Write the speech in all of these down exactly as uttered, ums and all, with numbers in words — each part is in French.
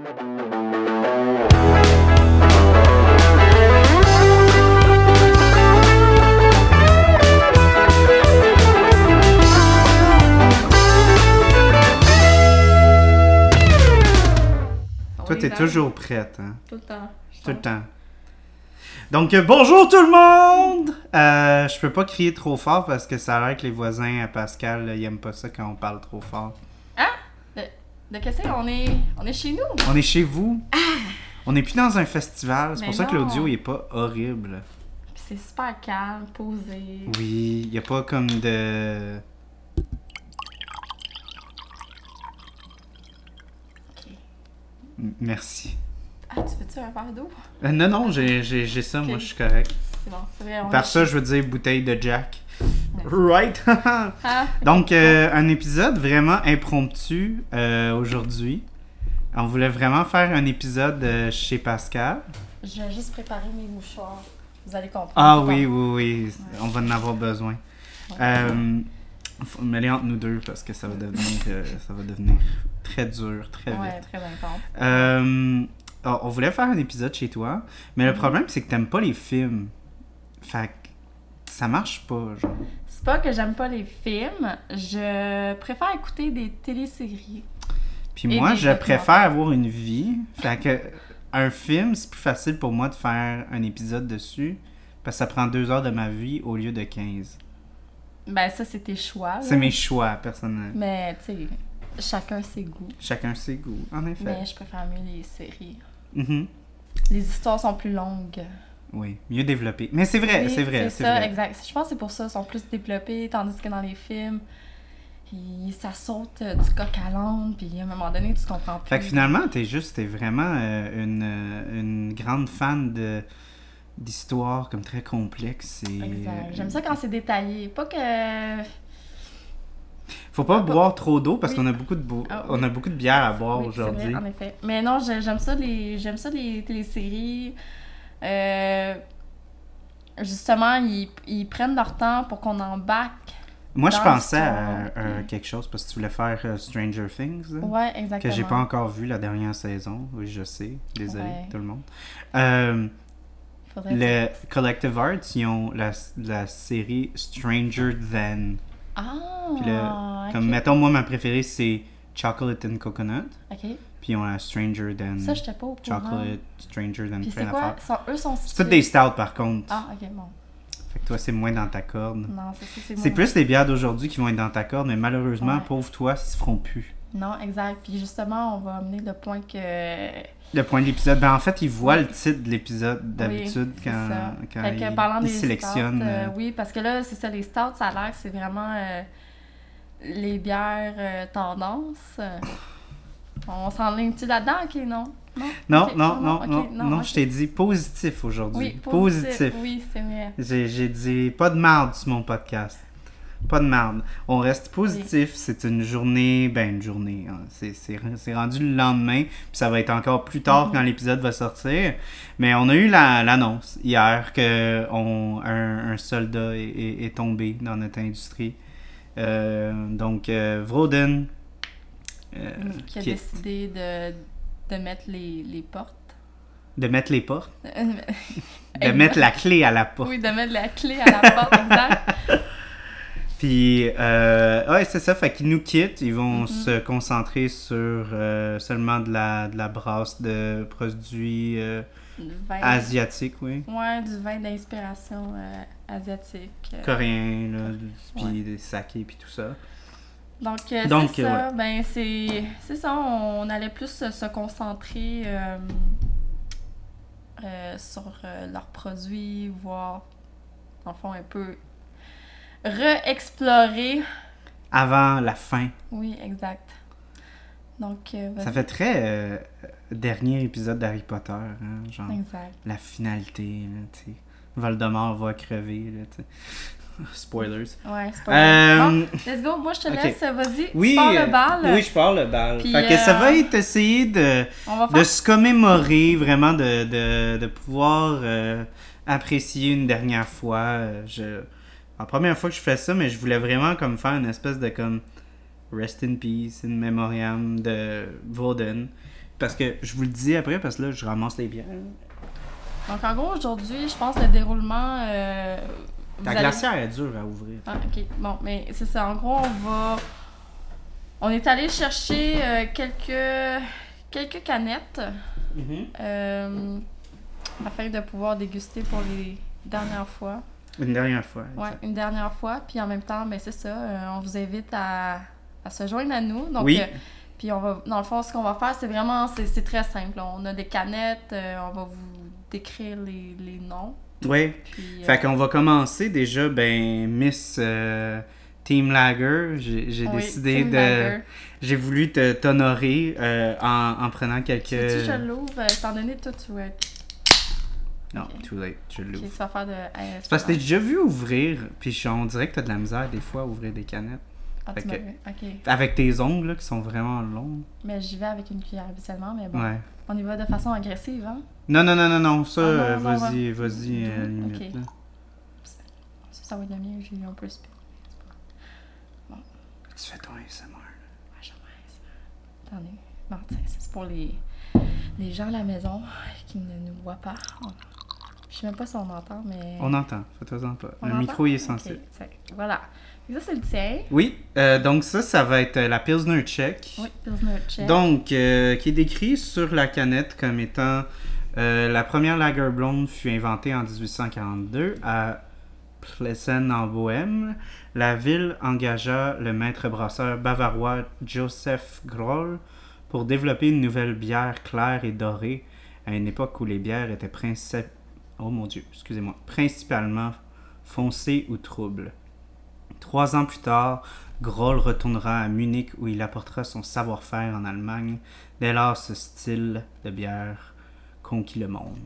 Toi, t'es toujours prête, hein? Tout le temps. Tout le temps. Donc, euh, bonjour tout le monde! Euh, je peux pas crier trop fort parce que ça a l'air que les voisins à Pascal, là, ils aiment pas ça quand on parle trop fort. Hein? De, de qu'est-ce que c'est? On est, on est chez nous? On est chez vous. Ah! On n'est plus dans un festival. C'est Mais pour ça que non. l'audio est pas horrible. Puis c'est super calme, posé. Oui, il y a pas comme de... Ok. M- Merci. Ah, tu veux-tu un verre d'eau? Euh, non, non, j'ai, j'ai, j'ai ça, Ok. moi, je suis correct. C'est bon, c'est vrai. On Par est ça, chez- je veux dire bouteille de Jack. Merci. Right? Ah, Donc, euh, un épisode vraiment impromptu euh, aujourd'hui. On voulait vraiment faire un épisode euh, chez Pascal. je vais juste préparer mes mouchoirs. Vous allez comprendre. Ah Bon. oui, oui, oui. On va en avoir besoin. Ouais. Euh, faut mêler entre nous deux parce que ça va devenir, euh, ça va devenir très dur, très vite. Ouais, très intense. Euh, oh, on voulait faire un épisode chez toi, mais le Mhm. problème, c'est que t'aimes pas les films. Fait que ça marche pas, genre. C'est pas que j'aime pas les films, je préfère écouter des téléséries. Puis Et moi, des je documentaires. préfère avoir une vie. Fait que un film, c'est plus facile pour moi de faire un épisode dessus parce que ça prend deux heures de ma vie au lieu de quinze. Ben ça, c'est tes choix. là. C'est mes choix personnels. Mais tu sais, chacun ses goûts. Chacun ses goûts, en effet. Mais je préfère mieux les séries. Mhm. Les histoires sont plus longues. Oui, mieux développé. Mais c'est vrai, Oui, c'est vrai, c'est ça, vrai. exact. Je pense que c'est pour ça qu'ils sont plus développés, tandis que dans les films, il- ça saute euh, du coq à l'âne, puis à un moment donné, tu comprends plus. Fait que finalement, t'es juste, t'es vraiment euh, une, euh, une grande fan de d'histoires comme très complexes et... Exact. J'aime ça quand c'est détaillé. Pas que... Faut pas Ah, pas- boire trop d'eau parce Oui. qu'on a beaucoup de bo- Ah, on oui. a beaucoup de bière à boire Oui, c'est aujourd'hui. vrai, en effet. Mais non, j'ai- j'aime ça les, j'aime ça les téléséries. Euh, justement, ils, ils prennent leur temps pour qu'on embarque. Moi, je dans pensais à, l'histoire, à puis- quelque chose parce que tu voulais faire euh, Stranger Things, là, Ouais, que exactement. j'ai pas encore vu la dernière saison. Oui, je sais. Désolé, Ouais. tout le monde. Euh, Faudrait le Collective Arts, ils ont la, la série Stranger Than. Ah, Puis là, ok. Comme, mettons, moi, ma préférée, c'est Chocolate and Coconut. Ok. Puis ils ont la Stranger Than. Ça, j'étais pas au courant. Chocolate, Stranger Than, Puis plein c'est quoi? d'affaires. Sont- eux sont C'est toutes des stouts, par contre. Ah, ok, bon. Fait que toi, c'est moins dans ta corde. Non, c'est ça, c'est C'est moi. plus les bières d'aujourd'hui qui vont être dans ta corde, mais malheureusement, Ouais. pauvre toi, ils se feront plus. Non, exact. Puis justement, on va amener le point que... Le point de l'épisode, ben en fait, ils voient le titre de l'épisode d'habitude Oui, c'est quand, ça. quand Fait que ils, parlant ils des sélectionnent. stouts, euh, euh, oui, parce que là, c'est ça, les stouts, ça a l'air que c'est vraiment euh, les bières euh, tendance. Euh, on s'enligne-tu là-dedans? Ok, non? Non, Non, Ok, non, non, ok, non, non, ok. je t'ai dit positif aujourd'hui. Oui, positif. positif. Oui, c'est vrai. J'ai, j'ai dit pas de merde sur mon podcast. Pas de merde. On reste positif. C'est une journée, ben une journée. Hein. C'est, c'est, c'est rendu le lendemain. Puis ça va être encore plus tard Mhm. quand l'épisode va sortir. Mais on a eu la, l'annonce hier que on, un, un soldat est, est, est tombé dans notre industrie. Euh, donc, euh, Vroden. euh, Qui a qui est- décidé de, de mettre les, les portes. de mettre les portes. De Exact. mettre la clé à la porte. Oui, de mettre la clé à la porte, exact. Puis, euh, ouais, c'est ça, fait qu'ils nous quittent, ils vont Mhm. se concentrer sur euh, seulement de la, de la brasse de produits euh, Du vin. asiatiques, oui. Ouais, du vin d'inspiration euh, asiatique. euh. Coréens, là, puis Ouais. des sakés, puis tout ça. Donc, euh, Donc, c'est ça. euh, Ben, c'est, c'est ça. On allait plus se, se concentrer euh, euh, sur euh, leurs produits, voir, dans le fond, un peu re-explorer. Avant la fin. Oui, exact. Donc, euh, Ça vas-y. fait très euh, dernier épisode d'Harry Potter, hein, genre Exact. la finalité, là, tu sais. Voldemort va crever, là, tu sais. Spoilers. Ouais, c'est pas Euh, grave. Bon, let's go. Moi, je te ok. laisse. Vas-y, Oui, tu pars euh, le bal. oui, je pars le bal. Puis, Fait que ça euh, va être essayer de... On va de faire... se commémorer, vraiment, de, de, de pouvoir euh, apprécier une dernière fois. Euh, Je... La première fois que je fais ça, mais je voulais vraiment comme faire une espèce de comme Rest in Peace, in memoriam de Voden. parce que je vous le dis après, parce que là, je ramasse les bières. Donc, en gros, aujourd'hui, je pense que le déroulement... Euh, La allez... glacière est dure à ouvrir. Ah, OK. Bon, mais c'est ça. En gros, on va... On est allé chercher euh, quelques... quelques canettes Mm-hmm. euh, afin de pouvoir déguster pour les dernières fois. Une dernière fois. Ouais, une dernière fois. Puis en même temps, ben c'est ça, euh, on vous invite à, à se joindre à nous. Donc, oui. euh, puis on va, dans le fond, ce qu'on va faire, c'est vraiment, c'est, c'est très simple. On a des canettes, euh, on va vous décrire les, les noms. Oui. Puis, Fait euh, qu'on va commencer déjà, ben, Miss euh, Team Lager. J'ai, j'ai oui, décidé Team de... Lager. J'ai voulu te, t'honorer euh, en, en prenant quelques... Tu veux-tu que je l'ouvre, euh, étant donné que toi, tu vas être... Non, Ok. too late, je l'ouvre. Ok, tu vas faire de... C'est parce que t'as déjà vu ouvrir, puis on dirait que t'as de la misère des fois à ouvrir des canettes. Ah, Fait tu m'as que- vu. Ok. Avec tes ongles là, qui sont vraiment longs. Mais j'y vais avec une cuillère habituellement, mais bon. Ouais. On y va de façon agressive, hein? Non, non, non, non, non, ça, Ah, non, euh, non, vas-y, va- vas-y, à la Ok. limite. Là. Ça, ça va être le mien, j'ai eu un peu spin. Tu fais ton A S M R. Ouais, je sais. Attendez. Bon, tiens, c'est pour les, les gens à la maison qui ne nous voient pas. On- Je sais même pas si on entend, mais... On entend, fais-toi-en pas. On Le entend? micro, il est Ok, sensible. tiens, voilà. Et ça, c'est le tien. Oui, euh, donc ça, ça va être la Pilsner Czech. Oui, Pilsner Czech. Donc, euh, qui est décrit sur la canette comme étant euh, la première lager blonde fut inventée en dix-huit cent quarante-deux à Plzeň en Bohême. La ville engagea le maître brasseur bavarois Joseph Groll pour développer une nouvelle bière claire et dorée à une époque où les bières étaient princi- oh mon Dieu, excusez-moi, principalement foncées ou troubles. Trois ans plus tard, Groll retournera à Munich où il apportera son savoir-faire en Allemagne. Dès lors, ce style de bière conquit le monde.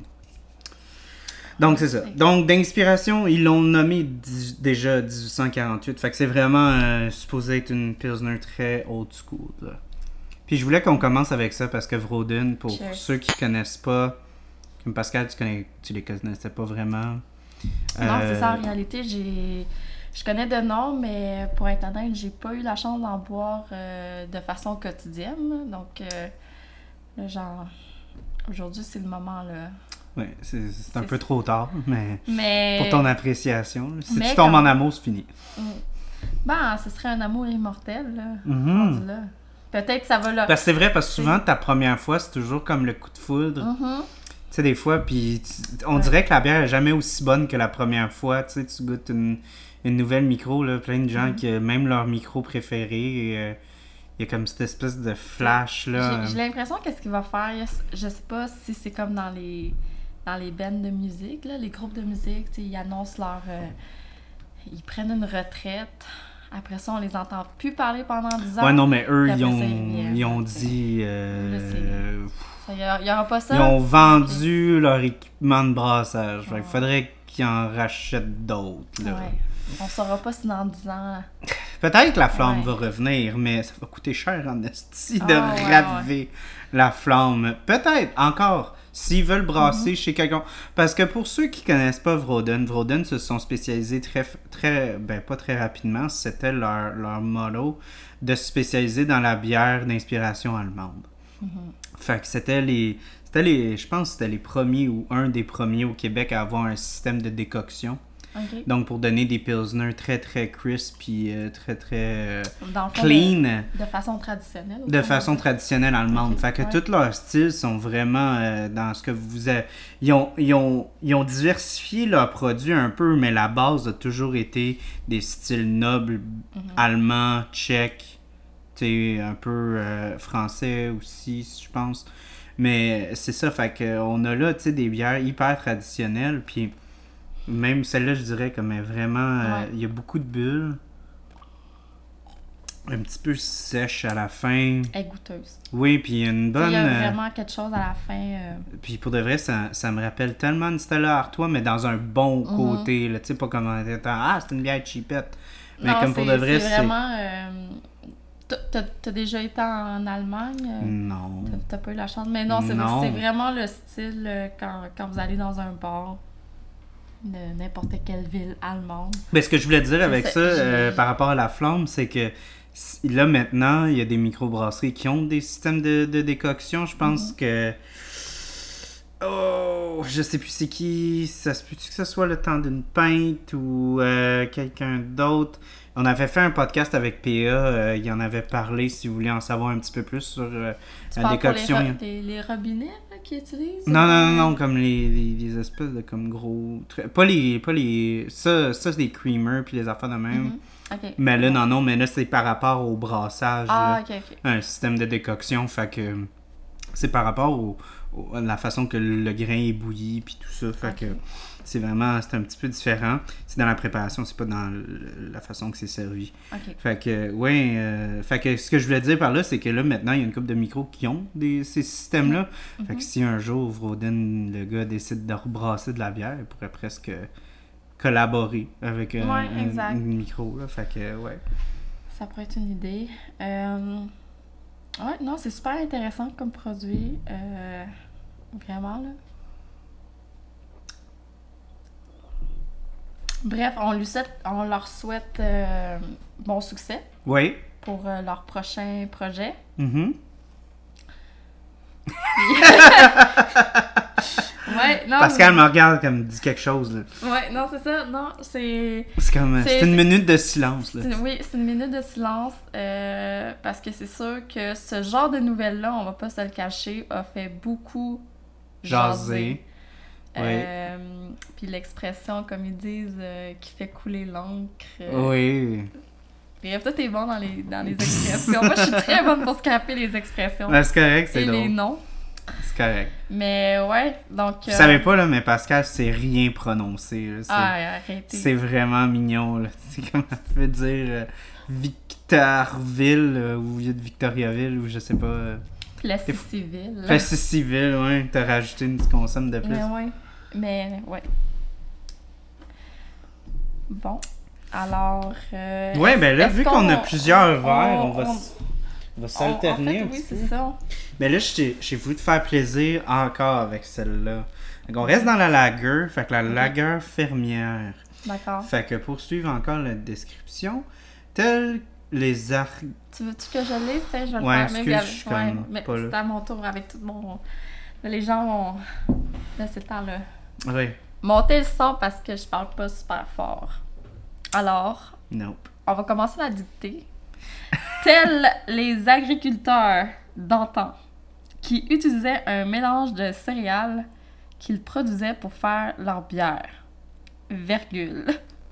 Donc, c'est ça. Donc, d'inspiration, ils l'ont nommé dix- déjà dix-huit cent quarante-huit. Fait que c'est vraiment euh, supposé être une Pilsner très old school. Là. Puis je voulais qu'on commence avec ça parce que Vroden, pour Cheers. ceux qui connaissent pas, comme Pascal, tu, connais, tu les connaissais pas vraiment. Non, Euh, c'est ça, en réalité, j'ai... Je connais de nom, mais pour être honnête, j'ai pas eu la chance d'en boire euh, de façon quotidienne. Donc, euh, là, genre, aujourd'hui, c'est le moment, là. Ouais, c'est, c'est un C'est peu ça. trop tard, mais Mais... pour ton appréciation. là. Si Mais tu tombes quand- en amour, c'est fini. Mm. Ben, ce serait un amour immortel, là. Mhm. rendu là. Peut-être que ça va là. Parce que c'est vrai, parce que souvent, ta première fois, c'est toujours comme le coup de foudre. Mhm. Tu sais, des fois, puis tu- on Ouais. dirait que la bière est jamais aussi bonne que la première fois. Tu sais, tu goûtes une, une nouvelle micro, là, plein de gens Mhm. qui ont même leur micro préféré. et, euh, il y a comme cette espèce de flash, là. J'ai, j'ai l'impression qu'est-ce qu'il va faire, je sais pas si c'est comme dans les dans les bands de musique, là, les groupes de musique, tu sais, ils annoncent leur... euh, ils prennent une retraite. Après ça, on les entend plus parler pendant dix ans. Ouais, non, mais eux, Puis ils après ont, ça, ils reviennent, ils ont tu sais. dit... euh, Là, Il y, a- il y aura pas ça. ils ont vendu leur équipement de brassage. Fait qu'il Ouais. faudrait qu'ils en rachètent d'autres, là. Ouais. On saura pas si dans dix ans... là. Peut-être que la flamme Ouais. va revenir, mais ça va coûter cher en esti Ah, de ouais, raviver la flamme. Peut-être, encore, s'ils veulent brasser Mhm. chez quelqu'un. Parce que pour ceux qui connaissent pas Vroden, Vroden se sont spécialisés très, très ben pas très rapidement, c'était leur, leur motto, de se spécialiser dans la bière d'inspiration allemande. Mhm. Fait que c'était les... C'était les, je pense que c'était les premiers ou un des premiers au Québec à avoir un système de décoction. OK. Donc, pour donner des pilsners très, très crisp et euh, très, très euh, Dans le fond, clean de, de façon traditionnelle. de autrement façon dit. traditionnelle allemande. Ok, Fait que ouais. tous leurs styles sont vraiment euh, dans ce que vous avez... Ils ont, ils, ont, ils ont diversifié leurs produits un peu, mais la base a toujours été des styles nobles, Mhm. allemands, tchèques, tu sais, un peu euh, français aussi, je pense. Mais c'est ça, fait que on a là, tu sais, des bières hyper traditionnelles, puis même celle-là, je dirais comme est vraiment... euh, Ouais. il y a beaucoup de bulles. Un petit peu sèche à la fin. Elle est goûteuse. Oui, puis il y a une bonne... Il y a euh, vraiment quelque chose à la fin. euh, Puis pour de vrai, ça, ça me rappelle tellement une Stella Artois, mais dans un bon Mhm. côté, là. Tu sais, pas comme en étant... Ah, c'est une bière cheapette. Mais non, comme pour c'est- de vrai, c'est c'est... vraiment... euh, t'as- T'as t'as déjà été en Allemagne? euh, Non. T'as- T'as pas eu la chance. Mais non, c'est Non. c'est vraiment le style euh, quand, quand vous allez dans un bar de n'importe quelle ville allemande. Mais ce que je voulais dire C'est avec ça, ça, j'ai- euh, par rapport à la flamme, c'est que là, maintenant, il y a des microbrasseries qui ont des systèmes de, de décoction. Je pense mm-hmm. que... Oh, je sais plus c'est qui. Ça se peut-tu que ce soit le temps d'une pinte ou euh, quelqu'un d'autre? On avait fait un podcast avec P A. Euh, il en avait parlé, si vous voulez en savoir un petit peu plus sur euh, la décoction. Pour les, ro- les, les robinets là, qu'ils utilisent? Non, non, non, non, comme les, les, les espèces de comme gros... Pas les... Pas les ça, ça, c'est les creamers puis les affaires de même. Mm-hmm. Okay. Mais là, non, non, mais là, c'est par rapport au brassage. Ah, là, ok, ok. Un système de décoction, fait que... C'est par rapport au, au, à la façon que le grain est bouilli puis tout ça, fait okay. que c'est vraiment, c'est un petit peu différent. C'est dans la préparation, c'est pas dans le, la façon que c'est servi. Okay. Fait que, ouais, euh, fait que ce que je voulais dire par là, c'est que là, maintenant, il y a une couple de micros qui ont des, ces systèmes-là. Mm-hmm. Fait que si un jour, Vroden, le gars, décide de rebrasser de la bière, il pourrait presque collaborer avec un, ouais, un, un micro, là. Fait que, ouais. Ça pourrait être une idée. Euh... Ouais, non, c'est super intéressant comme produit. Euh, vraiment, là. Bref, on, lui souhaite, on leur souhaite euh, bon succès. Oui. Pour euh, leur prochain projet. Mm-hmm. ouais, non. Pascal mais... me regarde comme dit quelque chose, là. Ouais, non, c'est ça. Non, c'est... C'est comme... C'est, c'est une c'est... minute de silence, là. C'est, oui, c'est une minute de silence. Euh, parce que c'est sûr que ce genre de nouvelles-là, on va pas se le cacher, a fait beaucoup jaser. Euh, oui. Puis l'expression, comme ils disent, euh, qui fait couler l'encre. Euh, oui. Bref, toi, t'es bon dans les, dans les expressions. Moi, je suis très bonne pour scraper les expressions. Ben, c'est correct, c'est Et drôle. les noms. C'est correct. Mais ouais, donc... Vous euh... savez pas, là, mais Pascal, c'est rien prononcé. Là. C'est, ah, arrêtez. C'est vraiment mignon, là. C'est comme ça veut dire euh, Victorville, euh, ou de Victoriaville, ou je sais pas... Euh, Plessis-Civil. Plessis-Civil, ouais. T'as rajouté une consomme de plus. Mais ouais. Mais, ouais. Bon. Alors... Euh, ouais, ben là, vu qu'on, qu'on a plusieurs verres, on, on va... On... On va s'alterner en fait, un oui, petit c'est peu. ça. Mais là, j'ai, j'ai voulu te faire plaisir encore avec celle-là. Donc, on reste dans la lager, fait que la okay. lager fermière. D'accord. Fait que pour suivre encore la description, tels les ar... Tu veux-tu que je lise? Tiens, je vais le ouais, faire. Excuse, même je suis ouais, comme mais pas c'est là. à mon tour avec tout mon... Là, les gens vont... Là, c'est le temps, là. Oui. Monter le son parce que je parle pas super fort. Alors... Nope. On va commencer la dictée. Tels les agriculteurs d'antan qui utilisaient un mélange de céréales qu'ils produisaient pour faire leur bière. Virgule.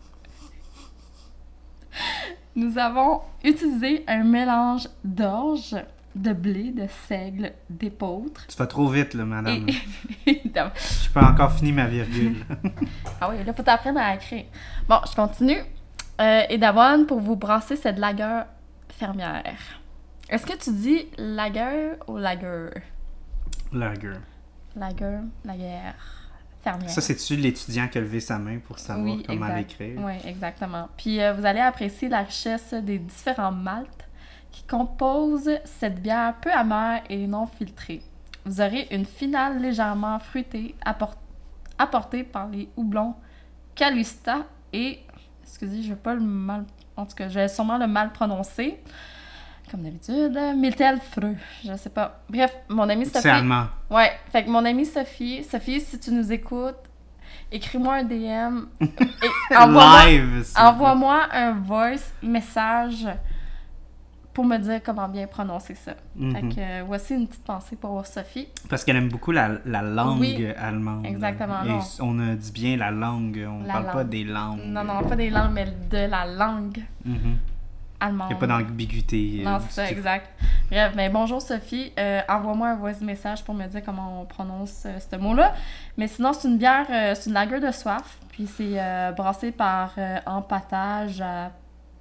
Nous avons utilisé un mélange d'orge, de blé, de seigle, d'épeautre. Tu vas trop vite, là, madame. Et... Je peux encore finir ma virgule. Ah oui, là, faut t'apprendre à écrire. Bon, je continue. Euh, et d'abord, pour vous brasser cette lager fermière. Est-ce que tu dis lager ou lager? Lager. Lager, lager fermière. Ça, c'est-tu l'étudiant qui a levé sa main pour savoir oui, comment exact. l'écrire? Oui, exactement. Puis euh, vous allez apprécier la richesse des différents maltes qui composent cette bière peu amère et non filtrée. Vous aurez une finale légèrement fruitée apport- apportée par les houblons Calusta et... Excusez, je vais pas le mal... En tout cas, je vais sûrement le mal prononcer. Comme d'habitude. Miltelfreux. Je sais pas. Bref, mon amie Sophie... C'est allemand. Ouais. Fait que mon amie Sophie... Sophie, si tu nous écoutes, écris-moi un D M. Et envoie-moi, Live! envoie-moi un voice message pour me dire comment bien prononcer ça. Mm-hmm. Fait que euh, voici une petite pensée pour Sophie. Parce qu'elle aime beaucoup la, la langue oui, allemande. Exactement. Et non. on a dit bien la langue, on la parle langue. pas des langues. Non, non, pas des langues, mais de la langue mm-hmm. allemande. Il n'y a pas d'ambiguïté. Non, euh, c'est ça, exact. Bref, mais bonjour Sophie. Euh, envoie-moi un voice message pour me dire comment on prononce euh, ce mot-là. Mais sinon, c'est une bière, euh, c'est une lager de soif. Puis c'est euh, brassé par euh, empâtage à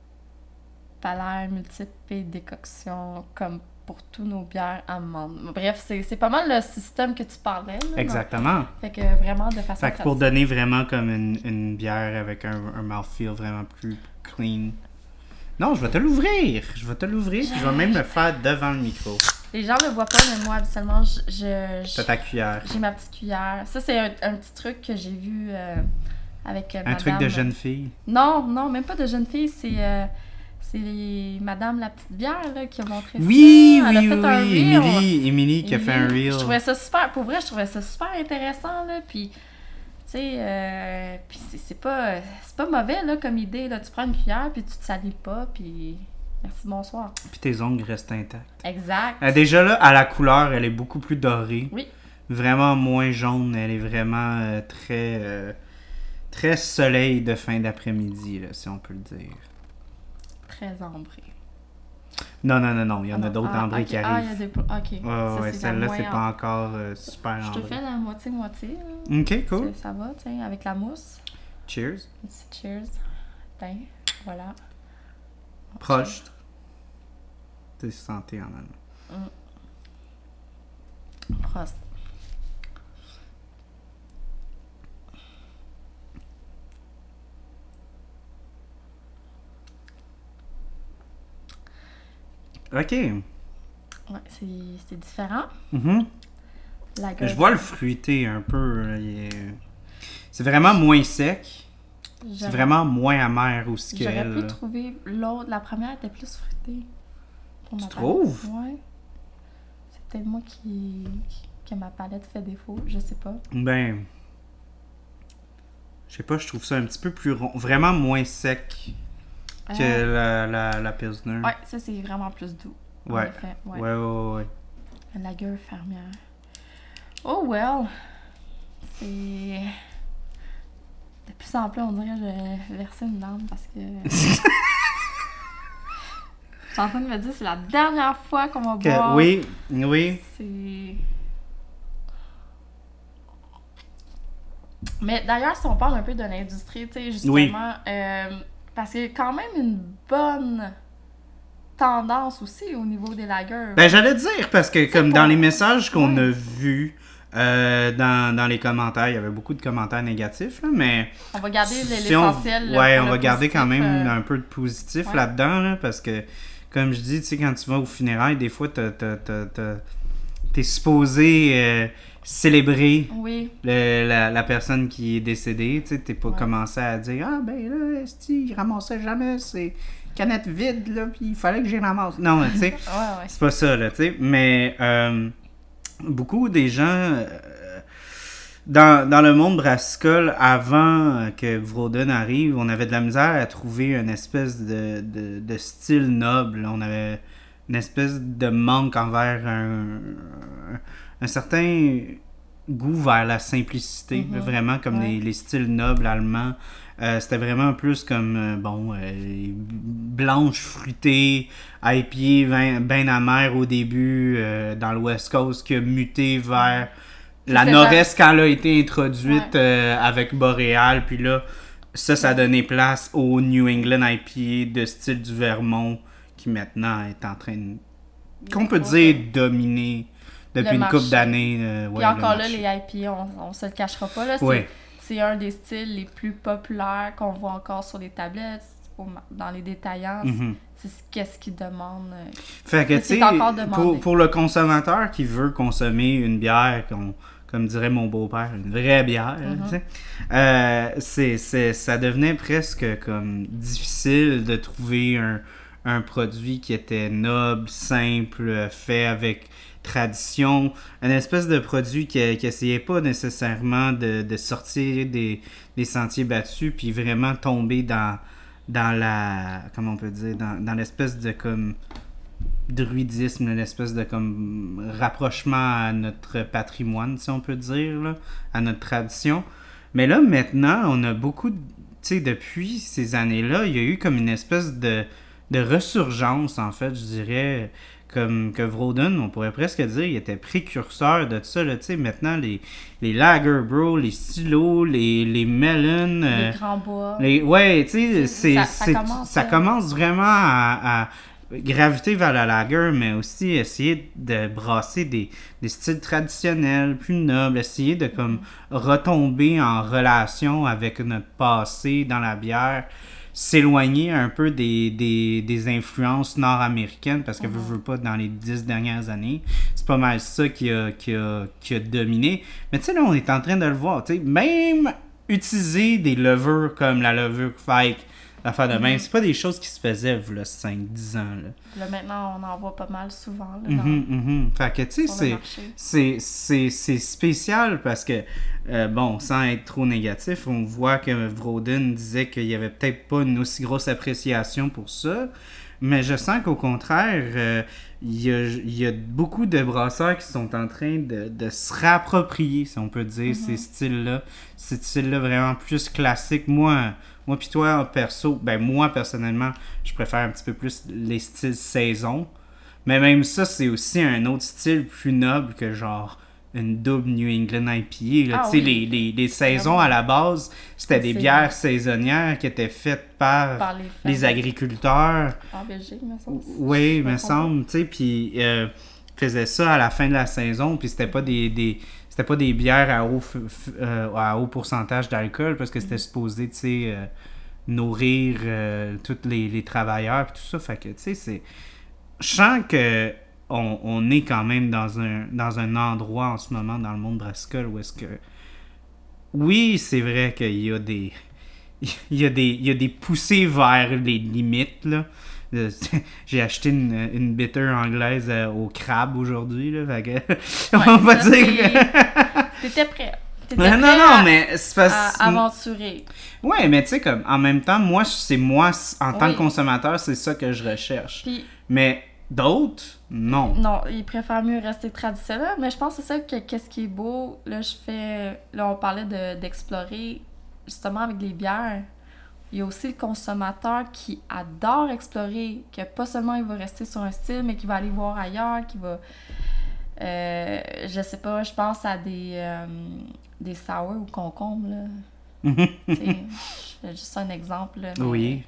palais multiples et décoction comme pour tous nos bières allemandes. Bref, c'est, c'est pas mal le système que tu parlais. Là, exactement. Non? Fait que vraiment de façon Fait que pour donner vraiment comme une, une bière avec un, un mouthfeel vraiment plus clean. Non, je vais te l'ouvrir. Je vais te l'ouvrir. Je... Puis je vais même le faire devant le micro. Les gens le voient pas, mais moi, habituellement, je... je, je T'as ta cuillère. J'ai ma petite cuillère. Ça, c'est un, un petit truc que j'ai vu euh, avec euh, Un madame. truc de jeune fille? Non, non, même pas de jeune fille. C'est... Euh, C'est les... Madame la petite bière là, qui a montré oui, ça. Elle oui, a fait oui, un oui. reel. Émilie, Émilie qui a fait un reel. Je trouvais ça super, pour vrai, je trouvais ça super intéressant, là, puis, tu sais, euh, puis c'est, c'est pas, c'est pas mauvais, là, comme idée, là, tu prends une cuillère, puis tu te salis pas, puis merci, bonsoir. Puis tes ongles restent intacts. Exact. Euh, déjà là, à la couleur, elle est beaucoup plus dorée. Oui. Vraiment moins jaune, elle est vraiment euh, très, euh, très soleil de fin d'après-midi, là, si on peut le dire. Très ambré. Non, non, non, non, il y en ah, a d'autres ah, ambrés okay. qui Ah, arrivent. il y a des... Ok. Ouais, ça, ouais, c'est celle-là, c'est am... pas encore euh, super Je ambré. te fais la moitié-moitié. Là. Ok, cool. C'est, ça va, tiens, avec la mousse. Cheers. Cheers. Ben, voilà. Proche. T'es santé en allemand. Mm. Prost. Ok. Ouais, c'est, c'est différent. Mm-hmm. La gueule. Je vois le fruité un peu. Là, il est... C'est vraiment moins sec. J'aurais... C'est vraiment moins amer aussi J'aurais qu'elle. pu trouver l'autre. La première était plus fruitée. Tu trouves? Ouais. C'est peut-être moi qui... que ma palette fait défaut. Je sais pas. Ben... Je sais pas, je trouve ça un petit peu plus rond. Vraiment moins sec que euh... la, la, la Pilsner. Ouais, ça c'est vraiment plus doux. Ouais. ouais. Ouais, ouais, ouais. La gueule fermière. Oh well! C'est... De plus en plus, on dirait que je versais une larme parce que... Je suis en train de me dire c'est la dernière fois qu'on va que, boire. Oui, oui. C'est... Mais d'ailleurs, si on parle un peu de l'industrie, tu sais, justement, oui. euh, parce qu'il y a quand même une bonne tendance aussi au niveau des lagers. Ben, j'allais dire, parce que comme dans les messages qu'on ouais. a vus euh, dans, dans les commentaires, il y avait beaucoup de commentaires négatifs, là, mais... On va garder si l'essentiel. On, ouais, on va positif, garder quand même euh... un peu de positif ouais. là-dedans, là, parce que, comme je dis, tu sais, quand tu vas aux funérailles, des fois, t'as, t'as, t'as, t'as, t'es supposé... Euh, célébrer oui. le, la, la personne qui est décédée, tu sais, t'es pas ouais. commencé à dire « Ah, ben là, esti, il ramassait jamais ces canettes vides, là, puis il fallait que j'y ramasse. » Non, tu sais, ouais, ouais. c'est pas ça, là, tu sais, mais euh, beaucoup des gens, euh, dans, dans le monde brassicole, avant que Vroden arrive, on avait de la misère à trouver une espèce de, de, de style noble, on avait une espèce de manque envers un... un un certain goût vers la simplicité, mm-hmm. vraiment comme ouais. les, les styles nobles allemands. Euh, c'était vraiment plus comme, euh, bon, euh, blanche, fruitée, I P A, bien amère au début, euh, dans le West Coast, qui a muté vers c'est la nord-est quand elle a été introduite ouais. euh, avec Boréal, puis là, ça, ça a donné place au New England I P A de style du Vermont, qui maintenant est en train de, qu'on peut dire, dominer depuis une couple d'années. Euh, ouais, Puis encore là, les I P A, on, on se le cachera pas. Là, c'est, ouais. c'est un des styles les plus populaires qu'on voit encore sur les tablettes, dans les détaillants. Mm-hmm. C'est, c'est qu'est-ce qu'ils demandent. Fait que, tu sais, pour, pour le consommateur qui veut consommer une bière, qu'on, comme dirait mon beau-père, une vraie bière, mm-hmm. tu sais, euh, c'est, c'est, ça devenait presque comme difficile de trouver un, un produit qui était noble, simple, fait avec tradition, une espèce de produit qui essayait pas nécessairement de, de sortir des, des sentiers battus puis vraiment tomber dans, dans la, comment on peut dire, dans, dans l'espèce de comme druidisme, l'espèce de comme rapprochement à notre patrimoine, si on peut dire, là, à notre tradition. Mais là, maintenant, on a beaucoup, tu sais, depuis ces années-là, il y a eu comme une espèce de, de ressurgence, en fait, je dirais, comme que Vroden, on pourrait presque dire, il était précurseur de tout ça, là, tu sais, maintenant, les, les Lager Bro, les stylos, les, les melons... Les euh, grands bois. Les, ouais, tu sais, c'est, ça, c'est, ça, commence, ça commence vraiment à, à graviter vers la lager, mais aussi essayer de brasser des, des styles traditionnels, plus nobles, essayer de comme retomber en relation avec notre passé dans la bière, s'éloigner un peu des, des, des influences nord-américaines, parce que mm-hmm. veux, veux pas, dans les dix dernières années, c'est pas mal ça qui a, qui a, qui a dominé. Mais tu sais, là, on est en train de le voir, tu sais, même utiliser des levures comme la levure Fike, affaires de Mhm. même. C'est pas des choses qui se faisaient, là, cinq dix ans, là. Là, maintenant, on en voit pas mal souvent, là, dans, Mhm, mhm. Fait que, tu sais, sur le c'est... marché. C'est, c'est, c'est spécial parce que, euh, bon, sans être trop négatif, on voit que Vroden disait qu'il n'y avait peut-être pas une aussi grosse appréciation pour ça, mais je sens qu'au contraire, euh, il y a, il y a beaucoup de brasseurs qui sont en train de, de se réapproprier, si on peut dire, Mm-hmm. ces styles-là. Ces styles-là vraiment plus classiques. Moi, moi pis toi, en perso, ben moi, personnellement, je préfère un petit peu plus les styles saison. Mais même ça, c'est aussi un autre style plus noble que genre une double New England I P A. Là. Ah Tu sais, oui. les, les, les saisons à la base, c'était des C'est- bières saisonnières qui étaient faites par, Par les les fermes. agriculteurs. En Belgique, me semble. Oui, Je me trompe semble. Tu sais, puis euh, faisaient ça à la fin de la saison, puis c'était pas des, des c'était pas des bières à haut, f- f- euh, à haut pourcentage d'alcool parce que c'était supposé, tu sais, euh, nourrir euh, tous les, les travailleurs puis tout ça. Fait que, tu sais, c'est... Je sens que on, on est quand même dans un, dans un endroit en ce moment dans le monde brassicole où est-ce que... Oui, c'est vrai qu'il y a des... Il y a des, il y a des poussées vers les limites, là. Euh, J'ai acheté une, une bitter anglaise euh, au crabe aujourd'hui, là. Fait que... Ouais, on va ça, dire... c'est- T'étais prêt. T'étais Non, prêt non, non, à, mais c'est parce... à aventurer. Ouais, mais tu sais, comme, en même temps, moi, c'est moi, en tant Oui. que consommateur, c'est ça que je recherche. Puis, Mais d'autres, non. non, ils préfèrent mieux rester traditionnel, mais je pense que c'est ça que qu'est-ce qui est beau. Là, je fais. Là, on parlait de, d'explorer, justement, avec les bières. Il y a aussi le consommateur qui adore explorer, que pas seulement il va rester sur un style, mais qui va aller voir ailleurs, qui va. Euh, je sais pas, je pense à des, euh, des sour ou concombres, là. Tu sais, c'est juste un exemple, là, mais, Oui.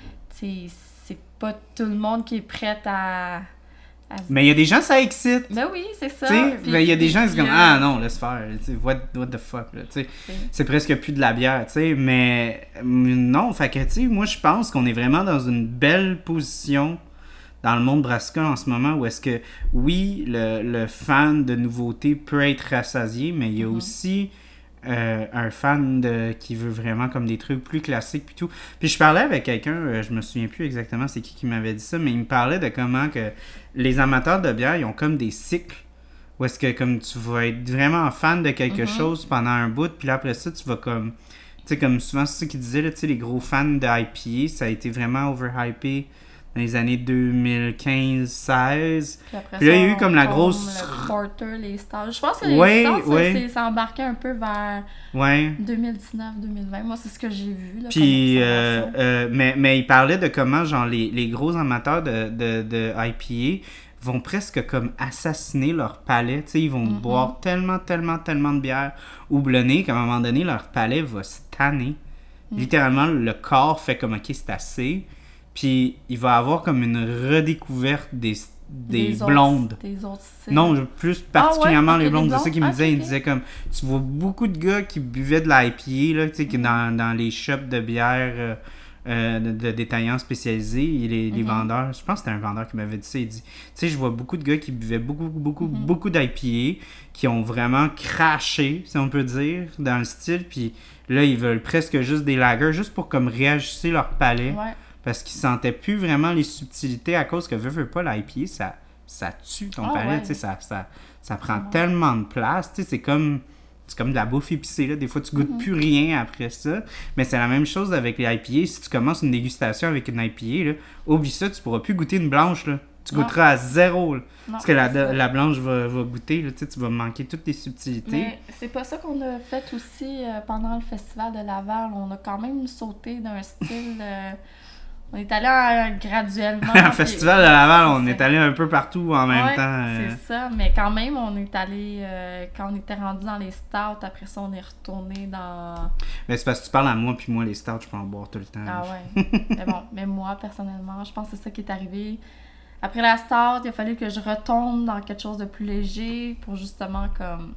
tu sais, c'est pas tout le monde qui est prêt à... à se- Mais il y a des gens, ça excite. Ben oui, c'est ça. Tu sais, Puis- ben, il y a des gens qui se puis, disent comme, euh, ah non, laisse faire, tu sais, what, what the fuck, là, tu sais. c'est- C'est presque plus de la bière, tu sais, mais euh, non, fait que, tu sais, moi, je pense qu'on est vraiment dans une belle position dans le monde brassicole en ce moment où est-ce que, oui, le, le fan de nouveautés peut être rassasié, mais il y a Mhm. aussi euh, un fan de, qui veut vraiment comme des trucs plus classiques puis tout. Puis je parlais avec quelqu'un, euh, je me souviens plus exactement c'est qui qui m'avait dit ça, mais il me parlait de comment que les amateurs de bière, ils ont comme des cycles où est-ce que comme tu vas être vraiment fan de quelque Mhm. chose pendant un bout, puis là après ça, tu vas comme... Tu sais, comme souvent, c'est ça qu'il disait, là, tu sais, les gros fans de I P A, ça a été vraiment overhypé dans les années deux mille quinze seize. Puis après Puis là, ça, il y a eu on comme la tombe grosse- Le porter, les stages. Je pense que les Ouais, stages, ça, ouais. c'est- ça embarquait un peu vers Ouais. deux mille dix-neuf deux mille vingt. Moi, c'est ce que j'ai vu. Là, Puis, comme euh, observation. euh, mais, mais il parlait de comment, genre, les, les gros amateurs de, de, de I P A vont presque comme assassiner leur palais. Tu sais, ils vont Mhm. boire tellement, tellement, tellement de bière houblonnée qu'à un moment donné, leur palais va se tanner. Mm. Littéralement, le corps fait comme, OK, c'est assez. Puis, il va avoir comme une redécouverte des, des, Des autres- blondes. Des autres styles. Non, je- plus particulièrement Ah ouais? les Ok, blondes. les C'est ça qu'il me blondes. disait. Ah, Il ok, me disait comme, tu vois beaucoup de gars qui buvaient de la I P A, là, tu sais, qui Mhm. dans, dans les shops de bière euh, euh, de, de détaillants spécialisés, et les, les Mhm. vendeurs, je pense que c'était un vendeur qui m'avait dit ça, il dit, tu sais, je vois beaucoup de gars qui buvaient beaucoup, beaucoup, Mhm. beaucoup d'I P A, qui ont vraiment craché, si on peut dire, dans le style, puis là, ils veulent presque juste des lagers, juste pour comme réajuster leur palais, Ouais. parce qu'ils sentaient plus vraiment les subtilités à cause que, veux, veux pas, la I P A, ça, ça tue ton Ah palais, ouais. tu sais, ça, ça, ça prend Vraiment. tellement de place, tu sais, c'est comme, c'est comme de la bouffe épicée, là, des fois tu goûtes Mhm. plus rien après ça, mais c'est la même chose avec les I P A, si tu commences une dégustation avec une I P A, là, oublie ça, tu pourras plus goûter une blanche, là, tu Non. goûteras à zéro, là, Non, parce que la, c'est ça. la blanche va, va goûter, là, tu sais, tu vas manquer toutes les subtilités. Mais c'est pas ça qu'on a fait aussi euh, pendant le festival de Laval. On a quand même sauté d'un style. euh, on est allé euh, graduellement. Au puis- festival de Laval, on c'est est ça. allé un peu partout en même Ouais, temps. euh, C'est ça, mais quand même, on est allé. euh, quand on était rendu dans les stouts, après ça, on est retourné dans. Mais c'est parce que tu parles à moi, puis moi, les stouts, je peux en boire tout le temps. Ah ouais. Mais bon, mais moi, personnellement, je pense que c'est ça qui est arrivé. Après la stout, il a fallu que je retombe dans quelque chose de plus léger pour justement, comme.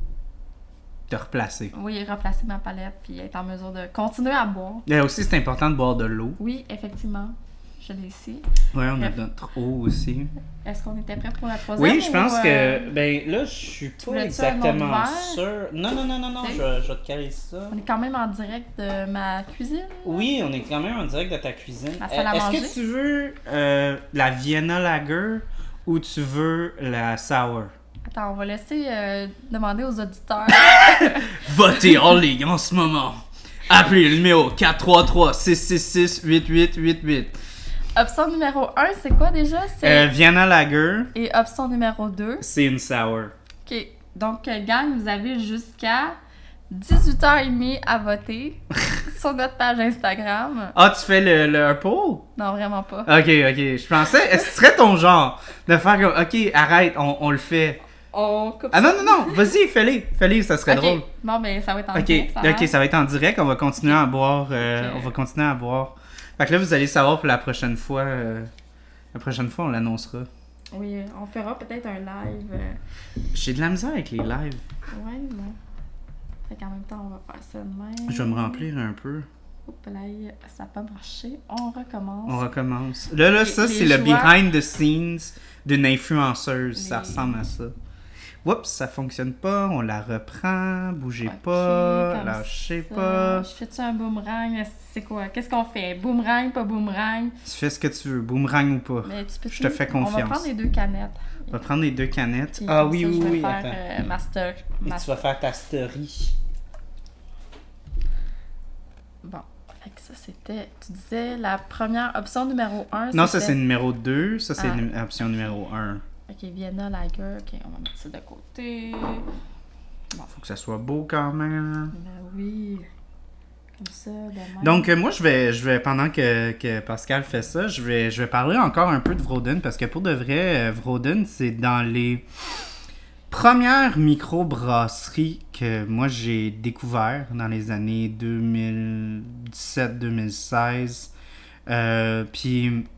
Te replacer. Oui, replacer ma palette puis être en mesure de continuer à boire. Et aussi, c'est important de boire de l'eau. Oui, effectivement. Je Je l'ai ici. Ouais, on a Bref. notre eau aussi. Est-ce qu'on était prêt pour la troisième? Oui, je pense ou, que. euh, Ben là, je suis tu pas voulais-tu un autre exactement verre? sûr. Non, non, non, non, non, Tu sais? je, je vais te caler ça. On est quand même en direct de ma cuisine. Oui, on est quand même en direct de ta cuisine. Ma salle à Est-ce manger. que tu veux euh, la Vienna Lager ou tu veux la Sour? Attends, on va laisser euh, demander aux auditeurs. Votez en ligne en ce moment. Appelez le numéro quatre trois trois six six six huit huit huit huit. Option numéro un, c'est quoi déjà? C'est... Euh, Vienna Lager, Et option numéro deux. c'est une Sour. OK. Donc, euh, gang, vous avez jusqu'à dix-huit heures trente à voter sur notre page Instagram. Ah, tu fais le, le poll? Non, vraiment pas. Ok, ok. Je pensais, est-ce que ce serait ton genre de faire comme, ok, arrête, on, on le fait. On coupe Ah ça. non, non, non, vas-y, fais-le, fais-le, ça serait Ok. drôle. Bon, ben, ça va être en Ok, direct, ça ok, marche. ça va être en direct, on va continuer à boire, euh, Ok. on va continuer à boire. Fait que là, vous allez savoir pour la prochaine fois, euh, la prochaine fois, on l'annoncera. Oui, on fera peut-être un live. euh, J'ai de la misère avec les lives. Ouais, bon. Fait qu'en même temps, on va faire ça de même. Je vais me remplir un peu. Oups, là, ça n'a pas marché. On recommence. On recommence. Là, là, Les- ça, les c'est le joueurs- behind the scenes d'une influenceuse. Ça Les- ressemble à ça. Oups, ça fonctionne pas. On la reprend. Bougez Ok, pas. comme Lâchez ça. pas. Je fais-tu un boomerang? C'est quoi? Qu'est-ce qu'on fait? Boomerang, pas boomerang? Tu fais ce que tu veux. Boomerang ou pas. Mais tu peux Je te fais On va confiance. prendre les deux canettes. On va prendre les deux canettes. Puis Ah comme oui, ça, oui, je vais oui. faire Attends. euh, master. Et master. tu vas faire ta story. Bon. Fait que ça, c'était... Tu disais la première option numéro un. Non, ça, c'était- c'est numéro deux. Ça, c'est Ah. nu- option numéro un. Ok, Vienna Lager. Ok, on va mettre ça de côté. Faut que ça soit beau quand même. Ben oui. Comme ça, de même. Donc, euh, moi, je vais, je vais pendant que, que Pascal fait ça, je vais, je vais parler encore un peu de Vroden parce que pour de vrai, euh, Vroden, c'est dans les premières micro-brasseries que moi j'ai découvert dans les années deux mille dix-sept deux mille seize. Euh, Puis,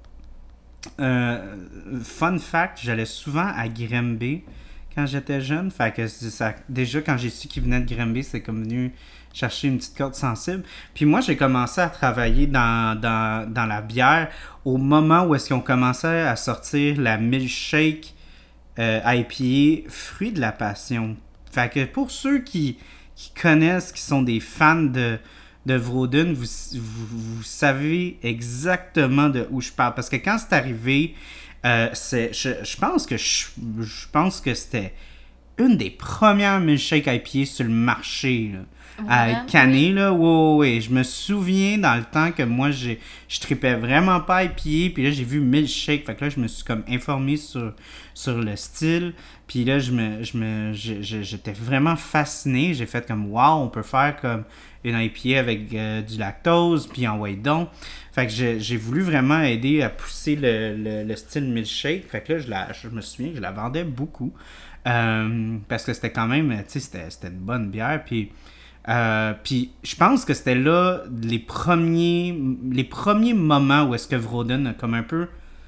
euh, fun fact, j'allais souvent à Grimby quand j'étais jeune. Fait que c'est ça, déjà, quand j'ai su qu'il venait de Grimby, c'est comme venu chercher une petite corde sensible. Puis moi, j'ai commencé à travailler dans, dans, dans la bière au moment où est-ce qu'ils ont commencé à sortir la milkshake euh, I P A Fruit de la Passion. Fait que pour ceux qui, qui connaissent, qui sont des fans de, de Vroden, vous, vous, vous savez exactement de où je parle. Parce que quand c'est arrivé, euh, c'est, je, je pense que je, je pense que c'était une des premières milkshake I P A sur le marché, là. À Vraiment? canner, là, ouais, ouais, ouais. Je me souviens dans le temps que moi, j'ai, je tripais vraiment pas I P A, puis là, j'ai vu milkshake, fait que là, je me suis comme informé sur, sur le style, puis là, je me, je me, je- je- j'étais vraiment fasciné, j'ai fait comme, wow, on peut faire comme une I P A avec euh, du lactose, puis en way donc. Fait que j'ai, j'ai voulu vraiment aider à pousser le, le, le style milkshake, fait que là, je, la, je me souviens que je la vendais beaucoup, euh, parce que c'était quand même, tu sais, c'était, c'était une bonne bière, puis... Euh, puis je pense que c'était là les premiers les premiers moments où est-ce que Vroden a comme un peu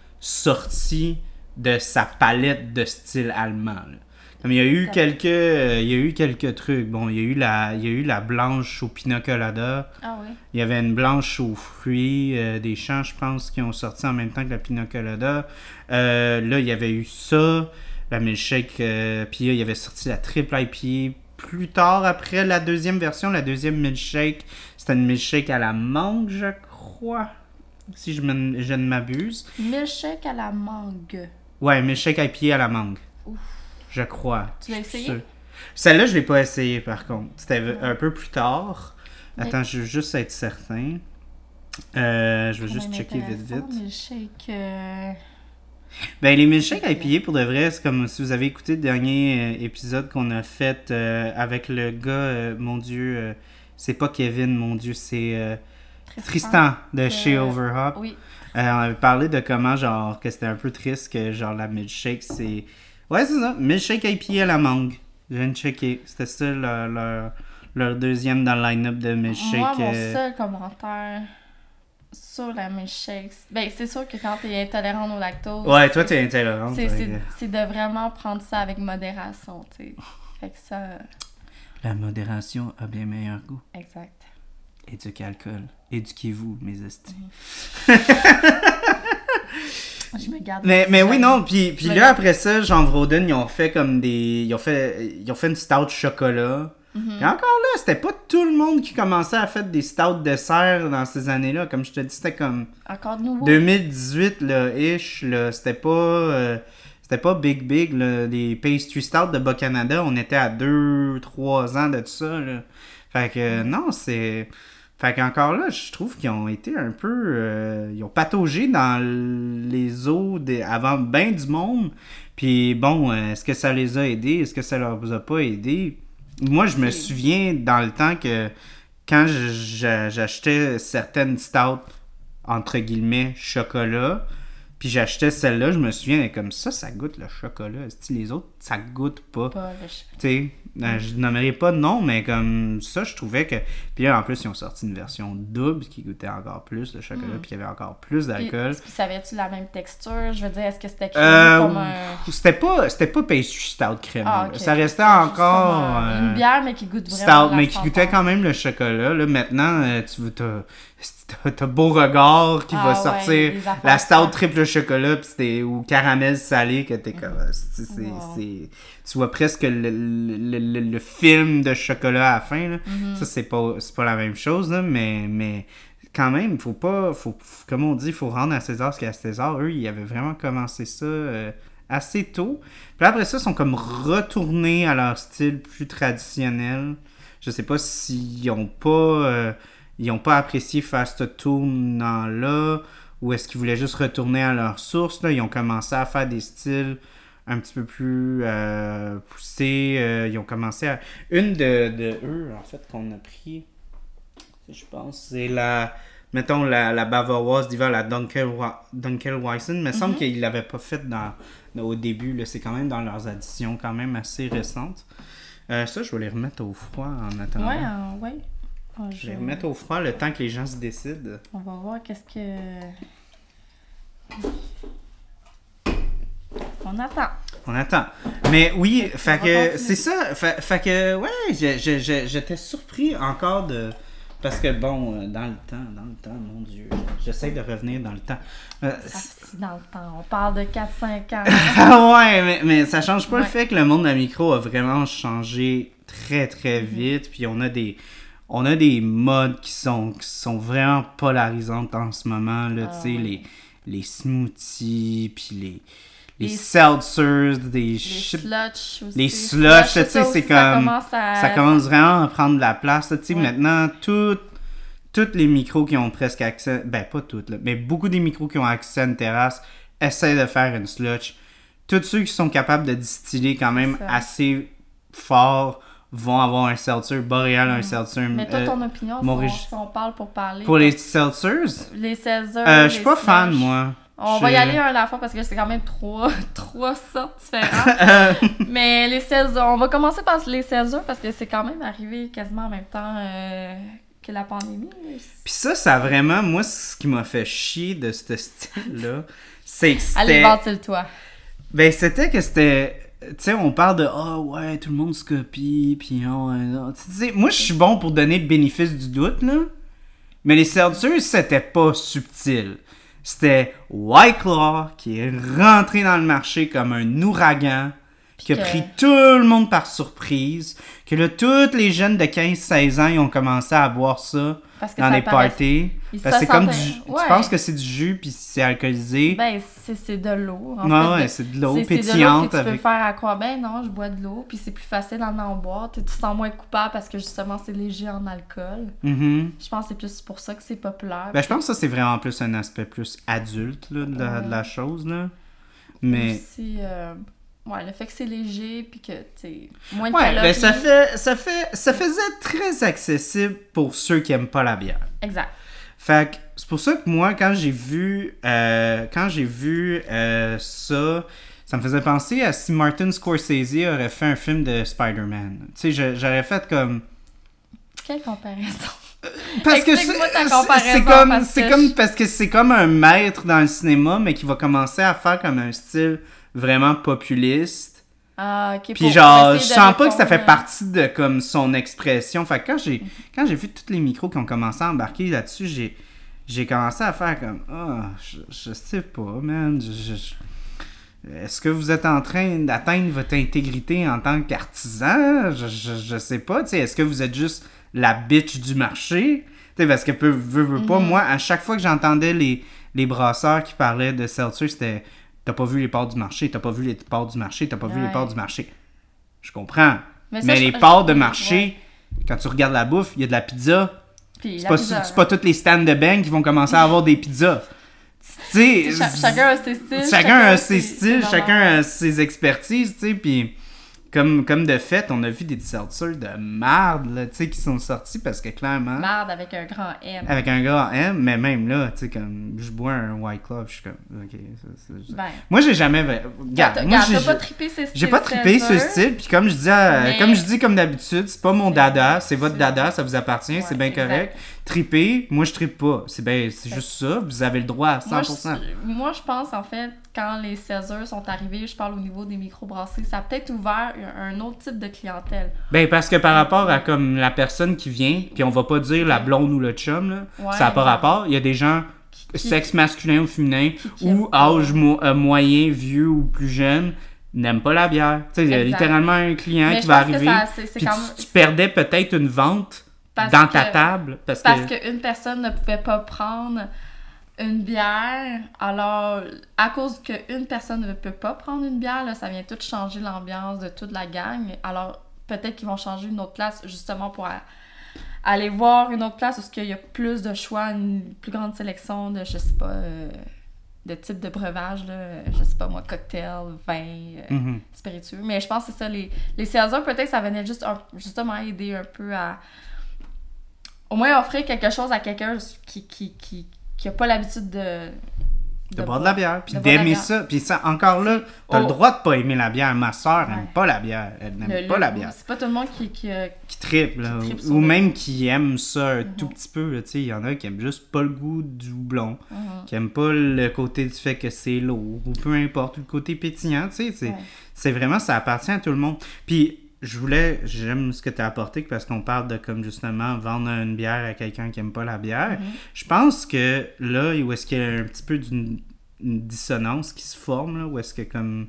sorti de sa palette de style allemand, là. Comme il y a eu quelques euh, il y a eu quelques trucs. Bon, il y a eu la il y a eu la blanche au pina colada. Ah oui. Il y avait une blanche aux fruits euh, des champs, je pense, qui ont sorti en même temps que la pina colada. Euh, là, il y avait eu ça, la milkshake, euh, puis là, il y avait sorti la triple I P A plus tard, après la deuxième version, la deuxième milkshake, c'était une milkshake à la mangue, je crois, si je, me, je ne m'abuse. Milkshake à la mangue. Ouais, milkshake I P A à la mangue. Ouf. Je crois. Tu l'as Je suis essayé? sûr. Celle-là, je l'ai pas essayé par contre. C'était Ouais. un peu plus tard. Mais- Attends, je veux juste être certain. Euh, je veux Quand juste même checker vite intéressant, vite. Milkshake. euh, Ben, les milkshakes I P A, pour de vrai, c'est comme si vous avez écouté le dernier euh, épisode qu'on a fait euh, avec le gars, euh, mon Dieu, euh, c'est pas Kevin, mon Dieu, c'est euh, Tristan de Euh, chez Overhop. Oui. Euh, on avait parlé de comment, genre, que c'était un peu triste que, genre, la milkshake, c'est... Ouais, c'est ça, milkshake I P A à la mangue. Je viens de checker. C'était ça, leur, leur, leur deuxième dans le line-up de milkshake. Moi, mon euh, seul commentaire sur la milkshake, ben c'est sûr que quand t'es intolérant au lactose, Ouais, toi, t'es intolérante. c'est, fait c'est, que- c'est de vraiment prendre ça avec modération, tu sais. Fait que ça, La modération a bien meilleur goût. exact. Éduquez alcool. Éduquez-vous, mes estis. Je me garde. Mais, mais oui, non, puis, puis Je me là, garde. après ça, Jean Vroden, ils ont fait comme des... Ils ont fait, ils ont fait une stout chocolat. Mhm. Et encore là, c'était pas tout le monde qui commençait à faire des stouts dessert dans ces années-là. Comme je te dis, c'était comme Encore de nouveau. deux mille dix-huit, là, ish, là. C'était pas... euh, c'était pas big, big, là. Les pastry stouts de Bas-Canada, on était à deux trois ans de tout ça, là. Fait que, non, c'est... Fait qu'encore là, je trouve qu'ils ont été un peu... euh, ils ont pataugé dans les eaux des, avant ben du monde. Puis bon, euh, est-ce que ça les a aidés? Est-ce que ça leur a pas aidé? Moi, je me C'est- souviens dans le temps que quand je- je- j'achetais certaines stouts, entre guillemets, chocolat, puis j'achetais celle-là, je me souviens, comme ça, ça goûte le chocolat. Est-ce que les autres, ça goûte pas? Pas le ch- Tu sais, euh, je nommerai pas de nom, mais comme ça, je trouvais que... Puis là, en plus, ils ont sorti une version double qui goûtait encore plus le chocolat, Mm. puis il y avait encore plus Puis, d'alcool. puis savais-tu la même texture? Je veux dire, est-ce que c'était crémeux Euh, comme un... C'était pas, c'était pas pastry stout crémeux. Ah, là. ok. Ça restait C'est juste encore... comme un- euh, Une bière, mais qui goûte vraiment stout, la mais qui goûtait senteur. quand même le chocolat. Là, maintenant, euh, tu veux, t'as, t'as, t'as Beau Regard qui Ah va ouais, sortir les affaires la stout fortes. triple chocolat pis c'était, ou caramel salé que t'es comme... euh, c'est, c'est, Wow. c'est- tu vois presque le, le, le, le film de chocolat à la fin. Là. Mhm. Ça, c'est pas, c'est pas la même chose, là, mais... mais quand même, faut pas, faut, faut- comme on dit, faut rendre à César ce qu'il y a à César. Eux, ils avaient vraiment commencé ça euh, assez tôt. Puis après ça, ils sont comme retournés à leur style plus traditionnel. Je sais pas s'ils ont pas, euh, ils ont pas apprécié faire ce tournant-là, ou est-ce qu'ils voulaient juste retourner à leur source. Là. Ils ont commencé à faire des styles un petit peu plus euh, poussés. Euh, ils ont commencé à... Une de, de eux, en fait, qu'on a pris... Je pense c'est la, mettons, la, la bavaroise d'hiver, la Dunkelweizen. Il me semble Mhm. qu'ils ne l'avaient pas faite dans, dans- au début. Là. C'est quand même dans leurs additions, quand même assez récentes. Euh, ça, je vais les remettre au froid en attendant. Ouais, euh, ouais. Ah, Je je- vais les remettre au froid le temps que les gens se décident. On va voir qu'est-ce que... On attend. On attend. Mais oui, On fait va que continuer. c'est ça. Fait, fait que, ouais, je- je- je- j'étais surpris encore de... Parce que, bon, euh, dans le temps, dans le temps, mon Dieu, j'essaie de revenir dans le temps. Euh, Ça, c'est dans le temps. On parle de quatre cinq ans. Ah ouais, mais, mais ça change pas le Ouais. fait que le monde de la micro a vraiment changé très très Mhm. vite. Puis on a des on a des modes qui sont, qui sont vraiment polarisantes en ce moment. Là, Ah tu sais, ouais. les, les smoothies, puis les, les, Les- seltzers, des Les chips. slushs aussi. Les slushs, tu sais, ça c'est aussi, ça comme- commence à... Ça commence vraiment à prendre de la place. là. Tu sais, Ouais. maintenant, tout, toutes les micros qui ont presque accès, ben pas toutes, là, mais beaucoup des micros qui ont accès à une terrasse essaient de faire une slush. Tous ceux qui sont capables de distiller quand même ça. assez fort vont avoir un seltzer. Boréal a un Mm. mon Mais toi, euh, ton opinion, si mon on, rég- si on parle pour parler... Pour les seltzers, Les César, euh, les je suis pas fan, slushs. moi. On Je- va y aller un à la fois parce que c'est quand même trois, trois sortes différentes. Euh, Mais les César, on va commencer par les César parce que c'est quand même arrivé quasiment en même temps euh, que la pandémie. Puis ça, ça a vraiment, moi, ce qui m'a fait chier de ce style-là, c'est que Allez, c'était... ventile-toi. Ben, c'était que c'était... Tu sais, on parle de « Ah ouais, tout le monde se copie, puis on... euh, tu sais, moi, je suis bon pour donner le bénéfice du doute, là. Mais les seltzers, c'était pas subtil. C'était White Claw qui est rentré dans le marché comme un ouragan, qui a que- pris tout le monde par surprise, que là, tous les jeunes de quinze seize ans, ils ont commencé à boire ça Parce que dans ça les paraît- parties. Ils Parce que se c'est comme du... sentaient- Tu ouais. penses que c'est du jus, puis c'est alcoolisé. Ben, c'est c'est de l'eau. en Ouais, fait, ouais, de- c'est de l'eau c'est- c'est de l'eau pétillante que tu peux avec... faire à quoi? Ben non, je bois de l'eau, puis c'est plus facile d'en en boire. Tu tu te sens moins coupable parce que justement, c'est léger en alcool. Mhm. Je pense que c'est plus pour ça que c'est populaire. Ben, je pense que ça, c'est vraiment plus un aspect plus adulte là, de, la, Ouais. de la chose, là. Mais... Aussi, euh, ouais, le fait que c'est léger, puis que, tu sais, moins de Ouais, calories. ben ça fait, ça fait... Ça faisait très accessible pour ceux qui aiment pas la bière. Exact. Fait que c'est pour ça que moi, quand j'ai vu... euh, quand j'ai vu euh, ça... Ça me faisait penser à si Martin Scorsese aurait fait un film de Spider-Man. Tu sais, je- j'aurais fait comme... Quelle comparaison. Parce que Explique-moi c'est ta c'est- comparaison, c'est comme parce c'est que comme je- parce que c'est comme un maître dans le cinéma mais qui va commencer à faire comme un style vraiment populiste. Ah, ok. Puis pour- genre pour je essayer sens de pas que ça fait répondre, partie de comme son expression. Fait que quand j'ai quand j'ai vu tous les micros qui ont commencé à embarquer là-dessus, j'ai j'ai commencé à faire comme, ah, oh, je, je sais pas, man, je, je, je... est-ce que vous êtes en train d'atteindre votre intégrité en tant qu'artisan? Je, je, je sais pas, tu sais, est-ce que vous êtes juste la bitch du marché? Tu sais, parce que, veux, veux, veux pas, mm-hmm. moi, à chaque fois que j'entendais les, les brasseurs qui parlaient de seltzer, c'était, t'as pas vu les parts du marché, t'as pas vu les parts du marché, t'as pas ouais. vu les parts du marché. Je comprends. Mais, ça, mais je, les je, parts de marché, ouais. quand tu regardes la bouffe, il y a de la pizza. Puis c'est, la pas, pizza, c'est pas tous les stands de bank qui vont commencer à avoir des pizzas. Tu sais, chacun a ses styles. Chacun a ses styles, chacun a ses expertises, tu sais, puis comme, comme de fait, on a vu des seltzers de marde, là, tu sais, qui sont sortis parce que clairement... Marde avec un grand M. Avec un grand M, mais même là, tu sais, comme, je bois un White Claw, je suis comme, ok, ça, ça, ben, moi, j'ai jamais... Regarde, t'as, moi, t'as j'ai... pas trippé ce style. J'ai pas trippé ce style, puis comme je dis, à, mais... comme je dis comme d'habitude, c'est pas mon c'est dada, c'est votre c'est dada, ça vous appartient, ouais, c'est bien correct. Tripper, moi, je trippe pas. C'est, ben, c'est juste ça, vous avez le droit à cent pour cent. Moi, je, moi, je pense, en fait, quand les seltzers sont arrivés, je parle au niveau des microbrasseries, ça a peut-être ouvert un autre type de clientèle. Ben, parce que par rapport à comme la personne qui vient, puis on va pas dire la blonde ou le chum, là, ouais, ça n'a pas rapport. Il y a des gens, qui, sexe masculin ou féminin, qui, qui ou âge mo- euh, moyen, vieux ou plus jeune, n'aiment pas la bière. Tu sais, il y a littéralement un client mais qui va arriver, puis tu, tu perdais peut-être une vente parce dans que, ta table. Parce, parce que... qu'une personne ne pouvait pas prendre une bière, alors à cause qu'une personne ne peut pas prendre une bière, là, ça vient tout changer l'ambiance de toute la gang. Alors peut-être qu'ils vont changer une autre place justement pour a- aller voir une autre place où il y a plus de choix, une plus grande sélection de, je sais pas, euh, de types de breuvages, là, je sais pas moi, cocktail, vin, euh, mm-hmm. spiritueux. Mais je pense que c'est ça, les, les seltzers, peut-être ça venait juste un, justement aider un peu à au moins offrir quelque chose à quelqu'un qui, qui, qui, qui a pas l'habitude de... De, de boire de la bière, puis de d'aimer ça. Puis ça, encore là, t'as oh. le droit de pas aimer la bière. Ma soeur ouais. n'aime pas la bière. Elle n'aime le, pas le, la bière. C'est pas tout le monde qui... Qui, euh, qui tripe, là. Qui tripe ou même le... qui aime ça un mm-hmm. tout petit peu, tu sais. Il y en a qui aiment juste pas le goût du houblon, mm-hmm. qui aiment pas le côté du fait que c'est lourd, ou peu importe, ou le côté pétillant, tu sais. C'est, ouais. c'est vraiment, ça appartient à tout le monde. Puis... Je voulais, j'aime ce que tu as apporté parce qu'on parle de comme justement vendre une bière à quelqu'un qui aime pas la bière. Mm-hmm. Je pense que là, où est-ce qu'il y a un petit peu d'une une dissonance qui se forme, là, où est-ce que comme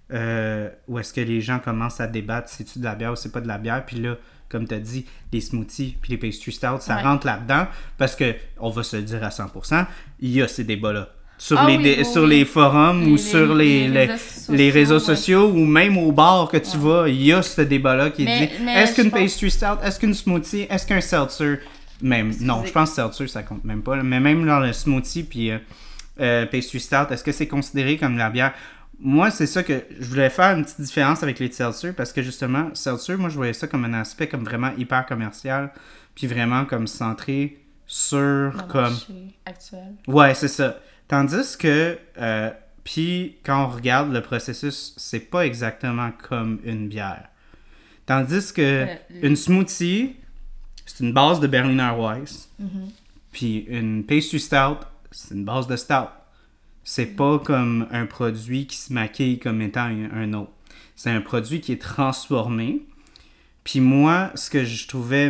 euh, où est-ce que les gens commencent à débattre si c'est de la bière ou c'est pas de la bière, puis là, comme tu as dit, les smoothies puis les pastry stouts, ça ouais. rentre là-dedans parce que, on va se le dire à cent pour cent, il y a ces débats-là. Sur, ah les, oui, dé- oui, sur oui. les forums les, ou sur les, les, les, réseaux, sociaux, les réseaux sociaux ouais. ou même au bar que tu ouais. vas, il y a ce débat-là qui mais, dit mais est-ce qu'une pense... pastry stout, est-ce qu'une smoothie, est-ce qu'un seltzer, même, Excusez. non, je pense que seltzer ça compte même pas, mais même dans le smoothie puis euh, euh, pastry stout, est-ce que c'est considéré comme de la bière? Moi, c'est ça que je voulais faire une petite différence avec les seltzer parce que justement, seltzer, moi je voyais ça comme un aspect comme vraiment hyper commercial puis vraiment comme centré sur le comme... marché actuel. Ouais, c'est ça. Tandis que, euh, puis quand on regarde le processus, c'est pas exactement comme une bière. Tandis que euh, une smoothie, c'est une base de Berliner Weiss. Mm-hmm. Puis une pastry stout, c'est une base de stout. C'est mm-hmm. pas comme un produit qui se maquille comme étant un, un autre. C'est un produit qui est transformé. Puis moi, ce que je trouvais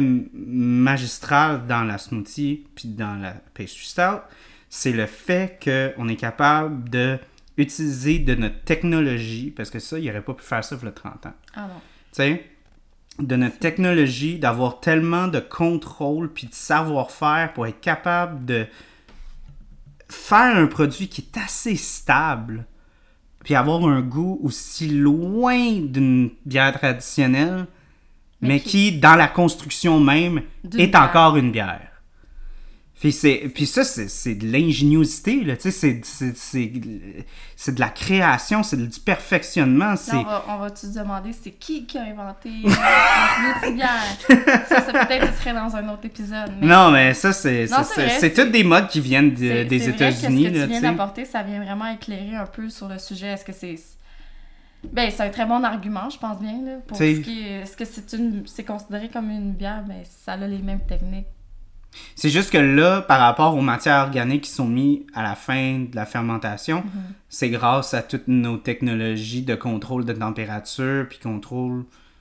magistral dans la smoothie puis dans la pastry stout, c'est le fait qu'on est capable d'utiliser de notre technologie, parce que ça, il n'aurait pas pu faire ça il y a trente ans. Ah non. Tu sais, de notre technologie, d'avoir tellement de contrôle puis de savoir-faire pour être capable de faire un produit qui est assez stable, puis avoir un goût aussi loin d'une bière traditionnelle, mais, mais qui, qui, dans la construction même, est bière. Encore une bière. Puis, c'est, puis ça, c'est, c'est de l'ingéniosité, là, tu sais, c'est, c'est, c'est, c'est de la création, c'est du perfectionnement. C'est... Là, on va, on va te demander, c'est qui qui a inventé la bière? Ça, ça peut-être serait dans un autre épisode. Mais... Non, mais ça, c'est, non, c'est, c'est, c'est, c'est toutes des modes qui viennent de, c'est, des c'est États-Unis. Vrai que ce que tu viens là, d'apporter, ça vient vraiment éclairer un peu sur le sujet. Est-ce que c'est... Ben, c'est un très bon argument, je pense bien, là, pour ce qui est... Est-ce que c'est, une... c'est considéré comme une bière? Ben, ça a les mêmes techniques. C'est juste que là, par rapport aux matières organiques qui sont mises à la fin de la fermentation, mm-hmm. c'est grâce à toutes nos technologies de contrôle de température puis contrôle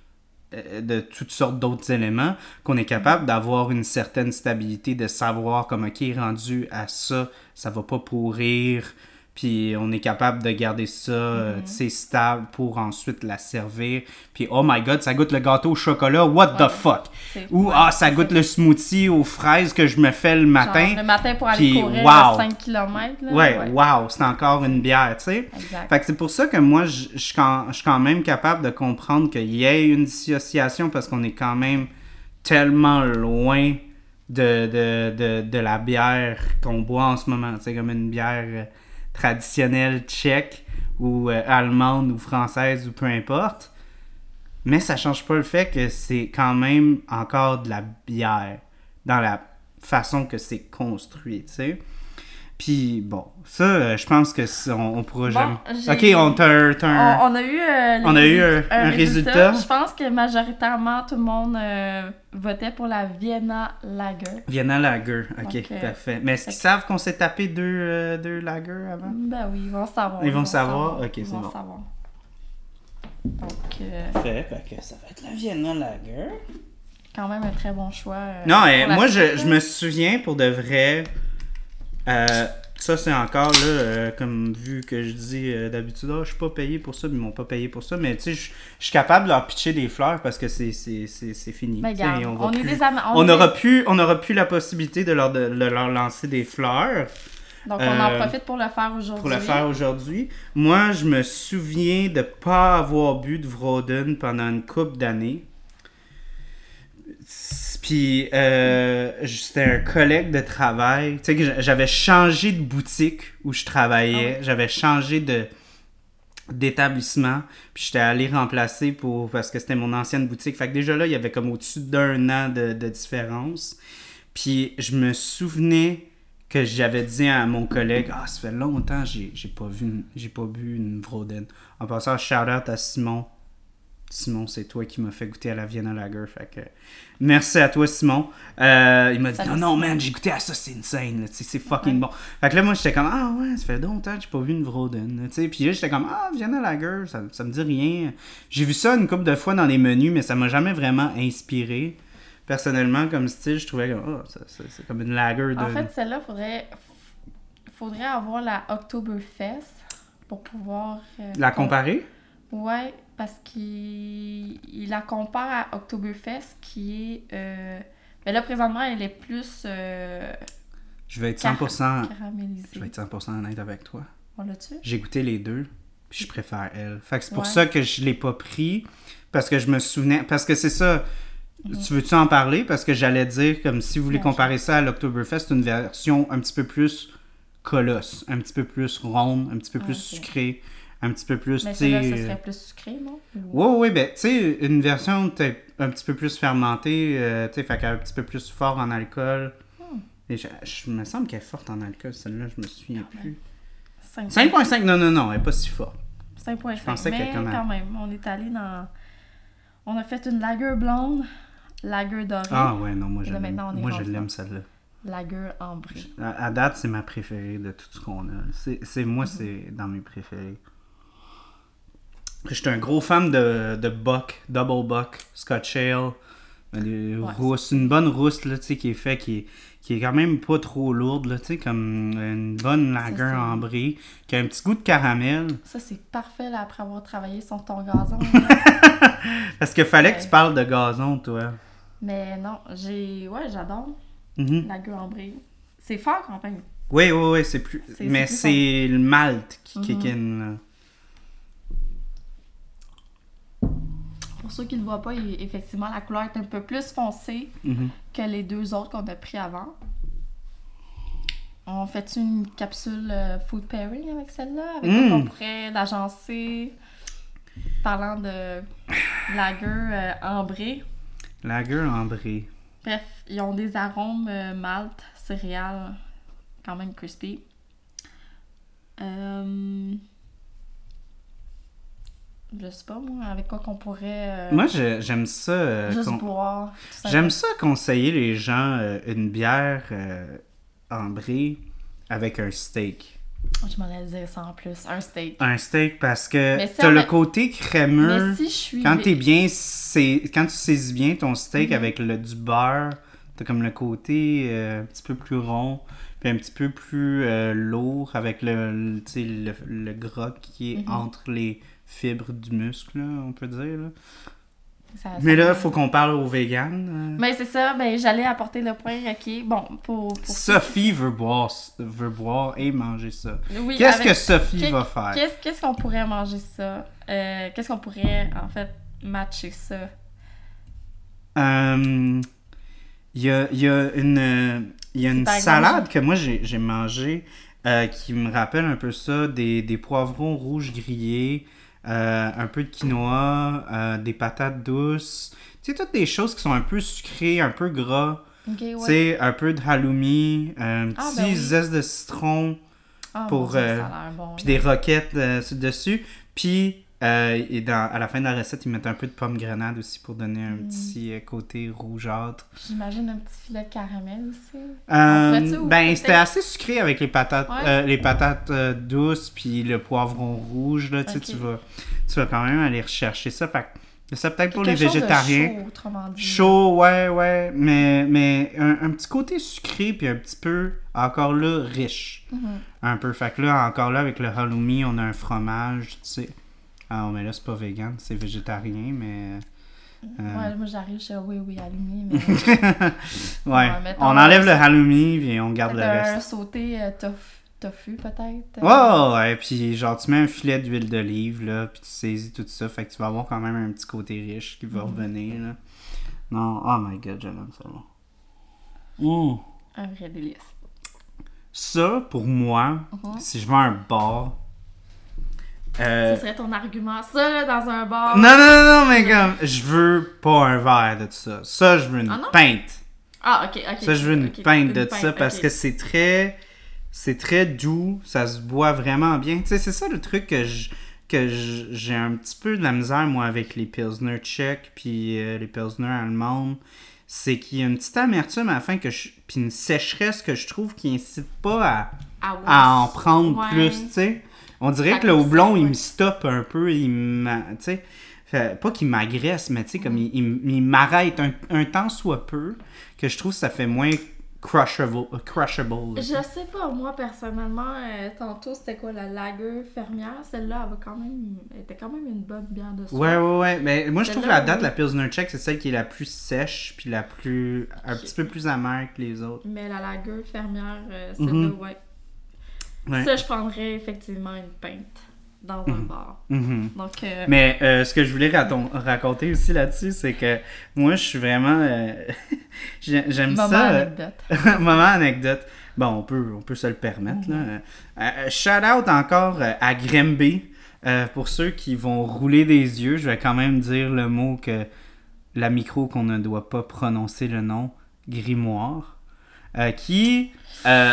euh, de toutes sortes d'autres éléments, qu'on est capable d'avoir une certaine stabilité, de savoir comme, OK, rendu à ça, ça va pas pourrir, puis on est capable de garder ça, euh, tu sais, stable pour ensuite la servir. Puis, oh my God, ça goûte le gâteau au chocolat, what Ouais. the fuck? C'est- Ou, ouais, ah, ça c'est goûte le smoothie aux fraises que je me fais le matin. Genre, le matin pour aller puis courir wow. là, cinq kilomètres. Là, Ouais, wow, c'est encore une bière, tu sais. Exact. Fait que c'est pour ça que moi, je je suis quand, je suis quand même capable de comprendre qu'il y ait une dissociation parce qu'on est quand même tellement loin de, de, de, de la bière qu'on boit en ce moment. Tu sais, comme une bière euh, traditionnelle tchèque ou euh, allemande ou française ou peu importe. Mais ça change pas le fait que c'est quand même encore de la bière dans la façon que c'est construit, tu sais. Puis bon, ça, euh, je pense que ça, on, on pourra Bon, jamais... j'ai- Ok, on t'a un... t'as un- On, on a eu, euh, les On a eu résultats- un- un résultat. Je pense que majoritairement, tout le monde euh, votait pour la Vienna Lager. Vienna Lager, ok, Donc, euh, parfait. Mais est-ce qu'ils ok. savent qu'on s'est tapé deux, euh, deux lagers avant? Ben oui, ils vont savoir. Ils vont savoir? Ok, Ils c'est vont bon. savoir. Donc, euh, Parfait, fait que ça va être la Vienna Lager. quand même un très bon choix. euh, Non, pour eh, la moi, suite, je, là. je me souviens pour de vrai... euh, ça, c'est encore, là, euh, comme vu que je dis euh, d'habitude, ah, je suis pas payé pour ça, mais ils m'ont pas payé pour ça. Mais tu sais, je je suis capable de leur pitcher des fleurs parce que c'est c'est- c'est- c'est fini. Ben, Tu sais, regarde, va on, est plus- des am- On est n'aura des- plus, on aura plus la possibilité de leur, de, de leur lancer des fleurs Donc, on en euh, profite pour le faire aujourd'hui. pour le faire aujourd'hui. Moi, je me souviens de pas avoir bu de Vroden pendant une couple d'années. Puis, euh, c'était un collègue de travail. Tu sais, que j'avais changé de boutique où je travaillais. Ah oui. J'avais changé de d'établissement. Puis, j'étais allé remplacer pour parce que c'était mon ancienne boutique. Fait que déjà là, il y avait comme au-dessus d'un an de, de différence. Puis, je me souvenais que j'avais dit à mon collègue, ah, ça fait longtemps que j'ai, j'ai pas vu, une- j'ai pas bu une Vroden. En passant, shout-out à Simon. Simon, c'est toi qui m'as fait goûter à la Vienna Lager. Fait que merci à toi, Simon. Euh, il m'a dit, Salut, non, non, Simon. man, j'ai goûté à ça, c'est insane. Là, tu sais, c'est fucking Ouais. bon. Fait que là, moi, j'étais comme, ah ouais, ça fait longtemps que j'ai pas vu une Vroden. là, tu sais. Puis là, j'étais comme, ah, Vienna Lager, ça, ça me dit rien. J'ai vu ça une couple de fois dans les menus, mais ça m'a jamais vraiment inspiré. Personnellement, comme style, je trouvais que oh, ça, ça, c'est comme une lager de. En fait, celle-là, faudrait, faudrait avoir la Oktoberfest pour pouvoir... euh, la com- comparer? Ouais, parce qu'il il la compare à Oktoberfest qui est... Euh... Mais là, présentement, elle est plus euh, Je vais être cent pour cent. caramélisée. Je vais être cent pour cent honnête avec toi. On l'a-tu? J'ai goûté les deux, puis je préfère elle. Fait que c'est pour Ouais. ça que je l'ai pas pris, parce que je me souvenais... Parce que c'est ça... Mhm. Tu veux-tu en parler? Parce que j'allais dire, comme si vous voulez Ouais, comparer ça à l'Oktoberfest, c'est une version un petit peu plus colosse, un petit peu plus ronde, un petit peu Ah, plus ok. sucrée, un petit peu plus, Mais tu celle-là, sais... ce serait plus sucré, non? Ou- Oui, oui, ben, tu sais, une version peut-être un petit peu plus fermentée, euh, tu sais, fait qu'elle est un petit peu plus fort en alcool. Hmm. Et je, je me semble qu'elle est forte en alcool, celle-là, je me souviens Quand plus. cinq cinq virgule cinq, non, non, non, elle est pas si forte. cinq virgule cinq. Je pensais Mais que comme elle- quand même, on est allé dans... On a fait une lager blonde, lager dorée, Ah ouais, non, moi je Là, l'aime. maintenant, on est Moi je rendu l'aime dans- celle-là. lager ambrée. À, à date, c'est ma préférée de tout ce qu'on a. C'est, c'est, moi, c'est dans mes préférés. J'étais un gros fan de, de Buck, Double Buck, Scotch Ale. Les Ouais, rousses, une bonne rousse là, tu sais, qui est fait, qui est, qui est quand même pas trop lourde, là, tu sais, comme une bonne lager c'est- ambrée, qui a un petit goût de caramel. Ça, c'est parfait là, après avoir travaillé sur ton gazon. là. Parce qu'il fallait Ouais. que tu parles de gazon, toi. Mais non, j'ai... Ouais, j'adore Mhm. lager ambrée. C'est fort quand même. Oui, oui, oui, c'est plus. C'est- Mais c'est plus c'est le malt qui Mhm. kick in, là. Pour ceux qui ne le voient pas, il- effectivement, la couleur est un peu plus foncée Mhm. que les deux autres qu'on a pris avant. On fait une capsule euh, food pairing avec celle-là, avec Mm. quoi qu'on pourrait l'agencer. Parlant de lager euh, ambrée. Lager ambrée. Bref, ils ont des arômes euh, malt, céréales, quand même crispy. Euh... Je sais pas, moi, avec quoi qu'on pourrait euh, Moi, je- j'aime ça. euh, juste qu'on- boire. tout J'aime simplement. ça conseiller les gens euh, une bière euh, ambrée avec un steak. Je m'en allais dire ça en plus. Un steak. Un steak, parce que Mais ça, t'as le mais- côté crémeux. Mais si je suis... Quand t'es bien, c'est quand tu saisis bien ton steak Mhm. avec le, du beurre, t'as comme le côté euh, un petit peu plus rond, puis un petit peu plus euh, lourd avec le, le, tu sais, le, le gras qui est Mhm. entre les fibres du muscle, là, on peut dire. Là. Ça- ça Mais là, me- il faut qu'on parle aux véganes. Mais c'est ça, ben j'allais apporter le point, ok. Bon, pour... pour... Sophie veut boire, veut boire et manger ça. Oui, Qu'est-ce avec- que Sophie Qu'est- va faire? Qu'est-ce qu'est-ce qu'on pourrait manger ça? Euh, qu'est-ce qu'on pourrait, en fait, matcher ça? Euh, Il y a, il y a une, euh, il y a C'est une par exemple, salade que moi j'ai, j'ai mangée euh, qui me rappelle un peu ça, des, des poivrons rouges grillés, euh, un peu de quinoa, euh, des patates douces. Tu sais, toutes des choses qui sont un peu sucrées, un peu gras. Ok, ouais. Tu sais, un peu de halloumi, un Ah, petit ben oui. zeste de citron, Ah, pour, mon Dieu, euh, ça a l'air bon. puis là. des roquettes euh, sur- dessus. Puis, euh, et dans, à la fin de la recette, ils mettent un peu de pomme grenade aussi pour donner un Mm. petit euh, côté rougeâtre. J'imagine un petit filet de caramel aussi. Euh, pourrait-tu ou ben, peut-être- c'était assez sucré avec les patates, Ouais. euh, les patates euh, douces puis le poivron rouge. Là, tu sais, Ok. tu vas, tu vas quand même aller rechercher ça. Fait que c'est peut-être pour les Quelque chose de végétariens. chaud, autrement dit. Chaud, ouais, ouais. Mais, mais un, un petit côté sucré puis un petit peu, encore là, riche. Mhm. Un peu. Fait que là, encore là, avec le halloumi, on a un fromage, tu sais. Ah, mais là, c'est pas vegan, c'est végétarien, mais... euh, Ouais, moi j'arrive, je dis oui, oui, halloumi, mais ouais, Ouais, mettons, on enlève euh, le halloumi puis on garde le peut-être un reste. sauté euh, tof- tofu, peut-être. Ouais, ouais, puis genre, tu mets un filet d'huile d'olive, là, puis tu saisis tout ça, fait que tu vas avoir quand même un petit côté riche qui va Mhm. revenir, là. Non, oh my god, j'aime ça, là. Mm. Un vrai délice. Ça, pour moi, Mhm. si je vais à un bar... euh, Ce serait ton argument. Ça, là, dans un bar. Non, non, non, non, mais comme, je veux pas un verre de ça. Ça, je veux une Ah non? pinte. Ah, ok, ok. Ça, je veux une ok, pinte une de pinte, ça parce ok. que c'est très... C'est très doux, ça se boit vraiment bien. Tu sais, c'est ça le truc que je que je- j'ai un petit peu de la misère, moi, avec les Pilsner tchèques puis euh, les Pilsner allemandes. C'est qu'il y a une petite amertume à la fin, que je, puis une sécheresse que je trouve qui incite pas à, Ah, ouais. à en prendre Ouais. plus, tu sais. On dirait Ça que le comme ça, houblon, il ouais. me stoppe un peu, il m'a- tu sais. Fait- pas qu'il m'agresse, mais tu sais, comme il, il- il m'arrête un, un temps soit peu, que je trouve que ça fait moins crushable. euh, crushable. Je sais pas, moi personnellement, euh, tantôt c'était quoi la lager fermière, celle-là elle, va quand même, elle était quand même une bonne bière de soif. Ouais, ouais, ouais. Mais moi, je trouve que Celle-là, la date, oui. la Pilsner Tchèque, c'est celle qui est la plus sèche, puis la plus. un Ok. petit peu plus amère que les autres. Mais la lager fermière, euh, celle-là, Mhm. ouais. Ouais. Ça, je prendrais effectivement une pinte dans un Mhm. bar. Mhm. Donc, euh, Mais euh, ce que je voulais raton- raconter aussi là-dessus, c'est que moi, je suis vraiment. euh, j'ai- J'aime moment ça. euh, anecdote. Moment anecdote. Bon, on peut, on peut se le permettre. Là. Euh, euh, shout out encore euh, à Grimby. Euh, pour ceux qui vont rouler des yeux, je vais quand même dire le mot que la micro qu'on ne doit pas prononcer le nom, Grimoire, euh, qui euh,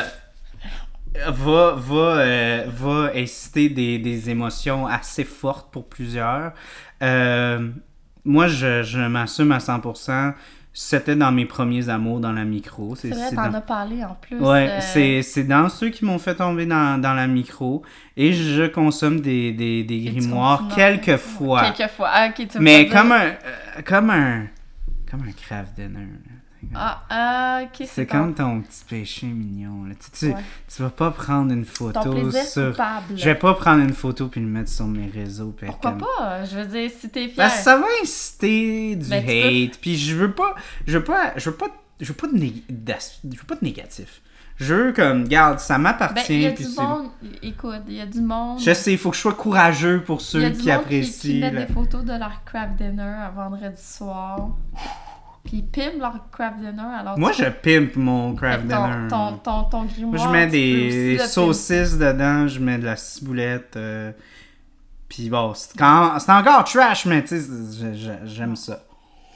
va, va, euh, va inciter des, des émotions assez fortes pour plusieurs. Euh, moi, je, je m'assume à cent pour cent. C'était dans mes premiers amours dans la micro. C'est vrai, c'est t'en dans- as parlé en plus. Ouais, euh, c'est, c'est dans ceux qui m'ont fait tomber dans, dans la micro. Et je consomme des, des, des et tu grimoires continues. quelquefois. Quelquefois. Ah, ok, tu veux Mais pas dire- comme un, euh, comme un. Comme un craft dinner. là. Ah, ah, ok, c'est, C'est ton- comme ton petit péché mignon. Là. Tu, tu, Ouais. tu vas pas prendre une photo ton plaisir sur. coupable. Je vais pas prendre une photo puis le mettre sur mes réseaux. puis être Pourquoi comme- pas? Je veux dire, si t'es fier. Parce que ça va inciter du Ben, tu peux- hate. Puis je veux pas. Je veux pas. Je veux pas. Je veux pas de, nég- d'as- je veux pas de négatif. Je veux comme. Regarde, ça Ben, m'appartient. il y a puis du c'est- monde, écoute, il y a du monde. Je sais, il faut que je sois courageux pour il y ceux a du qui monde apprécient. qui, qui mettent là. des photos de leur craft dinner à vendredi soir. Puis ils piment leur craft dinner alors Moi, tu- je pimpe mon Fait craft que ton, dinner. ton, ton, ton grimoire, Moi, je mets tu peux des, aussi des le saucisses dedans, je mets de la ciboulette. euh, Puis bon, c'est, quand- c'est encore trash, mais tu sais, je- je- j'aime ça.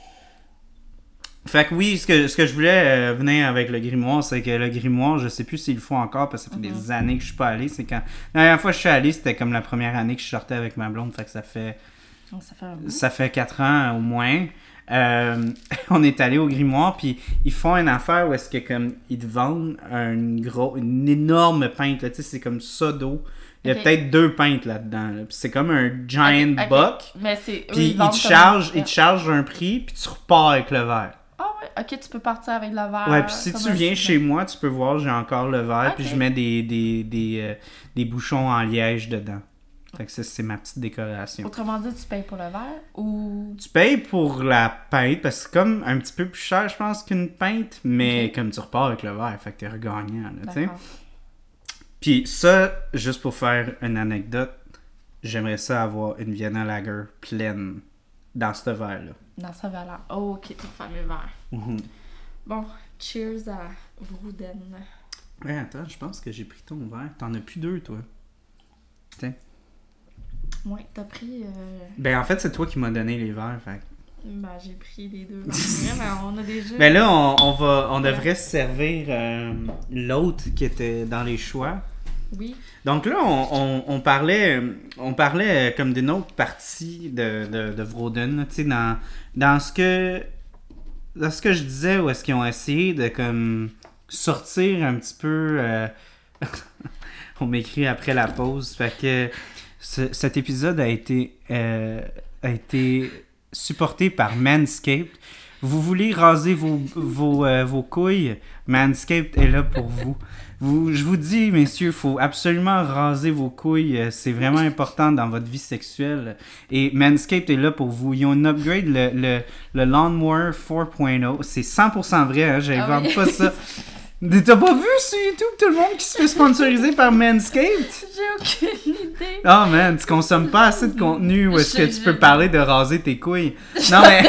Fait que oui, ce que, ce que je voulais euh, venir avec le grimoire, c'est que le grimoire, je sais plus s'ils le font encore parce que ça fait Mhm. des années que je suis pas allé. C'est quand la dernière fois que je suis allé, c'était comme la première année que je sortais avec ma blonde, fait que ça fait piment. Ça fait un bout. ça fait quatre ans au moins. Euh, on est allé au Grimoire, puis ils font une affaire où est-ce que comme ils te vendent un gros, une énorme pinte, là, tu sais, c'est comme ça d'eau. Il y a Ok. peut-être deux pintes là-dedans. Là. Puis c'est comme un giant Ok, ok. buck. Mais c'est. eux, Puis ils vendent te comme- chargent, ils te chargent un prix, puis tu repars avec le verre. Ah ouais, ok, tu peux partir avec le verre. Ouais, puis si comme tu un viens petit- chez moi, tu peux voir, j'ai encore le verre, Ok. puis je mets des, des, des, euh, des bouchons en liège dedans. Fait que ça, c'est ma petite décoration. Autrement dit, tu payes pour le verre ou. Tu payes pour la pinte, parce que c'est comme un petit peu plus cher, je pense, qu'une pinte, mais Ok. comme tu repars avec le verre, fait que t'es regagnant, là, tu sais. D'accord. Puis ça, juste pour faire une anecdote, j'aimerais ça avoir une Vienna Lager pleine dans ce verre-là. Dans sa valeur. Oh, ok, ton fameux verre. Mhm. Bon, cheers à Vrouden. Ouais, attends, je pense que j'ai pris ton verre. T'en as plus deux, toi. Tiens. Ouais, t'as pris. Euh... Ben, en fait, c'est toi qui m'as donné les verres, fait que- Ben, j'ai pris les deux. Ouais, mais on a déjà. Ben là, on, on va, on devrait se servir euh, l'autre qui était dans les choix. Oui. Donc là, on, on, on parlait, on parlait euh, comme d'une autre partie de, de, de Vroden, là, tu sais, dans, dans ce que, dans ce que je disais, où est-ce qu'ils ont essayé de comme sortir un petit peu. euh, on m'écrit après la pause, fait que ce- cet épisode a été, euh, a été supporté par Manscaped. Vous voulez raser vos, vos, euh, vos couilles, Manscaped est là pour vous. Vous, je vous dis, messieurs, il faut absolument raser vos couilles. euh, C'est vraiment important dans votre vie sexuelle. Et Manscaped est là pour vous. Ils ont une upgrade, le, le, le Lawnmower quatre point oh. C'est cent pour cent vrai, hein, j'invente Ah oui. pas ça. T'as pas vu sur YouTube tout le monde qui se fait sponsoriser par Manscaped? J'ai aucune idée. Oh man, tu consommes pas assez de contenu où est-ce que Je- tu je- peux parler de raser tes couilles. Non mais,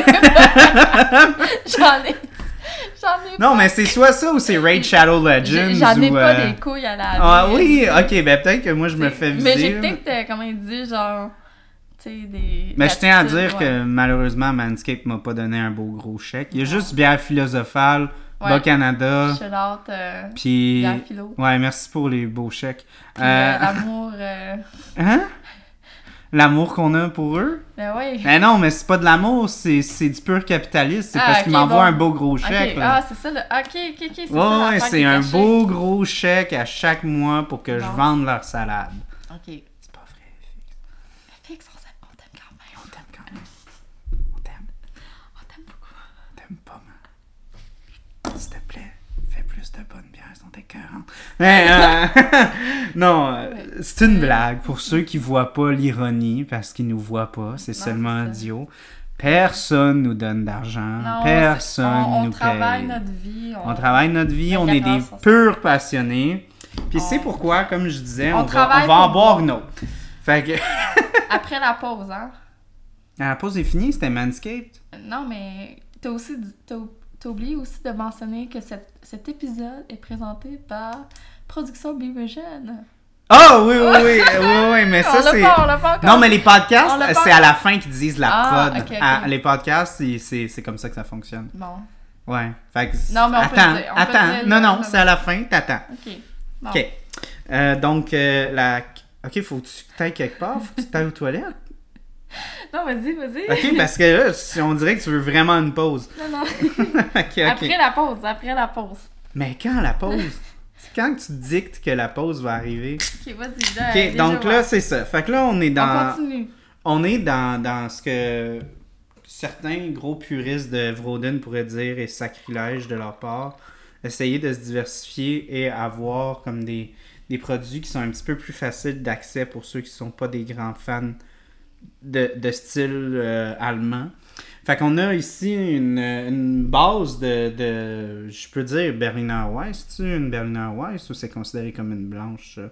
J'en ai. J'en ai non, pas. mais c'est soit ça ou c'est Raid Shadow Legends. J'ai- J'en ai ou, pas euh, des couilles à la Ah oui, ok, ben peut-être que moi je me T'sais, fais viser. Mais j'ai là. peut-être, euh, comment il dit, genre, tu sais, des... Mais je tiens à l'attitude, dire ouais. que malheureusement Manscaped m'a pas donné un beau gros chèque. Il y a juste bière philosophale, Ouais. Bas Canada, Shout out, euh, puis bière philo. ouais, merci pour les beaux chèques. Puis, Euh, euh, l'amour, euh, Hein? L'amour qu'on a pour eux? ben oui. Ben non, mais c'est pas de l'amour, c'est, c'est du pur capitalisme. C'est Ah, parce ok, qu'ils m'envoient bon. un beau gros Ok, chèque. là. ah, c'est ça, le... Ok, ok, ok, c'est Ouais, ça, ouais, l'affaire c'est qui est un cachée. beau gros chèque à chaque mois pour que je Bon. vende leur salade. Ok. C'est pas vrai. Fix, on s'aime- on t'aime quand même. On t'aime quand même. On t'aime. On t'aime beaucoup. On t'aime pas mal. S'il te plaît, fais plus de bonnes bières, sont écœurantes. Mais, euh, non, euh, c'est une blague pour ceux qui voient pas l'ironie parce qu'ils nous voient pas. C'est Non, seulement c'est ça. audio. Personne nous donne d'argent. Non, Personne c'est- on, on nous travaille paye. notre vie. On travaille notre vie, on est vingt-quatre des heures sur purs passionnés. Puis On- c'est pourquoi, comme je disais, On on, va, travaille on va en pour boire boire. une autre. Fait que... Après la pause, hein. La pause est finie, c'était Manscaped. Non, mais t'as aussi dit- t'as, t'as oublié aussi de mentionner que cet, cet épisode est présenté par Production Beavergen. Ah oui, oui, oui, oui, oui, mais ça on l'a c'est... pas, on l'a pas encore. Non, mais les podcasts, On l'a pas c'est à la fin qu'ils disent la Ah, prod. ok, ok. Ah, les podcasts, c'est, c'est, c'est comme ça que ça fonctionne. Bon, Ouais. Fait que... Non, mais on peut attends, le dire, on peut attends. le dire, non, là, non, là. c'est à la fin, t'attends. ok. Bon. OK. Euh, donc, euh, la... OK, faut que tu t'ailles quelque part, faut que tu t'ailles aux toilettes. Non, vas-y, vas-y. OK, parce que là, si on dirait que tu veux vraiment une pause. Non, non. OK, OK. Après la pause, après la pause. Mais quand la pause? C'est quand que tu dictes que la pause va arriver? Ok, vas-y. Là, OK, déjà, donc là, ouais. c'est ça. Fait que là, on est On dans... continue. On est dans, dans ce que certains gros puristes de Vroden pourraient dire est sacrilège de leur part. Essayer de se diversifier et avoir comme des, des produits qui sont un petit peu plus faciles d'accès pour ceux qui ne sont pas des grands fans de, de style euh, allemand. Fait qu'on a ici une, une base de, de, je peux dire Berliner Weiss, tu une Berliner Weiss ou c'est considéré comme une blanche, ça?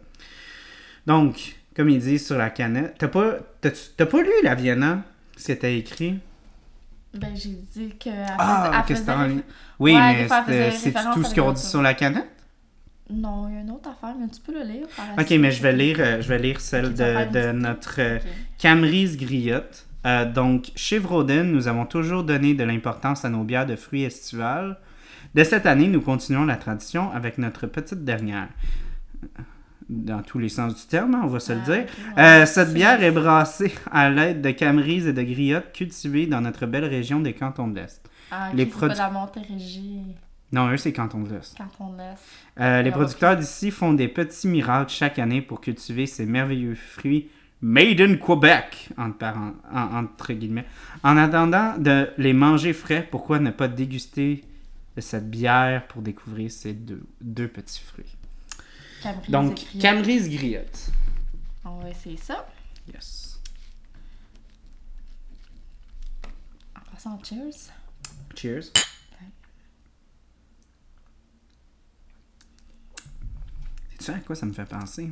Donc, comme ils disent sur la canette, t'as pas, t'as, t'as pas lu la Vienna, ce que t'as écrit? Ben, j'ai dit que. Ah, que c'était en ligne. Oui, Ouais, mais des fois, elle c'était- faisait c'est référence tout à ce qu'ils ont dit l'écriture. sur la canette? Non, il y a une autre affaire, mais tu peux le lire par la Ok, suite. mais je vais lire, euh, je vais lire celle Ok, tu vas faire de, une de petite- notre euh, Ok. Camerise Griotte. Euh, donc, chez Vroden, nous avons toujours donné de l'importance à nos bières de fruits estivales. De cette année, nous continuons la tradition avec notre petite dernière. dans tous les sens du terme, hein, on va se Ah, le dire. ok, ouais. Euh, cette C'est- bière est brassée à l'aide de camerise et de griottes cultivées dans notre belle région des Cantons de l'Est. Ah, ok, les c'est produ- pas la Montérégie, Non, eux, c'est Cantons de l'Est. Canton de l'Est. Euh, les Alors, producteurs d'ici font des petits miracles chaque année pour cultiver ces merveilleux fruits made in Québec, entre, paren- en- entre guillemets. En attendant de les manger frais, pourquoi ne pas déguster de cette bière pour découvrir ces deux, deux petits fruits? Camerise Donc, et Griotte. Camerise Griotte. On va essayer ça. Yes. En passant, cheers. Cheers. Sais-tu à quoi ça me fait penser?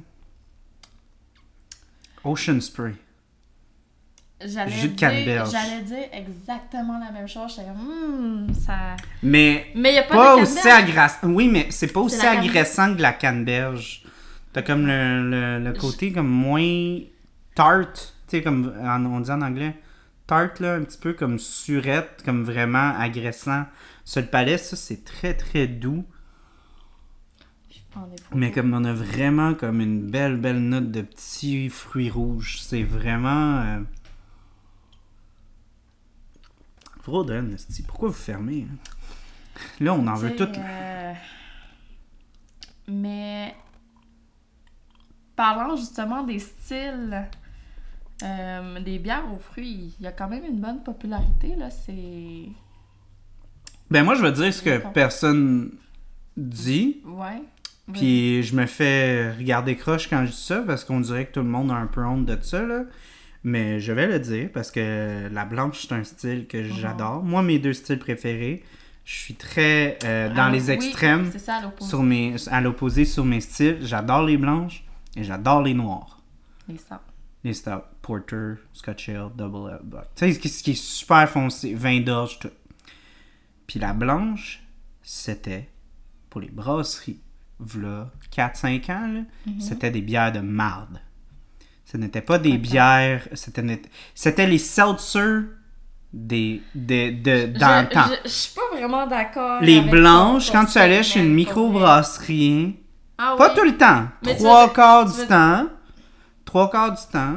Ocean Spray. J'allais Jus de dire, canneberge. j'allais dire exactement la même chose. J'étais comme, hmm, ça... Mais Mais il n'y a pas, pas de aussi canneberge. agressant. Oui, mais c'est pas aussi la canne- agressant que la canneberge. T'as comme le, le, le côté comme moins tarte. Tu sais, comme en- on dit en anglais. Tarte, là, un petit peu comme surette, comme vraiment agressant. Sur le palais, ça, c'est très, très doux. Je prends des photos. Mais comme on a vraiment comme une belle, belle note de petits fruits rouges. C'est vraiment... Euh... Frodon, esti, pourquoi vous fermez? Hein? Là, on en veut Tu sais, tout. euh, Mais... Parlant justement des styles, euh, des bières aux fruits, il y a quand même une bonne popularité, là. C'est... Ben moi, je vais dire ce que D'accord. personne dit. Ouais. Puis je me fais regarder croche quand je dis ça parce qu'on dirait que tout le monde a un peu honte de ça, là. Mais je vais le dire parce que la blanche, c'est un style que j'adore. Moi, mes deux styles préférés, je suis très euh, dans Ah, les oui, extrêmes, c'est ça, à l'opposé. sur mes, à l'opposé sur mes styles. J'adore les blanches et j'adore les noirs. Les sangs. Les stout, porter, scotch ale, double ale, buck. Tu sais, ce qui- ce qui est super foncé, vin d'orge, tout. Puis la blanche, c'était pour les brasseries. V'là quatre cinq ans, là, Mhm. c'était des bières de marde. Ce n'était pas des Ok. bières... C'était, net- c'était les seltzers des, de, de, dans je, le temps. Je, je suis pas vraiment d'accord. Les avec blanches, ton- quand ton tu allais chez une segment, pour vrai. microbrasserie, Ah pas oui? tout le temps, Mais tu trois veux- quarts tu du veux- temps, trois quarts du temps,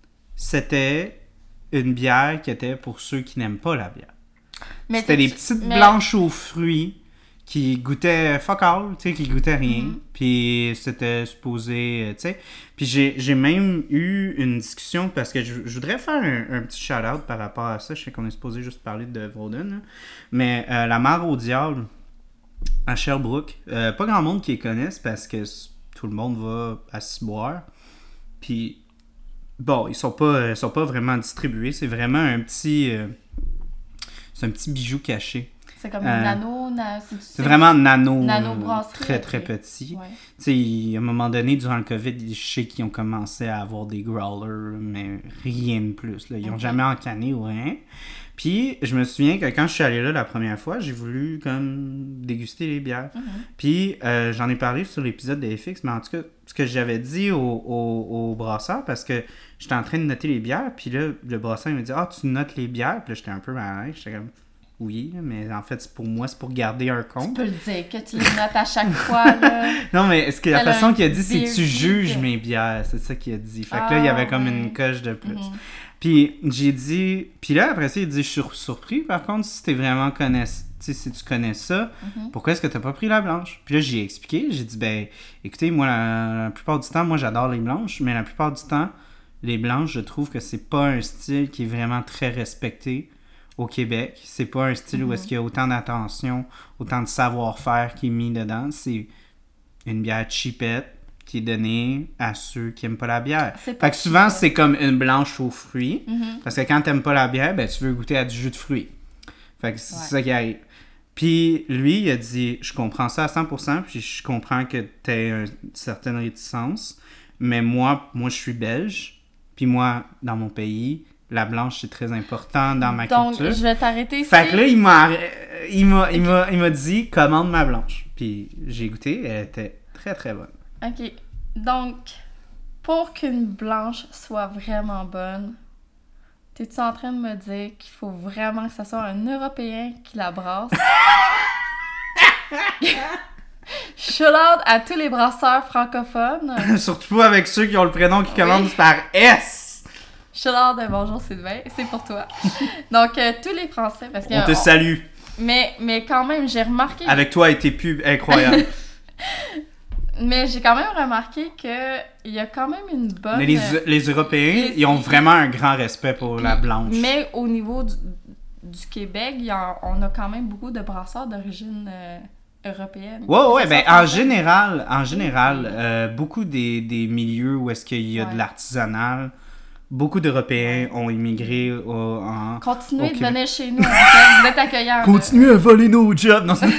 c'était une bière qui était pour ceux qui n'aiment pas la bière. Mais C'était t'es- des petites mais- blanches aux fruits qui goûtaient fuck all, tu sais, qui goûtaient rien. Mhm. Puis c'était supposé, euh, tu sais. Puis j'ai, j'ai même eu une discussion parce que je, je voudrais faire un, un petit shout-out par rapport à ça. Je sais qu'on est supposé juste parler de Vroden, là. Mais euh, la mare au diable à Sherbrooke, euh, pas grand monde qui les connaisse parce que s- tout le monde va à Ciboire. Puis bon, ils sont pas, ils sont pas vraiment distribués. C'est vraiment un petit, euh, c'est un petit bijou caché. C'est comme Euh, une nano... Na, c'est, C'est vraiment nano, Nano euh, brasserie, très ok. très petit. Ouais. Tu sais, il- à un moment donné, durant le COVID, je sais qu'ils ont commencé à avoir des growlers, mais rien de plus. Là. Ils n'ont Ok. jamais encané ou rien. Puis, je me souviens que quand je suis allé là la première fois, j'ai voulu comme déguster les bières. Mhm. Puis, euh, j'en ai parlé sur l'épisode de F X, mais en tout cas, ce que j'avais dit au, au, au brasseur, parce que j'étais en train de noter les bières, puis là, le brasseur, il m'a dit « Ah, tu notes les bières? » Puis là, j'étais un peu mal à l'aise. J'étais comme « Oui, mais en fait, c'est pour moi, c'est pour garder un Tu compte. peux le dire, que tu les notes à chaque fois, là. » Non, mais ce que la Elle a façon un qu'il a dit, c'est beer tu juges geek. mes bières. C'est ça qu'il a dit. Fait que là, il y Ah, avait comme ouais. une coche de plus. Mhm. Puis j'ai dit... Puis là, après ça, il dit, je suis surpris. Par contre, si t'es vraiment connaisse... Tu sais, si tu connais ça, Mhm. pourquoi est-ce que t'as pas pris la blanche? Puis là, j'ai expliqué. J'ai dit, ben, écoutez, moi, la, la plupart du temps, moi, j'adore les blanches. Mais la plupart du temps, les blanches, je trouve que c'est pas un style qui est vraiment très respecté au Québec. C'est pas un style où Mhm. est-ce qu'il y a autant d'attention, autant de savoir-faire qui est mis dedans. C'est une bière cheapette qui est donnée à ceux qui aiment pas la bière. C'est pas Fait que souvent, cheapette. c'est comme une blanche aux fruits. Mhm. Parce que quand t'aimes pas la bière, ben tu veux goûter à du jus de fruits. Fait que c'est Ouais. ça qui arrive. Puis lui, il a dit, je comprends ça à cent pour cent, puis je comprends que t'aies une certaine réticence, mais moi, moi je suis belge, puis moi, dans mon pays, la blanche, c'est très important dans ma Donc, culture. je vais t'arrêter ici. Fait que là, il m'a, il m'a, il m'a, il m'a dit, commande ma blanche. Puis j'ai goûté, elle était très très bonne. OK. Donc, pour qu'une blanche soit vraiment bonne, t'es-tu en train de me dire qu'il faut vraiment que ce soit un Européen qui la brasse? Shout out à tous les brasseurs francophones. Surtout avec ceux qui ont le prénom qui Oui. commence par S. Shout out de Bonjour Sylvain, c'est pour toi. Donc, euh, tous les Français, parce que... On te on- salue. Mais, mais quand même, j'ai remarqué... Avec toi et tes pubs incroyables. Mais j'ai quand même remarqué que il y a quand même une bonne... Mais les, les Européens, les- ils ont vraiment un grand respect pour la blanche. Mais au niveau du, du Québec, il y a- on a quand même beaucoup de brasseurs d'origine euh, européenne. Ouais, ouais, Que ce ben soit en français. général, en général, euh, beaucoup des, des milieux où est-ce qu'il y a Ouais. de l'artisanal, beaucoup d'Européens ont immigré au, en... Continuez au de Québec. venir chez nous, ok? Vous êtes accueillants. là. Continuez à voler nos jobs! Non, c'est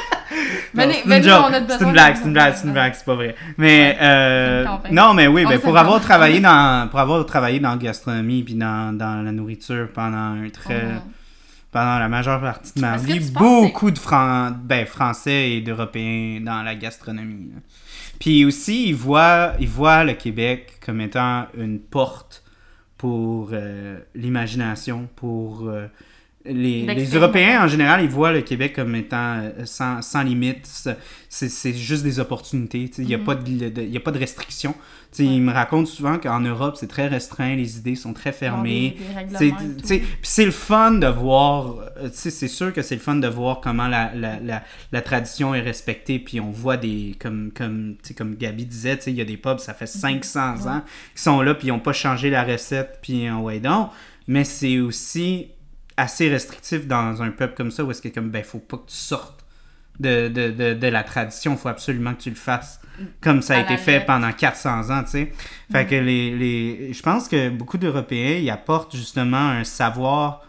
Non, Venez- c'est une venez, joke. on a besoin C'est une de blague, vous. c'est une blague, c'est une blague, c'est pas vrai. Mais, Ouais, euh, c'est une campagne. non, mais oui, On ben, le pour sait avoir pas. travaillé dans, pour avoir travaillé dans la gastronomie puis dans, dans la nourriture pendant un très, Mhm. pendant la majeure partie de ma Est-ce que vie, tu penses beaucoup de Fran- ben, Français et d'Européens dans la gastronomie. là. Puis aussi, ils voient, ils voient le Québec comme étant une porte pour euh, l'imagination, pour euh, les, les L'expérimentation. Européens en général, ils voient le Québec comme étant euh, sans, sans limite. C'est, c'est juste des opportunités. Il n'y a, Mhm. pas de- de- y a pas de restrictions. T'sais, Ouais. Ils me racontent souvent qu'en Europe, c'est très restreint, les idées sont très fermées. Des, des règlements T'sais, et tout. t'sais, Puis c'est le fun de voir, euh, t'sais, c'est sûr que c'est le fun de voir comment la, la, la, la tradition est respectée, puis on voit des, comme, comme, t'sais, comme Gabi disait, t'sais, il y a des pubs, ça fait cinq cents Ouais. ans qui sont là, puis ils n'ont pas changé la recette, puis en ouais donc, mais c'est aussi assez restrictif dans un pub comme ça, où est-ce que comme, ben, faut pas que tu sortes de, de, de, de la tradition, il faut absolument que tu le fasses comme ça a À été la fait lettre. pendant quatre cents ans, tu sais. Fait Mm. que les, les... Je pense que beaucoup d'Européens, ils apportent justement un savoir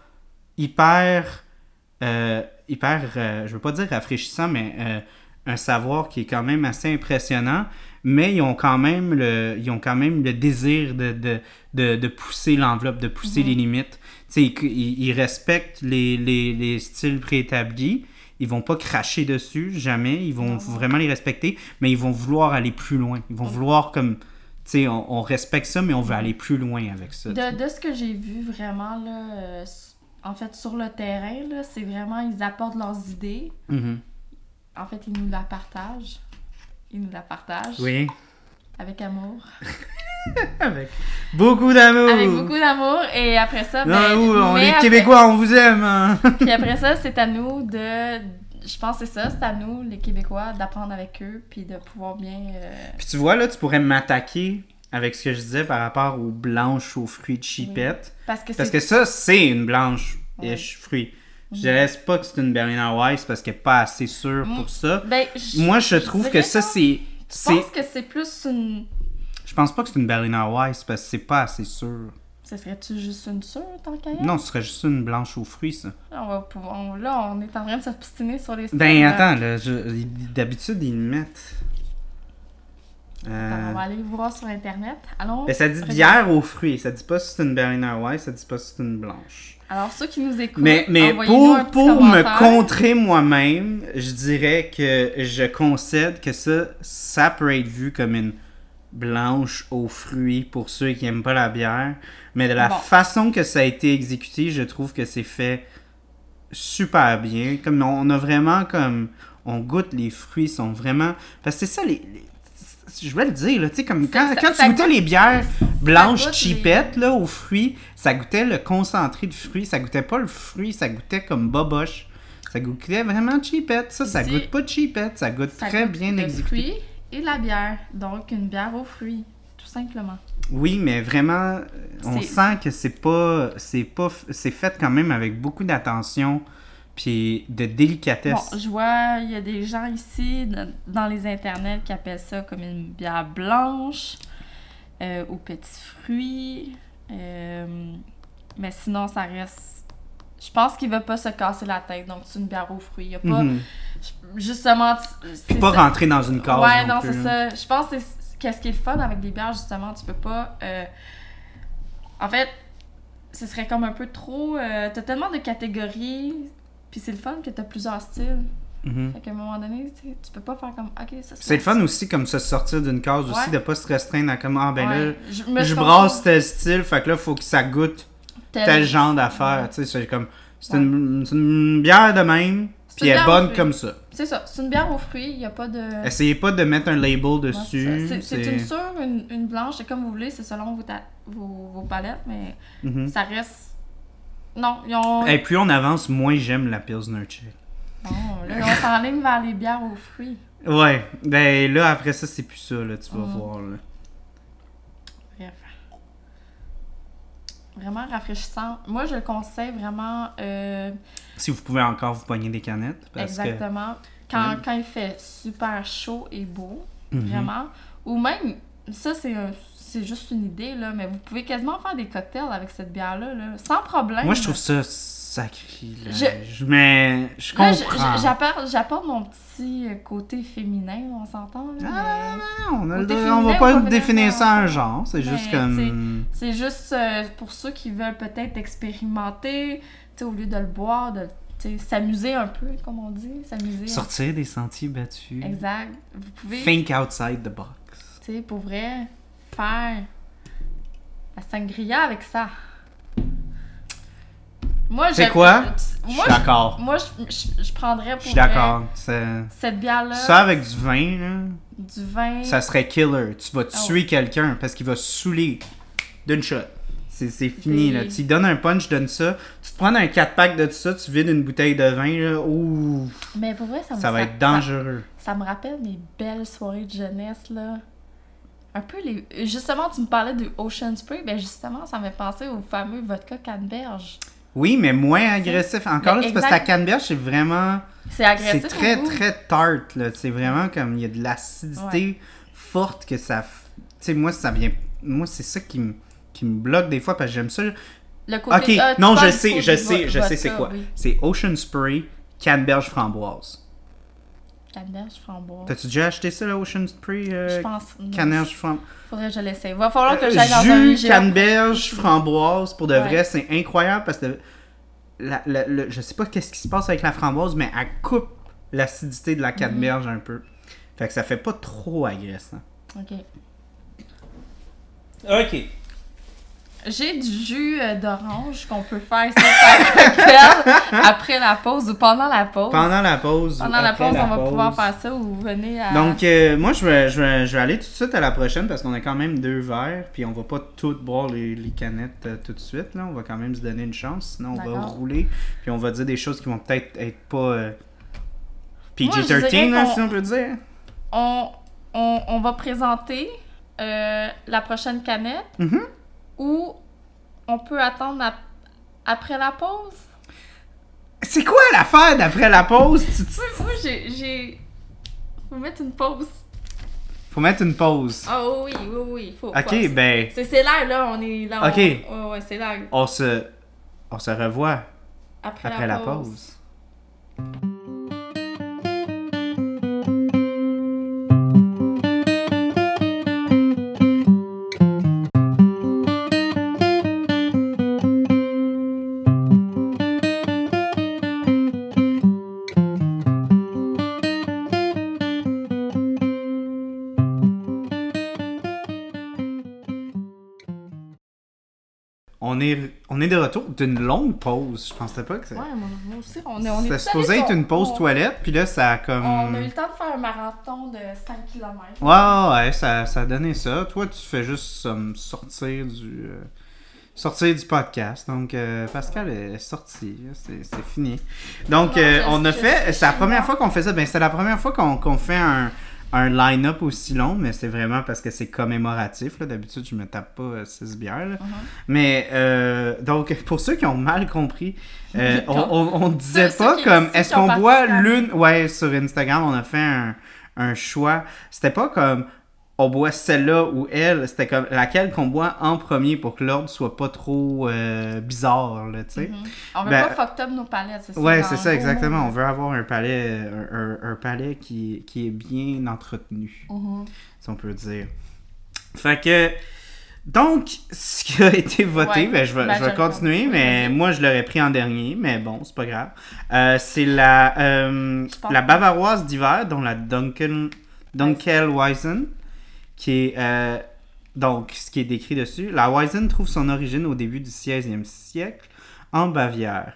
hyper... euh, hyper... euh, je veux pas dire rafraîchissant, mais euh, un savoir qui est quand même assez impressionnant, mais ils ont quand même le, ils ont quand même le désir de, de, de, de pousser l'enveloppe, de pousser Mhm. les limites. Tu sais, ils, ils respectent les, les, les styles préétablis. Ils vont pas cracher dessus, jamais. Ils vont Non. vraiment les respecter, mais ils vont vouloir aller plus loin. Ils vont Mhm. vouloir comme... Tu sais, on, on respecte ça, mais on veut aller plus loin avec ça. tu sais. De, de ce que j'ai vu vraiment, là, euh, s- en fait, sur le terrain, là, c'est vraiment, ils apportent leurs idées. Mhm. En fait, ils nous la partagent. Ils nous la partagent. Oui. Avec amour. Avec beaucoup d'amour. Avec beaucoup d'amour. Et après ça, Non, ben, nous, on mais est après- Québécois, on vous aime. hein. Puis après ça, c'est à nous de... Je pense que c'est ça, c'est à nous, les Québécois, d'apprendre avec eux, puis de pouvoir bien... euh, Puis tu vois, là, tu pourrais m'attaquer avec ce que je disais par rapport aux blanches aux fruits de chipette. Parce que Parce c'est... que ça, c'est une blanche Ouais. ish fruit. Je Mhm. dirais pas que c'est une Berliner Weiss parce qu'elle n'est pas assez sûre Mm. pour ça. Ben, je- Moi, je trouve dirais que ça, pas. c'est... Je c'est... pense que c'est plus une... Je pense pas que c'est une Berliner Weiss parce que c'est pas assez sûr. Ce serait-tu juste une sûre, tant qu'à y être? Non, ce serait juste une blanche aux fruits, ça. Là, on va pouvoir... on- Là, on est en train de s'obstiner sur les styles. Ben, là. attends, là, je- d'habitude, ils le mettent... Euh, Attends, on va aller voir sur Internet. Allons. Ben, ça dit regarde. bière aux fruits. Ça dit pas si c'est une Berliner Weiss, ça dit pas si c'est une blanche. Alors, ceux qui nous écoutent, Mais, mais envoyez-nous un pour, petit pour me commentaire. contrer moi-même, je dirais que je concède que ça, ça peut être vu comme une blanche aux fruits pour ceux qui aiment pas la bière. Mais de la Bon. façon que ça a été exécuté, je trouve que c'est fait super bien. Comme on a vraiment comme... On goûte les fruits, sont vraiment... Parce que c'est ça, les... les- je vais le dire, là, tu sais, comme Ça- quand, ça- quand ça tu goûtais goûte- les bières blanches goûte cheapettes, là, aux fruits, ça goûtait le concentré de fruits, ça goûtait pas le fruit, ça goûtait comme boboche. Ça goûtait vraiment cheapette. Ça, ça Ici, goûte pas cheapette, ça goûte Ça très goûte bien le exécuté. fruit et la bière. Donc, une bière aux fruits, tout simplement. Oui, mais vraiment, on C'est- sent que c'est pas, c'est pas, c'est fait quand même avec beaucoup d'attention puis de délicatesse. Bon, je vois, il y a des gens ici, dans- dans les internets, qui appellent ça comme une bière blanche, euh, aux petits fruits. euh, mais sinon, ça reste... Je pense qu'il va pas se casser la tête, donc c'est une bière aux fruits. Il y a pas... Mhm. Justement, c'est Pas ça. rentrer dans une case Ouais, non, non, plus, c'est hein. ça. Je pense que c'est- qu'est-ce qui est le fun avec des bières, justement, tu peux pas... euh, En fait, ce serait comme un peu trop... euh, T'as tellement de catégories, puis c'est le fun que t'as plusieurs styles. Mhm. Fait qu'à un moment donné, tu sais, tu peux pas faire comme... OK, ça C'est le fun aussi comme se sortir d'une case aussi, Ouais. de pas se restreindre à comme ah ben Ouais. là, je, me je suis brasse tel style, fait que là faut que ça goûte tel- tel genre d'affaires, Ouais. tu sais, c'est comme c'est Ouais. une, c'est une bière de même, C'est puis une elle est bière aux bonne fruits. comme ça. C'est C'est ça, c'est une bière aux fruits, il n'y a pas de... Essayez pas de mettre un label dessus. Ouais, c'est, c'est, c'est une sûre, une, une blanche, c'est comme vous voulez, c'est selon vos, ta... vos, vos palettes, mais mm-hmm. ça reste... Non, ils ont... Et plus on avance, moins j'aime la Pilsner Chick. Bon, là, on s'enligne vers les bières aux fruits. Ouais, ben là, après ça, c'est plus ça, là, tu vas mm. voir, là. Bref. Vraiment rafraîchissant. Moi, je le conseille vraiment... Euh... Si vous pouvez encore vous pogner des canettes. Parce Exactement. Que... Quand, mm. quand il fait super chaud et beau, mm-hmm. vraiment. Ou même, ça, c'est un... c'est juste une idée, là, mais vous pouvez quasiment faire des cocktails avec cette bière-là, là, sans problème. Moi, je trouve ça sacré, là. Je... je mais je comprends. Là, je, j'apporte, j'apporte mon petit côté féminin, on s'entend, là. Ah, mais... non, non, on, a, on va pas définir ça un genre, c'est mais juste comme... C'est juste euh, pour ceux qui veulent peut-être expérimenter, tu sais, au lieu de le boire, de s'amuser un peu, comme on dit, s'amuser. Sortir des sentiers battus. Exact. Vous pouvez... Think outside the box. Tu sais, pour vrai... faire la sangria avec ça. Moi, c'est quoi? Je suis d'accord. Moi, je, je, je prendrais pour Je suis d'accord. C'est... cette bière-là. Ça avec du vin, là. Du vin. Ça serait killer. Tu vas tuer oh. quelqu'un parce qu'il va se saouler d'une shot. C'est, c'est fini, Des... là. Tu lui donnes un punch, donne ça. Tu te prends un quatre pack de ça, tu vides une bouteille de vin, là. Ouh. Mais pour vrai, ça, me, ça va ça, être dangereux. Ça, ça me rappelle mes belles soirées de jeunesse, là. Un peu les... Justement, tu me parlais du Ocean Spray, ben justement, ça m'a pensé au fameux vodka canneberge. Oui, mais moins agressif. Encore mais là, c'est parce que la canneberge, c'est vraiment... C'est agressif. C'est très, très tart, là. C'est vraiment comme... Il y a de l'acidité ouais. forte que ça... Tu sais, moi, ça vient... Moi, c'est ça qui me, qui me bloque des fois, parce que j'aime ça. Le côté... OK, euh, non, je sais, je sais, je sais c'est quoi. Oui. C'est Ocean Spray, canneberge framboise. Canneberge framboise. T'as-tu déjà acheté ça, le Ocean Spray? Euh, je pense. Canneberge framboise. Faudrait que je l'essaye. Va falloir que j'aille euh, dans un jus canneberge framboise, pour de ouais. vrai, c'est incroyable parce que la, la, la, je sais pas qu'est-ce qui se passe avec la framboise, mais elle coupe l'acidité de la canneberge mm-hmm. un peu. Fait que ça fait pas trop agressant. OK. OK. J'ai du jus d'orange qu'on peut faire cocktail après la pause ou pendant la pause. Pendant la pause. Pendant la pause, la on va pause. pouvoir faire ça ou vous venez à... Donc, euh, moi, je vais, je, vais, je vais aller tout de suite à la prochaine parce qu'on a quand même deux verres. Puis on va pas toutes boire les, les canettes euh, tout de suite. Là. On va quand même se donner une chance. Sinon, on D'accord. va rouler. Puis on va dire des choses qui vont peut-être être pas euh, P G treize, là, si on peut dire. On, on, on va présenter euh, la prochaine canette. Mm-hmm. Ou on peut attendre à... après la pause? C'est quoi l'affaire d'après la pause? Tu, tu... Oui, moi, j'ai, j'ai... Faut mettre une pause. Faut mettre une pause. Ah oh, oui, oui, oui. Faut, OK, faut... ben... C'est, c'est l'air, là. On est là. OK. On... Ouais, ouais, c'est l'air. On se... On se revoit après, après la, la pause. pause. On est, on est de retour d'une longue pause. Je pensais pas que ça... Ouais, moi aussi. On est, on ça est supposait être une pause on... toilette, puis là, ça a comme... On a eu le temps de faire un marathon de cinq kilomètres. Ouais, ouais, ça, ça a donné ça. Toi, tu fais juste um, sortir du... Euh, sortir du podcast. Donc, euh, Pascal est sorti. C'est, c'est fini. Donc, non, euh, on a fait... C'est la première fois qu'on fait ça. Ben, c'est la première fois qu'on, qu'on fait un... un line-up aussi long, mais c'est vraiment parce que c'est commémoratif. Là. D'habitude, je me tape pas euh, six bières. Là. Uh-huh. Mais, euh, donc, pour ceux qui ont mal compris, euh, on, on, on disait pas qui, comme, est-ce qu'on boit l'une... Ouais, sur Instagram, on a fait un, un choix. C'était pas comme, on boit celle-là ou elle. C'était comme, laquelle qu'on boit en premier pour que l'ordre soit pas trop euh, bizarre, là, tu sais. Mm-hmm. On veut ben, pas fucked up nos palettes, c'est ça? Ouais, c'est ça, exactement. On veut avoir un palais, un, un, un palais qui, qui est bien entretenu, mm-hmm. si on peut dire. Fait que, donc, ce qui a été voté, ouais, ben, je vais, ben, je vais continuer, oui, mais vas-y. Moi, je l'aurais pris en dernier, mais bon, c'est pas grave. Euh, c'est la, euh, la bavaroise d'hiver, dont la Dunkel, Dunkelweizen, qui est... Euh, donc, ce qui est décrit dessus, la Weizen trouve son origine au début du seizième siècle en Bavière.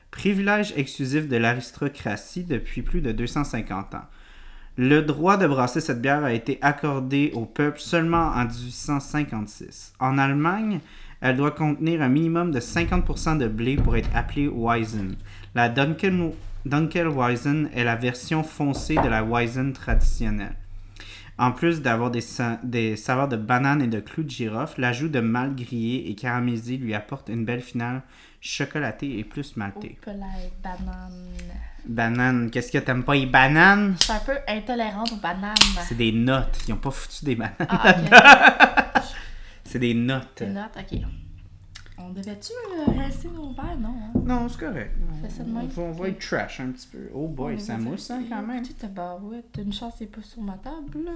privilège exclusif de l'aristocratie depuis plus de deux cent cinquante ans. Le droit de brasser cette bière a été accordé au peuple seulement en dix-huit cent cinquante-six. En Allemagne, elle doit contenir un minimum de cinquante pour cent de blé pour être appelée Weizen. La Dunkel, Dunkelweizen est la version foncée de la Weizen traditionnelle. En plus d'avoir des, sa- des saveurs de banane et de clous de girofle, l'ajout de malt grillé et caramélisé lui apporte une belle finale chocolatée et plus maltée. Oups là, banane. Banane, qu'est-ce que t'aimes pas les bananes? Je suis un peu intolérante aux bananes. C'est des notes, ils ont pas foutu des bananes. Ah, ok. C'est des notes. Des notes, ok. On devait-tu euh, rincer nos verres? Non. Hein? Non, c'est correct. Fais ça de On même. va, on va être trash un petit peu. Oh boy, Ouais, ça vas-y. mousse hein, quand même. Tu t'as barouette, t'as une chance, c'est pas sur ma table.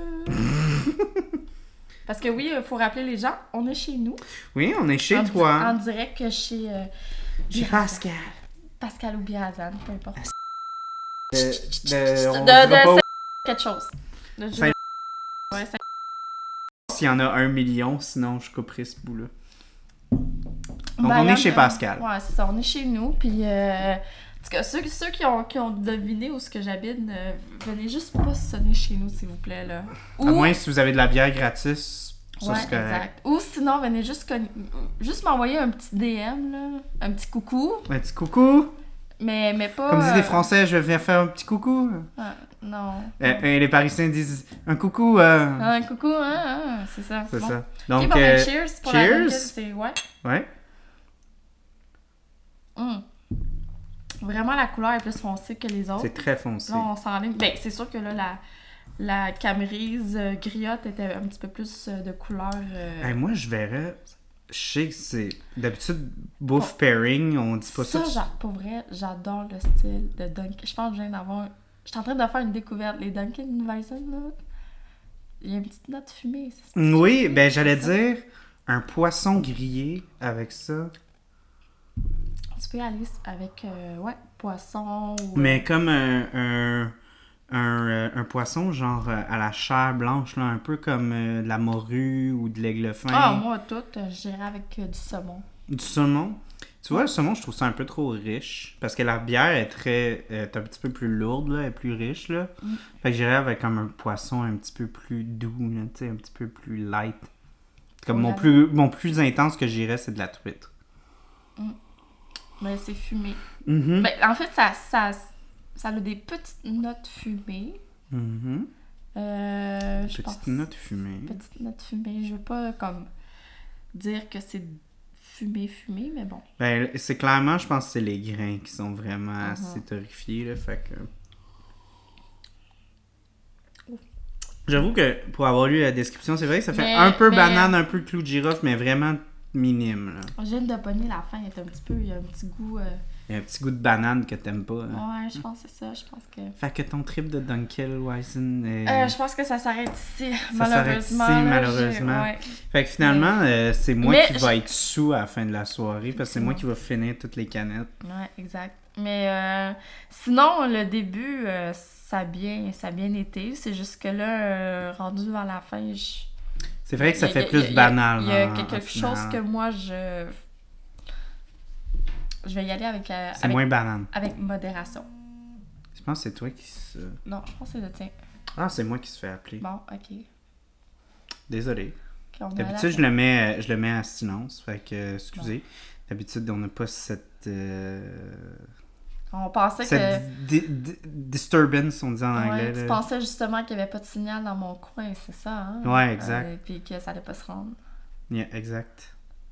Parce que oui, il faut rappeler les gens, on est chez nous. Oui, on est chez en, toi. En direct chez... Euh, Chez Birazan. Pascal. Pascal ou Birazan, peu importe. De, de, on de dira de pas Saint- quelque chose. De Saint- ouais, Saint- s'il y en a un million, sinon je couperai ce bout-là. Donc Ben, on y en est chez a- Pascal. Ouais, c'est ça, on est chez nous. Puis, euh, en tout cas, ceux, ceux qui, ont, qui ont deviné où ce que j'habite, euh, venez juste pas sonner chez nous, s'il vous plaît. Là. À moins si vous avez de la bière gratis, ça Ouais, c'est correct. exact. Ou sinon, venez juste, cogn- juste m'envoyer un petit D M, là, un petit coucou. Un petit coucou. Mais, mais pas. Comme disent euh, les Français, je vais faire un petit coucou. ah, non. Euh, et les Parisiens disent un coucou. euh, Un coucou, hein, hein, c'est ça. C'est bon. ça. Ok, Donc, bon, ben, euh, cheers pour cheers. la Dunkel, c'est ouais. ouais. Hum. Vraiment, la couleur est plus foncée que les autres. C'est très foncé. Là, on s'enligne. Ben, c'est sûr que là, la, la Camerise euh, griotte était un petit peu plus euh, de couleur. euh, Hey, moi, je verrais. Je sais que c'est. D'habitude, bouffe pairing, on dit pas ça. ça, j'a- pour vrai, j'adore le style de Dunkin'. Je pense que je viens d'avoir. Je suis en train de faire une découverte. Les Dunkin' Weizen, là. Il y a une petite note fumée. c'est ça. Oui, ben j'allais C'est ça. dire un poisson grillé avec ça. Tu peux aller avec, euh, ouais, poisson ou. Mais comme un, un, un, euh, un poisson genre euh, à la chair blanche, là, un peu comme euh, de la morue ou de l'aigle fin. Ah, moi, tout, euh, j'irais avec euh, du saumon. Du saumon. Tu vois, le saumon, je trouve ça un peu trop riche. Parce que la bière est très. est un petit peu plus lourde, là, elle est plus riche, là. Mm. Fait que j'irais avec comme un poisson un petit peu plus doux, là, tu sais, un petit peu plus light. Comme mon Ouais. plus, mon plus intense que j'irais, c'est de la truite. Mais c'est fumé. Mhm. Mais en fait, ça, ça, ça a des petites notes fumées. Mhm. Euh, je Petite pense- note fumée. Petite note fumée. Je veux pas comme dire que c'est fumé, fumé, mais bon. Ben, c'est clairement, je pense que c'est les grains qui sont vraiment Mhm. assez torréfiés, là, fait que... J'avoue que, pour avoir lu la description, c'est vrai que ça fait Mais- un peu mais- banane, un peu clou de girofle, mais vraiment minime, là. Je viens de pogner la fin, il est un petit peu, il y a un petit goût. euh, Il y a un petit goût de banane que t'aimes pas, hein. Ouais, je pense que c'est ça. Je pense que. Fait que ton trip de Dunkelweizen est... Euh, je pense que ça s'arrête ici, Ça s'arrête ici, malheureusement. là, j'ai- malheureusement. ouais. Fait que finalement, euh, c'est moi Mais qui je- va être sous à la fin de la soirée, parce que c'est moi Ouais. qui va finir toutes les canettes. Ouais, exact. Mais euh, sinon, le début, euh, ça, a bien, ça a bien été. C'est juste que là, euh, rendu vers la fin, je... C'est vrai que ça il y a- fait il y a- plus il y a- banal. Il y a hein, quelque au chose final. que moi, je... Je vais y aller avec, euh, C'est avec, moins banane. avec modération. Je pense que c'est toi qui se... Non, je pense que c'est le tien. Ah, c'est moi qui se fait appeler. Bon, ok. Désolé. Ok, on est à la D'habitude, je fin. le mets, je le mets à silence. Fait que, euh, excusez. D'habitude, on n'a pas cette... euh, On pensait que... cette di- di- disturbance, on dit en Ouais, anglais. tu là. pensais justement qu'il n'y avait pas de signal dans mon coin, c'est ça, hein? Ouais, exact. Euh, puis que ça allait pas se rendre. Yeah, exact.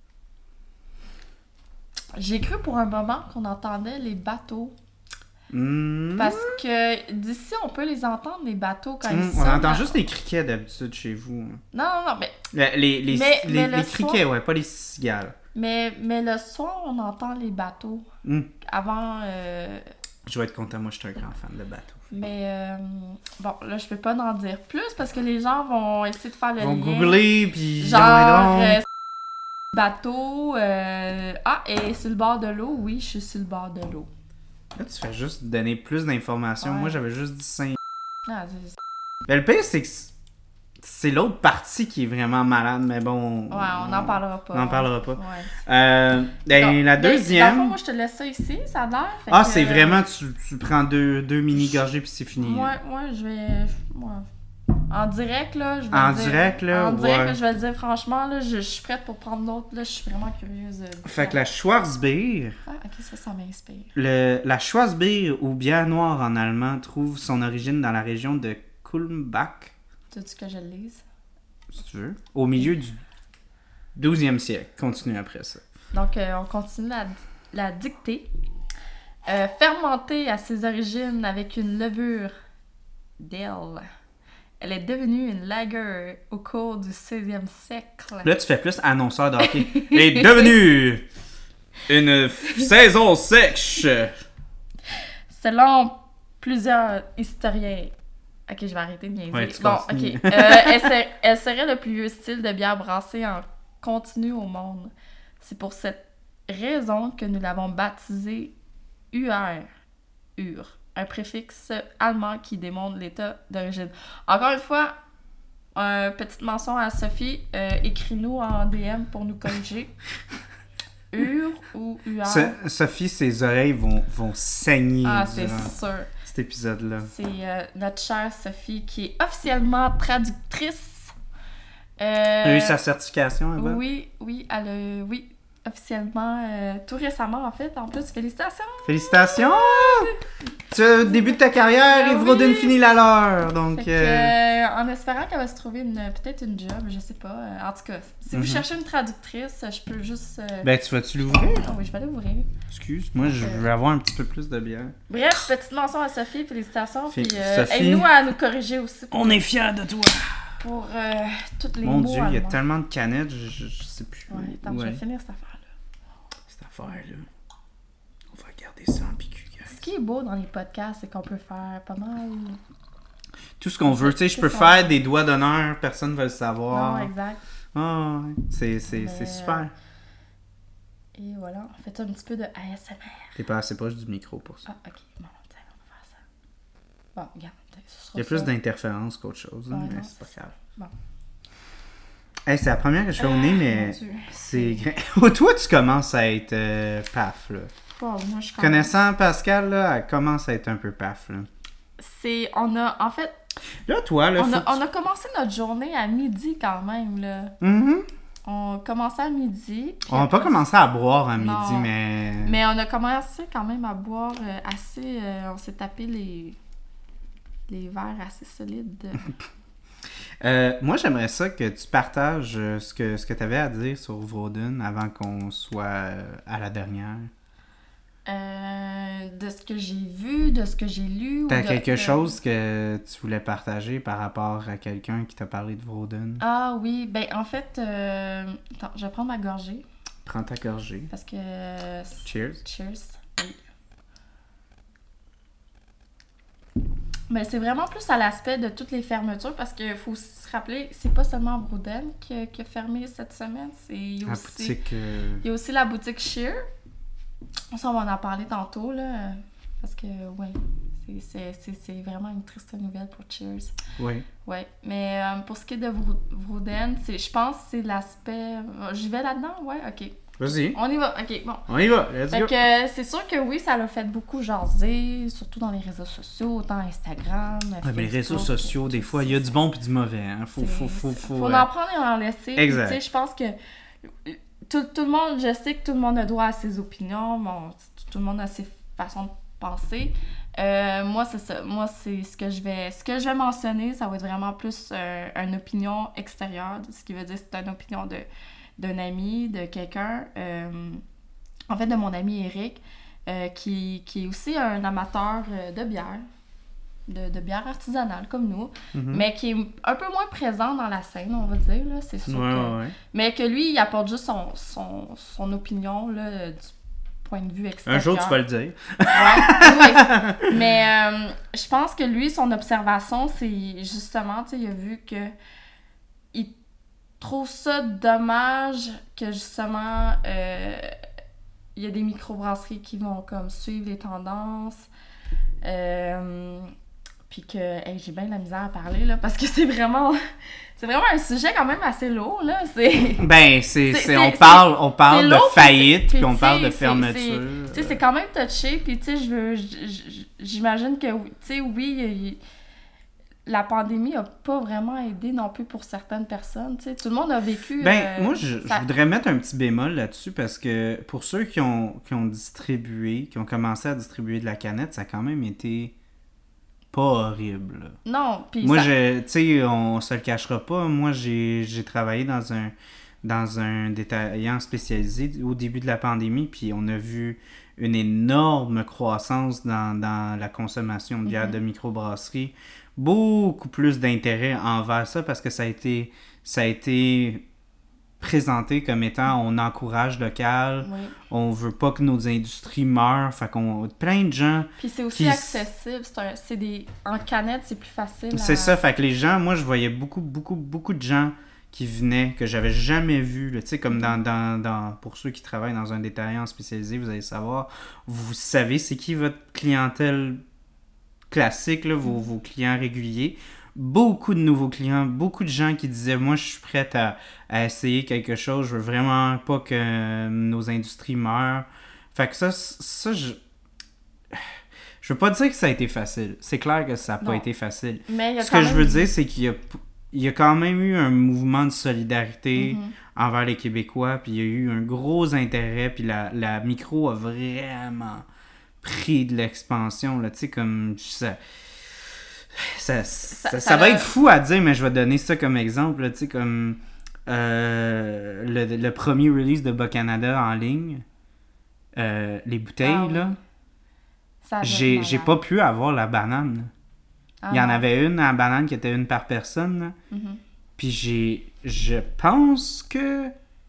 J'ai cru pour un moment qu'on entendait les bateaux. Hmm. Parce que d'ici, on peut les entendre, les bateaux, quand Hmm, ils on sonnent. entend à- juste les criquets d'habitude chez vous. Non, non, non, mais, Le- Les, les, Mais- les, mais les le criquets, soir- ouais, pas les cigales. mais, mais le soir, on entend les bateaux. Hmm. Avant... euh, Je vais être content, moi je suis un grand fan de bateaux. Mais euh, bon, là, je peux pas en dire plus parce que les gens vont essayer de faire le Ils vont lien. googler, puis... Genre, non, mais non. euh, bateau... euh, Ah, et sur le bord de l'eau? Oui, je suis sur le bord de l'eau. Là, tu fais juste donner plus d'informations. Ouais. Moi, j'avais juste dit cinq. Ah, c'est- Mais le pire, c'est que... c- c'est l'autre partie qui est vraiment malade, mais bon... Ouais, on n'en parlera pas. On n'en parlera pas. Ouais. Euh, ben, Donc, la ben, deuxième... Dans le fond, moi, je te laisse ça ici, ça a l'air. Fait Ah, que, c'est euh, vraiment... Tu, tu prends deux, deux mini-gorgées puis c'est fini. Moi, moi, je vais... Moi, en direct, là, je vais En le dire... direct, là, En direct, ouais. là, je vais le dire franchement, là, je, je suis prête pour prendre d'autres, là, je suis vraiment curieuse. euh, Fait que la Schwarzbier... Ah, ok, ça, ça m'inspire. Le, la Schwarzbier, ou bière noire en allemand, trouve son origine dans la région de Kulmbach, Tu veux que je le lise? si tu veux, au milieu du douzième siècle. Continue après ça. Donc, euh, on continue la, la dictée. Euh, fermentée à ses origines avec une levure d'elle, elle est devenue une lager au cours du seizième siècle. Là, tu fais plus annonceur de hockey. Elle est devenue une f- saison sèche. Selon plusieurs historiens... Ok, je vais arrêter de niaiser. Ouais, tu bon, continues. ok. Euh, elle, ser- elle serait le plus vieux style de bière brassée en continu au monde. C'est pour cette raison que nous l'avons baptisée U R. Ur. Un préfixe allemand qui démontre l'état d'origine. Encore une fois, euh, petite mention à Sophie. Euh, écris-nous en D M pour nous corriger. Ur ou U R? So- Sophie, ses oreilles vont, vont saigner Ah, c'est durant sûr. cet épisode-là. C'est euh, notre chère Sophie qui est officiellement traductrice. Euh, Elle a eu sa certification, Eva? Oui, oui, elle a, oui, officiellement, euh, tout récemment en fait. En plus, félicitations! Félicitations! Tu as le début de ta carrière et Oui. Vroden finit la leur. Donc, Fait que, euh, euh, en espérant qu'elle va se trouver une, peut-être une job, je sais pas. Euh, en tout cas, si vous Mhm. cherchez une traductrice, je peux juste. euh, ben, tu vas-tu l'ouvrir? Ah oui, je vais l'ouvrir. Excuse, moi, je Ok. veux avoir un petit peu plus de bière. Bref, petite mention à Sophie, félicitations. Fi- Puis euh, Sophie. aide-nous à nous corriger aussi pour, est fiers de toi! pour euh, toutes les Mon mots. Dieu, il y a allemands. tellement de canettes, je, je, je sais plus. Ouais, attends, je Ouais. vais finir cette affaire-là. Cette affaire-là. On va regarder ça en picu, guys. Ce qui est beau dans les podcasts, c'est qu'on peut faire pas mal. Tout ce qu'on veut, tu sais, je peux Qu'est-ce qu'on faire veut? des doigts d'honneur, personne ne va le savoir. Non, exact. Ah, ouais. C'est, c'est, Mais, c'est super. Et voilà, on fait un petit peu de A S M R. T'es pas assez proche du micro pour ça. Ah, ok, bon, tiens, on va faire ça. Bon, regarde, ce sera Il y a plus ça. d'interférences qu'autre chose, là, Ouais, mais non, c'est pas c'est grave. Bon. Hey, c'est la première que je fais au nez, Ah, mais mon Dieu. c'est... gra- Toi, tu commences à être euh, paf, là. Bon, moi, je commence. Connaissant Pascal, là, elle commence à être un peu paf, là. C'est, on a, en fait, Là, toi, là, on faut a, que on a commencé notre journée à midi quand même, là. tu- Mhm. On commençait à midi. puis On n'a pas après- commencé à boire à midi, Non. mais... Mais on a commencé quand même à boire euh, assez... euh, on s'est tapé les, les verres assez solides. Euh, moi, j'aimerais ça que tu partages euh, ce que, ce que tu avais à dire sur Vroden avant qu'on soit euh, à la dernière. Euh, de ce que j'ai vu, de ce que j'ai lu. ou T'as de- quelque de- chose que tu voulais partager par rapport à quelqu'un qui t'a parlé de Vroden? Ah oui, ben en fait... euh, Attends, je vais prendre ma gorgée Prends ta gorgée. parce que... euh, Cheers. Cheers. Oui. Mais c'est vraiment plus à l'aspect de toutes les fermetures parce qu'il faut aussi se rappeler, c'est pas seulement Vroden qui, a- qui a fermé cette semaine, c'est il y a La aussi, boutique... euh, il y a aussi la boutique Sheer. Ça, on va en parler tantôt, là, parce que, ouais, c'est, c'est, c'est, c'est vraiment une triste nouvelle pour Cheers. Oui. Ouais, mais euh, pour ce qui est de Vro- Vroden, c'est, je pense que c'est l'aspect... J'y vais là-dedans? Ouais, ok. Vas-y. On y va, ok, bon. On y va. Let's Fait go. que euh, c'est sûr que oui, ça l'a fait beaucoup jaser, surtout dans les réseaux sociaux, autant Instagram, Ouais, mais les réseaux Facebook, sociaux, des tout fois, ça. il y a du bon puis du mauvais. Hein. Faut, C'est- faut, faut, c'est- faut, faut euh, en prendre et en laisser. Puis, Exact. tu sais, je pense que tout, tout le monde, je sais que tout le monde a droit à ses opinions, bon, tout, tout le monde a ses façons de penser. Euh, moi, c'est ça. Moi, c'est ce que je vais ce que je vais mentionner, ça va être vraiment plus euh, une opinion extérieure, ce qui veut dire que c'est une opinion de d'un ami, de quelqu'un, euh, en fait de mon ami Eric, euh, qui, qui est aussi un amateur euh, de bière, de, de bière artisanale comme nous, Mhm. mais qui est un peu moins présent dans la scène, on va dire, là, c'est sûr Ouais, que... ouais, ouais. Mais que lui, il apporte juste son, son, son opinion, là, du point de vue extérieur. Un jour, tu vas le dire. Ouais, ouais. Mais euh, je pense que lui, son observation, c'est justement, tu sais, il a vu que il trouve ça dommage que justement euh, il y a des microbrasseries qui vont comme suivre les tendances. Euh, puis que hey, j'ai bien de la misère à parler, là, parce que c'est vraiment... C'est vraiment un sujet quand même assez lourd, là. C'est... Ben, c'est, c'est, c'est, c'est on parle, on parle de lourd, faillite, puis, puis on t'sais, parle de c'est, fermeture. Tu sais, c'est quand même touché, puis tu sais, je veux... J'imagine que, tu sais, oui, il, la pandémie a pas vraiment aidé non plus pour certaines personnes, tu sais. Tout le monde a vécu... Ben, euh, moi, je, ça... je voudrais mettre un petit bémol là-dessus, parce que pour ceux qui ont, qui ont distribué, qui ont commencé à distribuer de la canette, ça a quand même été... pas horrible. Non, puis moi, ça... je, tu sais, on se le cachera pas. Moi, j'ai, j'ai travaillé dans un, dans un détaillant spécialisé au début de la pandémie, puis on a vu une énorme croissance dans, dans la consommation de bière mm-hmm. de microbrasserie. Beaucoup plus d'intérêt envers ça parce que ça a été, ça a été présenté comme étant on encourage local, oui. on veut pas que nos industries meurent, fait qu'on plein de gens. Puis c'est aussi qui... accessible, c'est, un, c'est des en canette, c'est plus facile. C'est à... ça, fait que les gens, moi je voyais beaucoup beaucoup beaucoup de gens qui venaient que j'avais jamais vu, tu sais comme mm-hmm. dans, dans dans pour ceux qui travaillent dans un détaillant spécialisé, vous allez savoir, vous savez c'est qui votre clientèle classique là, vos, mm-hmm. vos clients réguliers. Beaucoup de nouveaux clients, beaucoup de gens qui disaient « Moi, je suis prête à, à essayer quelque chose, je veux vraiment pas que euh, nos industries meurent. » Fait que ça, ça je... Je veux pas dire que ça a été facile. C'est clair que ça n'a pas été facile. Mais il y a Ce quand que même... je veux dire, c'est qu'il y a, il y a quand même eu un mouvement de solidarité mm-hmm. envers les Québécois, puis il y a eu un gros intérêt, puis la, la micro a vraiment pris de l'expansion, là, tu sais, comme... Ça, Ça, ça, ça, ça va être fou à dire, mais je vais donner ça comme exemple. Tu sais, comme euh, le, le premier release de Bas-Canada en ligne, euh, les bouteilles, ah, là, oui. j'ai, j'ai pas pu avoir la banane. Ah, Il y en avait une, la banane, qui était une par personne. Mm-hmm. Puis j'ai, je pense que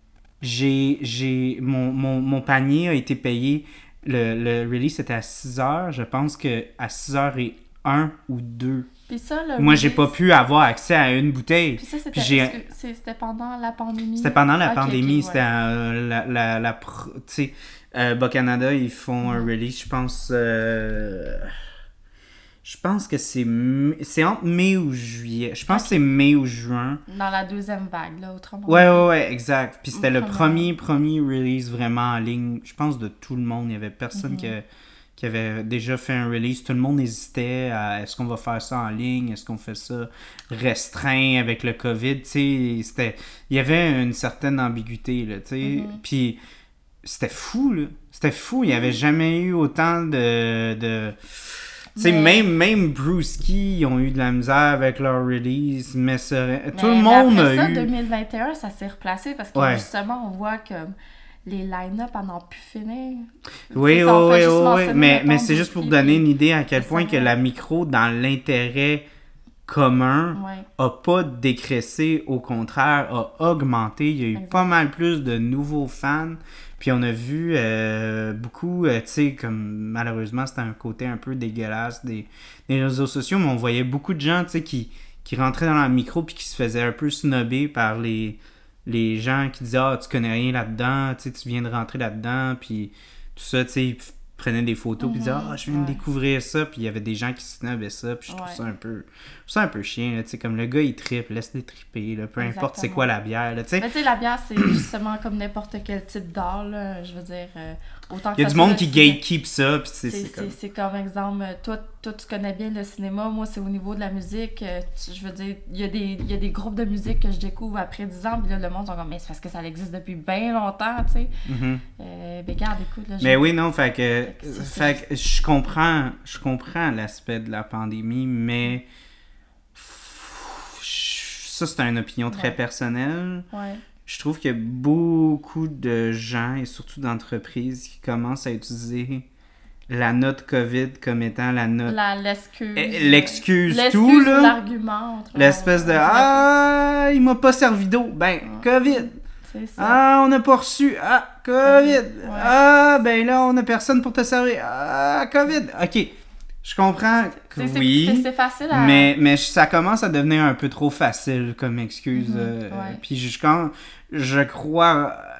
j'ai, j'ai mon, mon, mon panier a été payé. Le, le release était à six heures. Je pense qu'à six heures et un ou deux. Puis ça, le Moi, release... j'ai pas pu avoir accès à une bouteille. Puis ça, c'était, Puis j'ai... c'était pendant la pandémie? C'était pendant la okay, pandémie. okay, c'était ouais. euh, la... la, la pro... Tu sais, euh, Bas-Canada, ils font mm. un release, je pense... Euh... Je pense que c'est... C'est entre mai ou juillet. Je pense okay. que c'est mai ou juin. Dans la deuxième vague, là, autrement. Ouais, ouais, ouais, exact. Puis c'était autrement. le premier, premier release vraiment en ligne, je pense, de tout le monde. Il y avait personne mm-hmm. qui... A... qui avait déjà fait un release, tout le monde hésitait à est-ce qu'on va faire ça en ligne, est-ce qu'on fait ça restreint avec le COVID, tu sais, c'était, il y avait une certaine ambiguïté, là, tu sais, mm-hmm. puis c'était fou, là, c'était fou, il n'y avait jamais eu autant de... de tu sais, mais... même, même Brewski, ils ont eu de la misère avec leur release, mais, ça, mais tout le monde après a ça, eu... deux mille vingt et un, ça s'est replacé parce que ouais. justement, on voit que les line-up en ont pu finir. Oui, oui, oui, oui, mais, mais c'est juste pour donner une idée à quel point que la micro, dans l'intérêt commun, ouais. a pas décressé, au contraire, a augmenté. Il y a eu exact. Pas mal plus de nouveaux fans. Puis on a vu euh, beaucoup, euh, tu sais, comme malheureusement, c'était un côté un peu dégueulasse des, des réseaux sociaux, mais on voyait beaucoup de gens, tu sais, qui, qui rentraient dans la micro puis qui se faisaient un peu snobber par les... les gens qui disaient « Ah, tu connais rien là-dedans, tu sais, tu viens de rentrer là-dedans, puis tout ça, tu sais, ils prenaient des photos, mm-hmm. puis disaient « Ah, je viens ouais. de découvrir ça », puis il y avait des gens qui snobbaient ça, puis je trouve ouais. ça un peu, je trouve ça un peu chien, là, tu sais, comme le gars, il trippe, laisse-les tripper, là, peu Exactement. Importe c'est quoi la bière, là, tu sais. Mais tu sais, la bière, c'est justement comme n'importe quel type d'art, là, je veux dire, euh, autant que il y a du monde qui gatekeep ça, puis c'est, c'est, c'est comme... C'est, c'est comme exemple, toi, toi, tu connais bien le cinéma, moi, c'est au niveau de la musique, euh, tu, je veux dire, il y a des, il y a des groupes de musique que je découvre après dix ans, puis là, le monde sont comme, mais c'est parce que ça existe depuis bien longtemps, tu sais. Mm-hmm. Euh, ben, regarde, écoute, là, mais oui, non, fait que, fait que je comprends, je comprends l'aspect de la pandémie, mais ça, c'est une opinion très ouais. personnelle. Ouais. Je trouve qu'il y a beaucoup de gens, et surtout d'entreprises, qui commencent à utiliser la note COVID comme étant la note... La, l'excuse. L'excuse, l'excuse tout, là. L'argument. L'espèce de « Ah, il m'a pas servi d'eau. » Ben, ouais. COVID. C'est ça. Ah, on n'a pas reçu. Ah, COVID. Ouais. Ah, ben là, on n'a personne pour te servir. Ah, COVID. OK. Je comprends que c'est, oui, c'est, c'est facile à... mais, mais ça commence à devenir un peu trop facile comme excuse. Mm-hmm, euh, ouais. Puis je, quand, je crois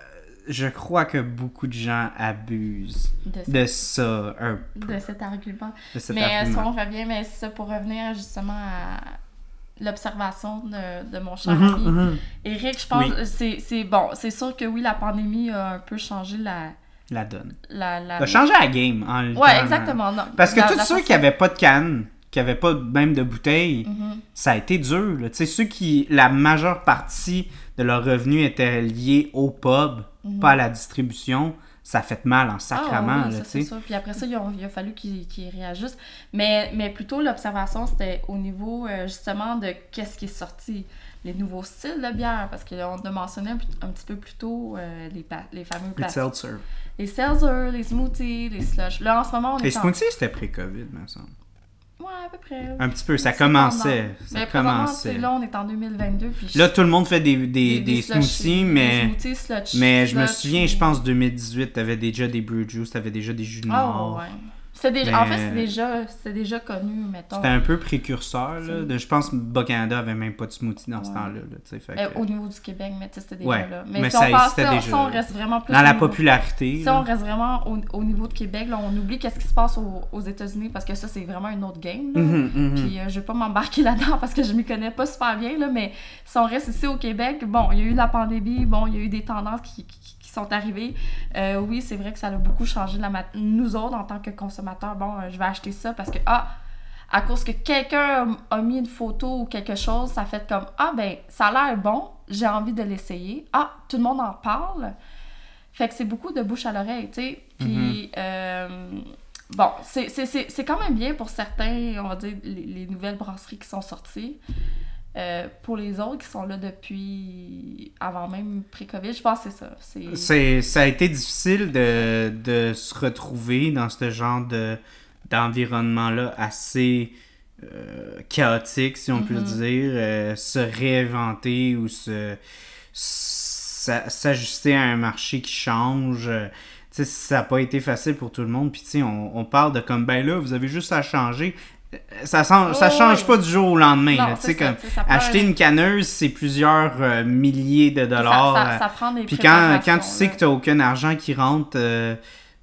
je crois que beaucoup de gens abusent De, de ça. Un peu. de cet argument. De cet mais argument. si on revient, mais c'est ça pour revenir justement à l'observation de, de mon cher Mhm, ami. mhm. Éric, je pense, Oui. c'est, c'est bon, c'est sûr que oui, la pandémie a un peu changé la... La donne. la, la... Ça a changé la game. En Ouais, littéralement. exactement. Non. Parce que La- tous la ceux façon- qui n'avaient pas de canne, qui n'avaient pas même de bouteille, Mhm. ça a été dur. Là. Tu sais, ceux qui, la majeure partie de leur revenu était liée au pub, Mhm. pas à la distribution, ça a fait mal en sacrament. Ah, oui, là, ça, tu c'est sais. sûr. Puis après ça, il a, il a fallu qu'ils qu'ils réajustent. Mais, mais plutôt, l'observation, c'était au niveau, euh, justement, de qu'est-ce qui est sorti. Les nouveaux styles de bière, parce qu'on a mentionné un, un petit peu plus tôt euh, les, pa- les fameux Les plastiques. seltzer. Les seltzer, les smoothies, les slush. Là, en ce moment, on est Les en... smoothies, c'était pré-COVID, me semble. Ouais, à peu près. Un petit peu, ça C'est commençait. pendant. Ça Mais présentement, commençait. c'est là, on est en deux mille vingt-deux. Puis Là, tout le monde fait des, des, des, slushies, smoothies, des mais, smoothies, slush- mais je me slush, souviens, je ou- pense, deux mille dix-huit, t'avais déjà des brew juice, t'avais déjà des jus de Ah, mort. ouais. C'est déjà... Mais- En fait, c'est déjà, c'est déjà connu, mettons. C'était un peu précurseur, là. C'est- De, je pense que Bas-Canada avait même pas de smoothie dans ce Ouais. temps-là, là, tu sais, fait Euh, que- au niveau du Québec, mais tu sais, c'était déjà Ouais, là. mais si ça on passe, existait si on- déjà, si on là. reste vraiment plus Dans au la niveau- popularité, Si là. on reste vraiment au, au niveau de Québec, là, on oublie qu'est-ce qui se passe au- aux États-Unis parce que ça, c'est vraiment une autre game. Là. Mhm, mhm. Puis euh, je vais pas m'embarquer là-dedans parce que je m'y connais pas super bien, là, mais si on reste ici au Québec, bon, il y a eu la pandémie, bon, il y a eu des tendances qui, qui, qui sont arrivées. Euh, oui, c'est vrai que ça a beaucoup changé la mat- nous autres, en tant que consommateurs, bon, euh, je vais acheter ça parce que, ah, à cause que quelqu'un a, a mis une photo ou quelque chose, ça fait comme, ah, ben, ça a l'air bon, j'ai envie de l'essayer. Ah, tout le monde en parle. Fait que c'est beaucoup de bouche à l'oreille, tu sais. Puis, euh, bon, c'est, c'est, c'est, c'est quand même bien pour certains, on va dire, les, les nouvelles brasseries qui sont sorties. Euh, pour les autres qui sont là depuis avant même pré-COVID, je pense que c'est ça. C'est... C'est, ça a été difficile de, de se retrouver dans ce genre de, d'environnement-là assez euh, chaotique, si on peut le Mhm. dire. Euh, se réinventer ou se, s'a- s'ajuster à un marché qui change. Euh, tu sais, ça n'a pas été facile pour tout le monde. Puis, tu sais, on, on parle de comme, ben là, vous avez juste à changer. Ça, sent, ça Ouais, change ouais. pas du jour au lendemain. Non, là, tu c'est sais, ça, comme, tu sais, ça prend acheter un- une canneuse, c'est plusieurs euh, milliers de Puis ça- dollars. Ça, euh, ça prend des puis quand, quand tu préparations, sais là. que tu n'as aucun argent qui rentre, euh,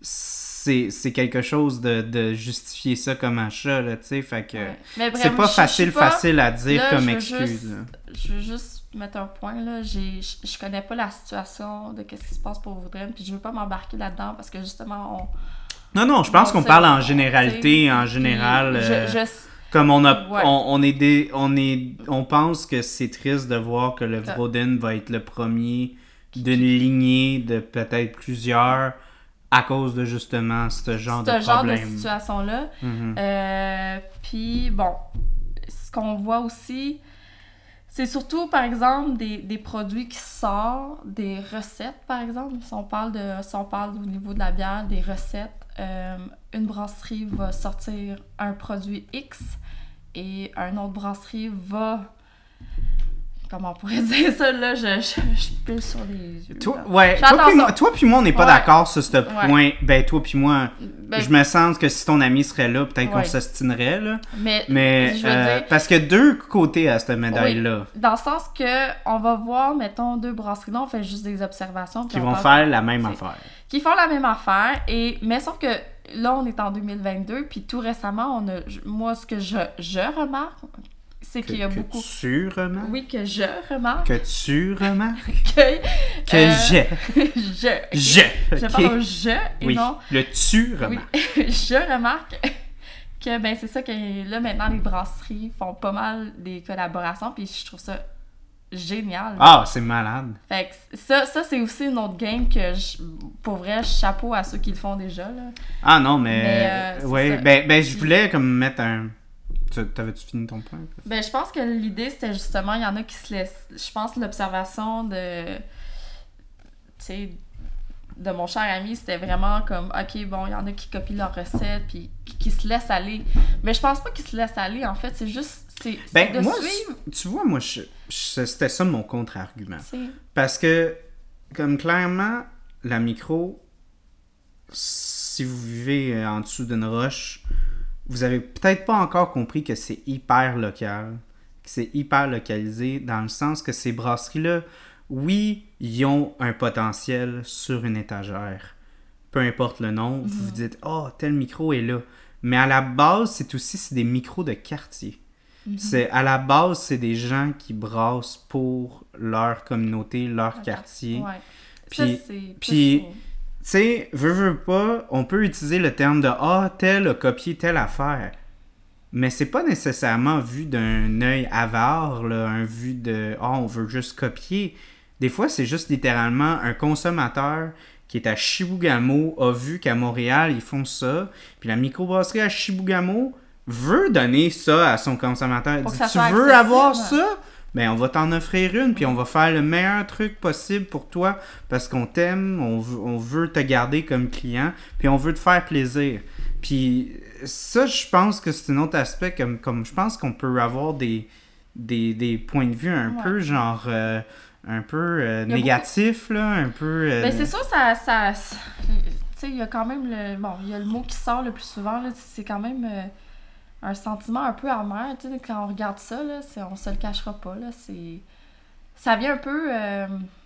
c'est, c'est quelque chose de, de justifier ça comme achat, là, tu sais, fait que Ouais. Mais bref, c'est pas je- je facile, suis pas- facile à dire là, comme je veux excuse. juste- là. Je veux juste mettre un point, là. J'ai, je, je connais pas la situation de qu'est-ce qui se passe pour Woodren, puis je veux pas m'embarquer là-dedans parce que justement, on... Non, non, je pense on qu'on sait- parle en on- généralité, tu sais, en puis général. je- euh, je- Comme on a, Ouais. on, on est des, on est, on pense que c'est triste de voir que le Ça- Vroden va être le premier d'une lignée de peut-être plusieurs à cause de justement ce genre ce de genre de problème. situation-là. Mhm. Euh, puis, bon, ce qu'on voit aussi, c'est surtout, par exemple, des, des produits qui sortent, des recettes, par exemple. Si on parle, de, si on parle au niveau de la bière, des recettes, euh, une brasserie va sortir un produit X et une autre brasserie va... Comment on pourrait dire ça, là? Je, je, je pile sur les yeux. Toi, là. ouais, Fais toi puis, attention. moi, toi puis moi, on n'est pas Ouais. d'accord sur ce point. Ben, toi puis moi, Ben, je me sens que si ton ami serait là, peut-être qu'on Ouais. s'ostinerait, là. mais, Mais, je veux euh, dire, parce que deux côtés à cette médaille-là, dans le sens que on va voir, mettons, deux brasseries, là, on fait juste des observations. puis qui on vont parle- faire la même c'est- affaire. Qui font la même affaire, et, mais sauf que là, on est en deux mille vingt-deux, puis tout récemment, on a, je- moi, ce que je, je remarque, c'est Que, qu'il y a que beaucoup... tu remarques. Oui, que je remarque. Que tu remarques. Que, Que euh, j'ai. je. Je. Je ok? parle au je et Oui. non... Le tu Oui, remarques. je remarque que, ben, c'est ça que là, maintenant, les brasseries font pas mal des collaborations, puis je trouve ça génial. Ah, c'est malade. Fait que ça, ça c'est aussi une autre game que, je, pour vrai, chapeau à ceux qui le font déjà, là. Ah non, mais. Mais, euh, c'est ouais, ça. ben, ben, je voulais comme mettre un. Tu- T'avais-tu fini ton point? Ben, je pense que l'idée, c'était justement, il y en a qui se laissent... Je pense que l'observation de... Tu sais, de mon cher ami, c'était vraiment comme, OK, bon, il y en a qui copient leurs recettes, puis qui, qui se laissent aller. Mais je pense pas qu'ils se laissent aller, en fait, c'est juste... C'est, c'est Ben, de moi, suivre... tu vois, moi, je, je- c'était ça mon contre-argument. C'est... Parce que, comme clairement, la micro, si vous vivez euh, en dessous d'une roche, vous avez peut-être pas encore compris que c'est hyper local, que c'est hyper localisé, dans le sens que ces brasseries-là oui, ils ont un potentiel sur une étagère. Peu importe le nom, mm-hmm. vous vous dites « Oh, tel micro est là ». Mais à la base, c'est aussi c'est des micros de quartier. Mm-hmm. C'est, à la base, c'est des gens qui brassent pour leur communauté, leur okay. quartier. Ouais. Puis, ça, c'est puis tu sais, veux, veux pas, on peut utiliser le terme de « Ah, tel a copié telle affaire ». Mais c'est pas nécessairement vu d'un œil avare, là, un vu de « Ah, oh, on veut juste copier ». Des fois, c'est juste littéralement un consommateur qui est à Chibougamau a vu qu'à Montréal, ils font ça. Puis la microbrasserie à Chibougamau veut donner ça à son consommateur. Dit, tu veux avoir ça? Ben, on va t'en offrir une, puis on va faire le meilleur truc possible pour toi parce qu'on t'aime, on veut, on veut te garder comme client, puis on veut te faire plaisir. Puis ça, je pense que c'est un autre aspect, comme, comme je pense qu'on peut avoir des, des, des points de vue un ouais. peu genre... Euh, un peu euh, négatif, beaucoup... là, un peu... Euh... Ben, c'est sûr, ça... ça tu sais, il y a quand même le... Bon, il y a le mot qui sort le plus souvent, là, c'est quand même euh, un sentiment un peu amer, tu sais, quand on regarde ça, là, c'est, on se le cachera pas, là, c'est... Ça vient un peu... Euh...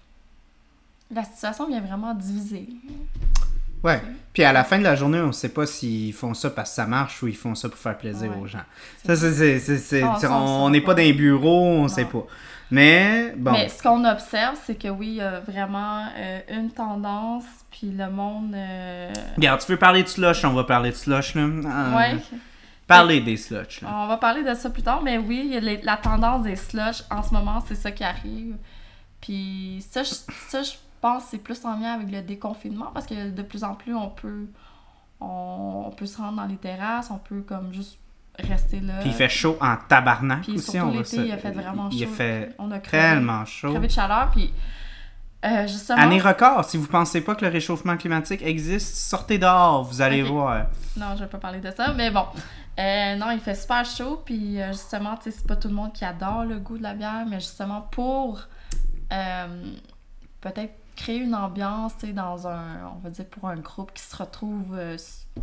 La situation vient vraiment diviser. Ouais, puis à la fin de la journée, on sait pas s'ils font ça parce que ça marche ou ils font ça pour faire plaisir ouais. aux gens. C'est ça, c'est... c'est, c'est oh, on n'est pas dans les bureaux, on non. sait pas. Mais bon. Mais ce qu'on observe, c'est que oui, il y a vraiment euh, une tendance, puis le monde... Euh... Regarde, tu veux parler de slush, on va parler de slush, là. Euh, ouais. Parler des slush, là. On va parler de ça plus tard, mais oui, il y a les, la tendance des slush, en ce moment, c'est ça qui arrive. Puis ça, je, ça, je pense que c'est plus en lien avec le déconfinement, parce que de plus en plus, on peut, on, on peut se rendre dans les terrasses, on peut comme juste... rester là. Puis il fait chaud en tabarnak puis aussi. Surtout on l'été, va il a fait vraiment il chaud. Il a fait on a crevé, tellement chaud. crevé de chaleur, puis euh, justement... Année record, si vous pensez pas que le réchauffement climatique existe, sortez dehors, vous allez okay. voir. Non, je vais pas parler de ça, mais bon. Euh, non, il fait super chaud, puis euh, justement, tu sais, c'est pas tout le monde qui adore le goût de la bière, mais justement pour euh, peut-être créer une ambiance, tu sais, dans un, on va dire, pour un groupe qui se retrouve... Euh,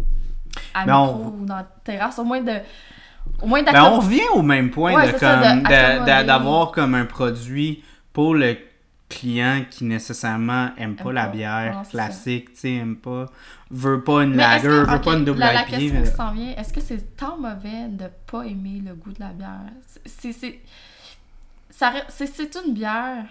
à ben micro on... ou dans la terrasse, au moins de au moins ben on revient au même point ouais, de, comme, ça, de, de, de, d'avoir comme un produit pour le client qui nécessairement aime pas, pas la bière non, classique, tu sais, aime pas, veut pas une lager, veut okay, pas une double la, I P A. La question qui s'en vient, est-ce que c'est tant mauvais de pas aimer le goût de la bière? C'est, c'est, ça, c'est, c'est une bière,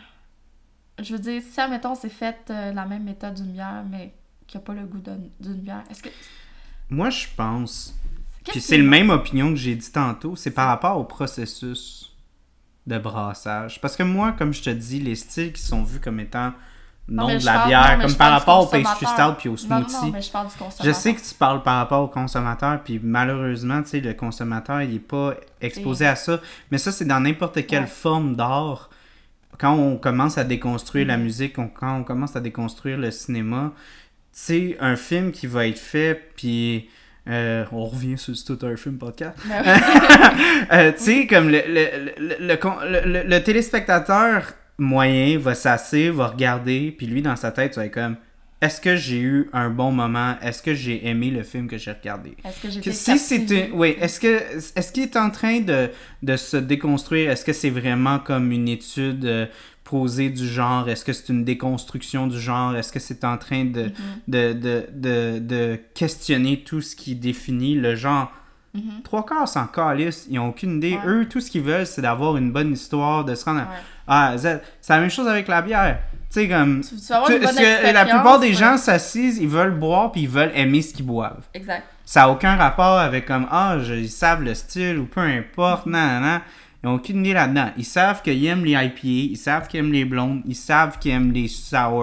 je veux dire, si, admettons, c'est fait euh, la même méthode d'une bière, mais qui a pas le goût d'une, d'une bière, est-ce que... Moi, je pense, Qu'est-ce puis c'est la même opinion que j'ai dit tantôt, c'est par rapport au processus de brassage. Parce que moi, comme je te dis, les styles qui sont vus comme étant non, non de la parle, bière, non, comme par rapport au pastry stout puis au smoothie. Non, non, mais je parle du consommateur. Je sais que tu parles par rapport au consommateur, puis malheureusement, tu sais, le consommateur, il est pas exposé c'est... à ça. Mais ça, c'est dans n'importe quelle ouais. forme d'art. Quand on commence à déconstruire mm-hmm. la musique, on, quand on commence à déconstruire le cinéma... C'est un film qui va être fait, puis euh, on revient sur C'est tout un film podcast. Ben oui. euh, tu sais, comme le, le, le, le, le, le téléspectateur moyen va s'asseoir, va regarder, puis lui, dans sa tête, ça va être comme est-ce que j'ai eu un bon moment? Est-ce que j'ai aimé le film que j'ai regardé? Est-ce que j'ai été si c'est oui, est-ce que est-ce qu'il est en train de, de se déconstruire? Est-ce que c'est vraiment comme une étude euh, posée du genre? Est-ce que c'est une déconstruction du genre? Est-ce que c'est en train de, mm-hmm. de, de, de, de questionner tout ce qui définit le genre? Mm-hmm. Trois quarts s'en calissent, ils n'ont aucune idée. Ouais. Eux, tout ce qu'ils veulent, c'est d'avoir une bonne histoire, de se rendre à ouais. Z. C'est la même chose avec la bière. Tu sais, comme. Tu, tu vas avoir une bonne expérience. La plupart des gens s'assisent, ils veulent boire, puis ils veulent aimer ce qu'ils boivent. Exact. Ça n'a aucun rapport avec comme, ah, je, ils savent le style, ou peu importe, mm-hmm. non, non, non. Ils n'ont aucune idée là-dedans. Ils savent qu'ils aiment les I P A, ils savent qu'ils aiment les blondes, ils savent qu'ils aiment les sour.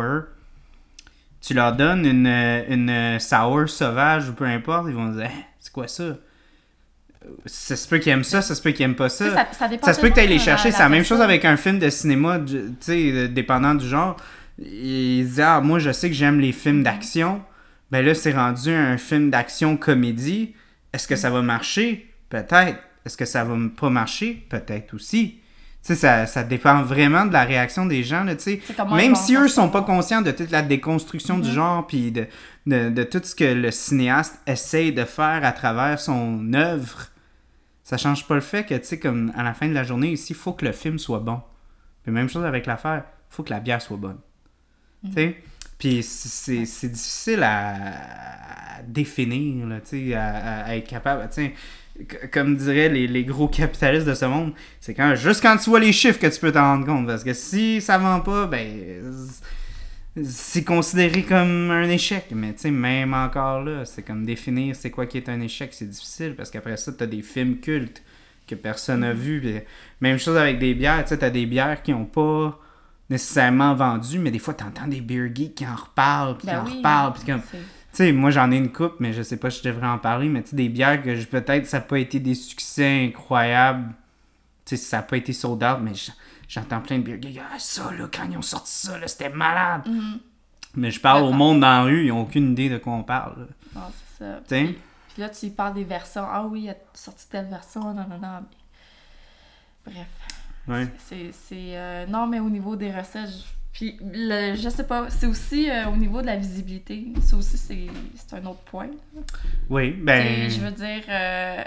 Tu leur donnes une, une sour sauvage, ou peu importe, ils vont dire, eh, c'est quoi ça? Ça se peut qu'ils aiment ça, ça se peut qu'ils aiment pas ça. Ça, ça, dépend ça se peut que tu ailles les chercher. La, la c'est la même chose avec un film de cinéma, tu sais, dépendant du genre. Ils disent, ah, moi, je sais que j'aime les films d'action. Ben là, c'est rendu un film d'action-comédie. Est-ce que ça va marcher? Peut-être. Est-ce que ça va pas marcher? Peut-être aussi. Tu sais, ça, ça dépend vraiment de la réaction des gens, là, tu sais. Même si eux sont pas conscients de toute la déconstruction mm-hmm. du genre, puis de, de, de tout ce que le cinéaste essaye de faire à travers son œuvre, ça change pas le fait que, tu sais, comme à la fin de la journée, ici, il faut que le film soit bon. Puis même chose avec l'affaire. faut que la bière soit bonne. Mm-hmm. Tu sais? Puis c'est, c'est difficile à, à définir, là, tu sais, à, à être capable, tu sais, c- comme diraient les, les gros capitalistes de ce monde, c'est quand juste quand tu vois les chiffres que tu peux t'en rendre compte, parce que si ça vend pas, ben c'est considéré comme un échec, mais tu sais, même encore là, c'est comme définir c'est quoi qui est un échec, c'est difficile, parce qu'après ça, t'as des films cultes que personne n'a vus, puis même chose avec des bières, tu sais, t'as des bières qui ont pas nécessairement vendu, mais des fois, t'entends des beer geeks qui en reparlent, puis Ben qui en oui, reparlent, puis comme... c'est- Tu sais, moi, j'en ai une coupe, mais je sais pas si je devrais en parler, mais tu sais, des bières que je- peut-être ça n'a pas été des succès incroyables, tu sais, ça n'a pas été sold out, mais j- j'entends plein de beer geeks, ah, ça, là, quand ils ont sorti ça, là, c'était malade! Mhm. Mais je parle au D'accord. monde dans la rue, ils n'ont aucune idée de quoi on parle, là. Non, c'est ça. Tu sais? Puis, puis là, tu y parles des versions. Ah oui, il a sorti telle version, non, non, non. mais- Bref. Ouais. C'est, c'est, euh, non, mais au niveau des recettes, je... puis le, je sais pas, c'est aussi euh, au niveau de la visibilité. Ça aussi, c'est, c'est un autre point. Oui, T'sais, ben... je veux dire, euh,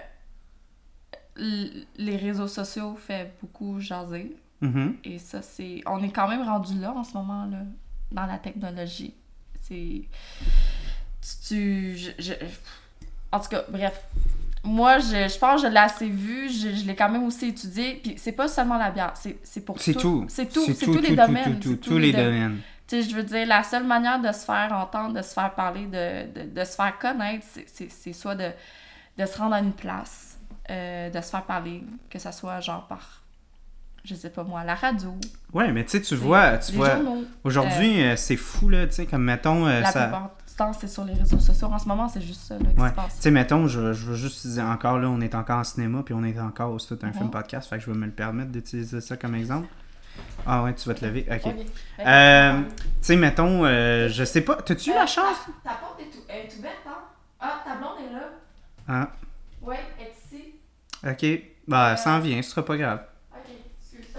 l- les réseaux sociaux fait beaucoup jaser. Mhm. Et ça, c'est... On est quand même rendu là en ce moment, là, dans la technologie. C'est... Tu... tu- je, je- En tout cas, bref. Moi, je, je pense que je l'ai assez vu. Je, je l'ai quand même aussi étudié. Puis c'est pas seulement la bière. C'est, c'est pour C'est tout. tout. C'est tout. C'est C'est tout, tous les tout, domaines. tout, tout, C'est tous les domaines. domaines. Tu sais, je veux dire, la seule manière de se faire entendre, de se faire parler, de, de, de se faire connaître, c'est, c'est, c'est soit de, de se rendre à une place, euh, de se faire parler, que ça soit genre par, je sais pas moi, la radio, Ouais, mais tu sais, tu c'est vois, tu les vois, journaux. aujourd'hui, euh, c'est fou, là, tu sais, comme mettons, euh, La ça... plupart du temps, c'est sur les réseaux sociaux. En ce moment, c'est juste ça là, qui Ouais. se Tu passe. sais, mettons, je, je veux juste dire encore là, on est encore en cinéma, puis on est encore au c'est un Mhm. film podcast, fait que je vais me le permettre d'utiliser ça comme exemple. Ah ouais, tu vas te lever, ok. Ok. Euh, tu sais, mettons, euh, je sais pas, t'as-tu eu la chance? Ta, ta porte est, tout, est ouverte, hein? Ah, ta blonde est là. Ah, Ouais, elle est ici. ok. Bah, ça en vient, ce sera pas grave. Ok, excuse.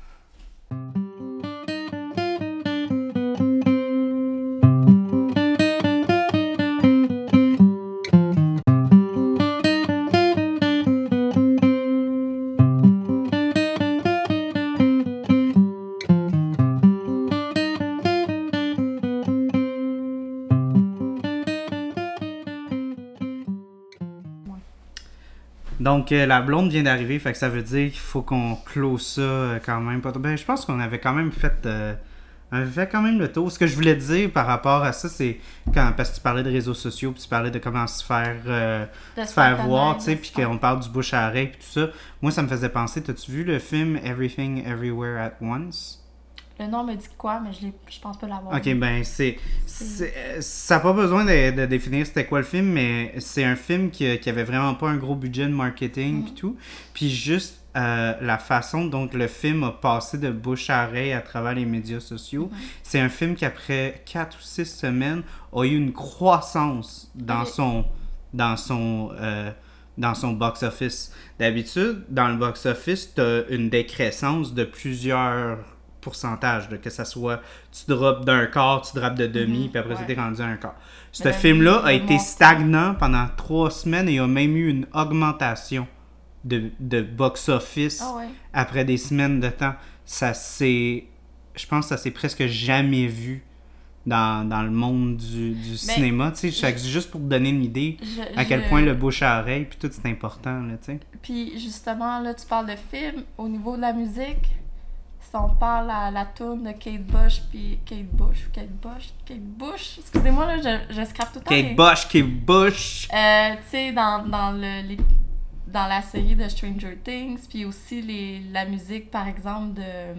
Donc, euh, la blonde vient d'arriver, fait que ça veut dire qu'il faut qu'on close ça euh, quand même. Pas... Ben, je pense qu'on avait quand même fait... euh, on avait fait quand même le tour. Ce que je voulais dire par rapport à ça, c'est quand parce que tu parlais de réseaux sociaux, puis tu parlais de comment se faire, euh, De se faire connaître, voir, de tu sais, se puis faire- qu'on parle du bouche à oreille, puis tout ça. Moi, ça me faisait penser, t'as-tu vu le film Everything Everywhere at Once? Le nom me dit quoi, mais je, l'ai, je pense pas l'avoir Ok, vu. ben c'est, c'est euh, ça n'a pas besoin de, de définir c'était quoi le film, mais c'est un film qui, qui avait vraiment pas un gros budget de marketing puis Mhm. tout. Puis juste euh, la façon dont le film a passé de bouche à oreille à travers les médias sociaux, Mhm. c'est un film qui après quatre ou six semaines a eu une croissance dans Ok. son dans son euh, dans son box-office. D'habitude, dans le box-office, tu as une décroissance de plusieurs pourcentages, de, que ça soit tu drops d'un quart, tu drops de demi, Mhm, puis après ça, ouais. t'es rendu à un quart. Ce Mais la film-là vie, a il été monte. stagnant pendant trois semaines et a même eu une augmentation de, de box-office Ah ouais. après des semaines de temps. Ça s'est... Je pense que ça s'est presque jamais vu dans, dans le monde du, du cinéma. Tu sais, chaque- juste pour te donner une idée Je- à quel je- point le bouche à oreille, puis tout, c'est important, là, tu sais. Puis justement, là, tu parles de film. Au niveau de la musique, si on parle à la tune de Kate Bush, puis Kate Bush, Kate Bush, Kate Bush, excusez-moi, là, je, je scrape tout le temps. Kate mais- Bush, Kate Bush! Euh, tu sais, dans, dans, le, les- dans la série de Stranger Things, puis aussi les, la musique, par exemple,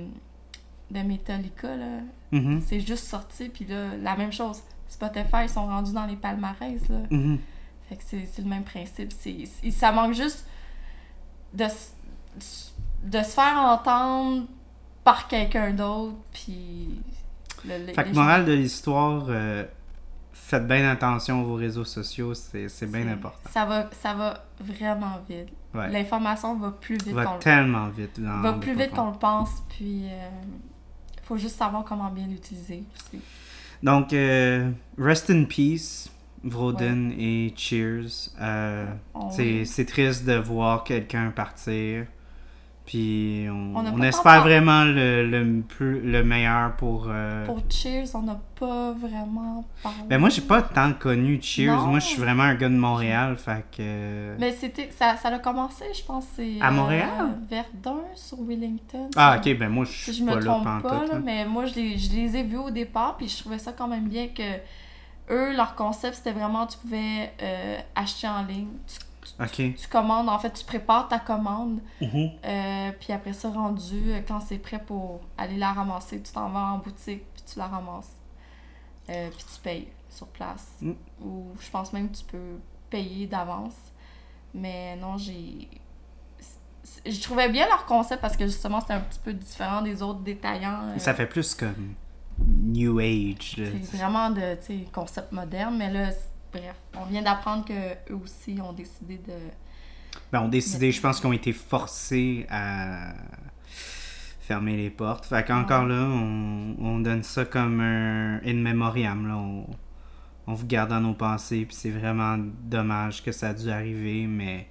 de, de Metallica, là, Mhm, c'est juste sorti, puis là, la même chose. Spotify, ils sont rendus dans les palmarès, là. mhm. Fait que c'est, c'est le même principe. C'est, c'est- ça manque juste de, s- de se faire entendre par quelqu'un d'autre, puis... le- le- Fait que les morale de l'histoire, euh, faites bien attention à vos réseaux sociaux, c'est, c'est bien c'est- important. Ça va, ça va vraiment vite. Ouais. L'information va plus vite Va qu'on le tellement vite. dans- va dans plus le vite fond. qu'on le pense, puis euh, faut juste savoir comment bien l'utiliser aussi. Donc, euh, rest in peace, Vroden et Cheers. Euh, On- c'est, c'est triste de voir quelqu'un partir. Puis on, On n'a on pas espère tant- vraiment le, le, plus, le meilleur pour... euh, Pour Cheers, on n'a pas vraiment parlé. Ben moi, j'ai pas tant connu Cheers. Non. Moi, je suis vraiment un gars de Montréal, fait que... Mais c'était, ça, ça a commencé, je pense, c'est... À Montréal? Verdun, sur Wellington. Ah, si ok, ben moi, je je, si suis je pas me là trompe pantoute, pas, là, là. mais moi, je les, je les ai vus au départ, puis je trouvais ça quand même bien que eux, leur concept, c'était vraiment, tu pouvais euh, acheter en ligne. Tu, Ok. tu commandes, en fait, tu prépares ta commande, Mhm. euh, puis après ça, rendu, euh, quand c'est prêt pour aller la ramasser, tu t'en vas en boutique, puis tu la ramasses. Euh, puis tu payes sur place. Mm. Ou je pense même que tu peux payer d'avance. Mais non, j'ai... c'est- Je trouvais bien leur concept parce que justement, c'était un petit peu différent des autres détaillants. euh, Ça fait plus comme New Age, là. C'est vraiment de, tu sais, concept moderne. Mais là, c'est- bref, on vient d'apprendre qu'eux aussi ont décidé de... Ben, on a décidé, je pense, qu'on a été forcés à fermer les portes. Fait qu'encore Ouais. là, on, on donne ça comme un in memoriam, là. On, on vous garde dans nos pensées, puis c'est vraiment dommage que ça a dû arriver, mais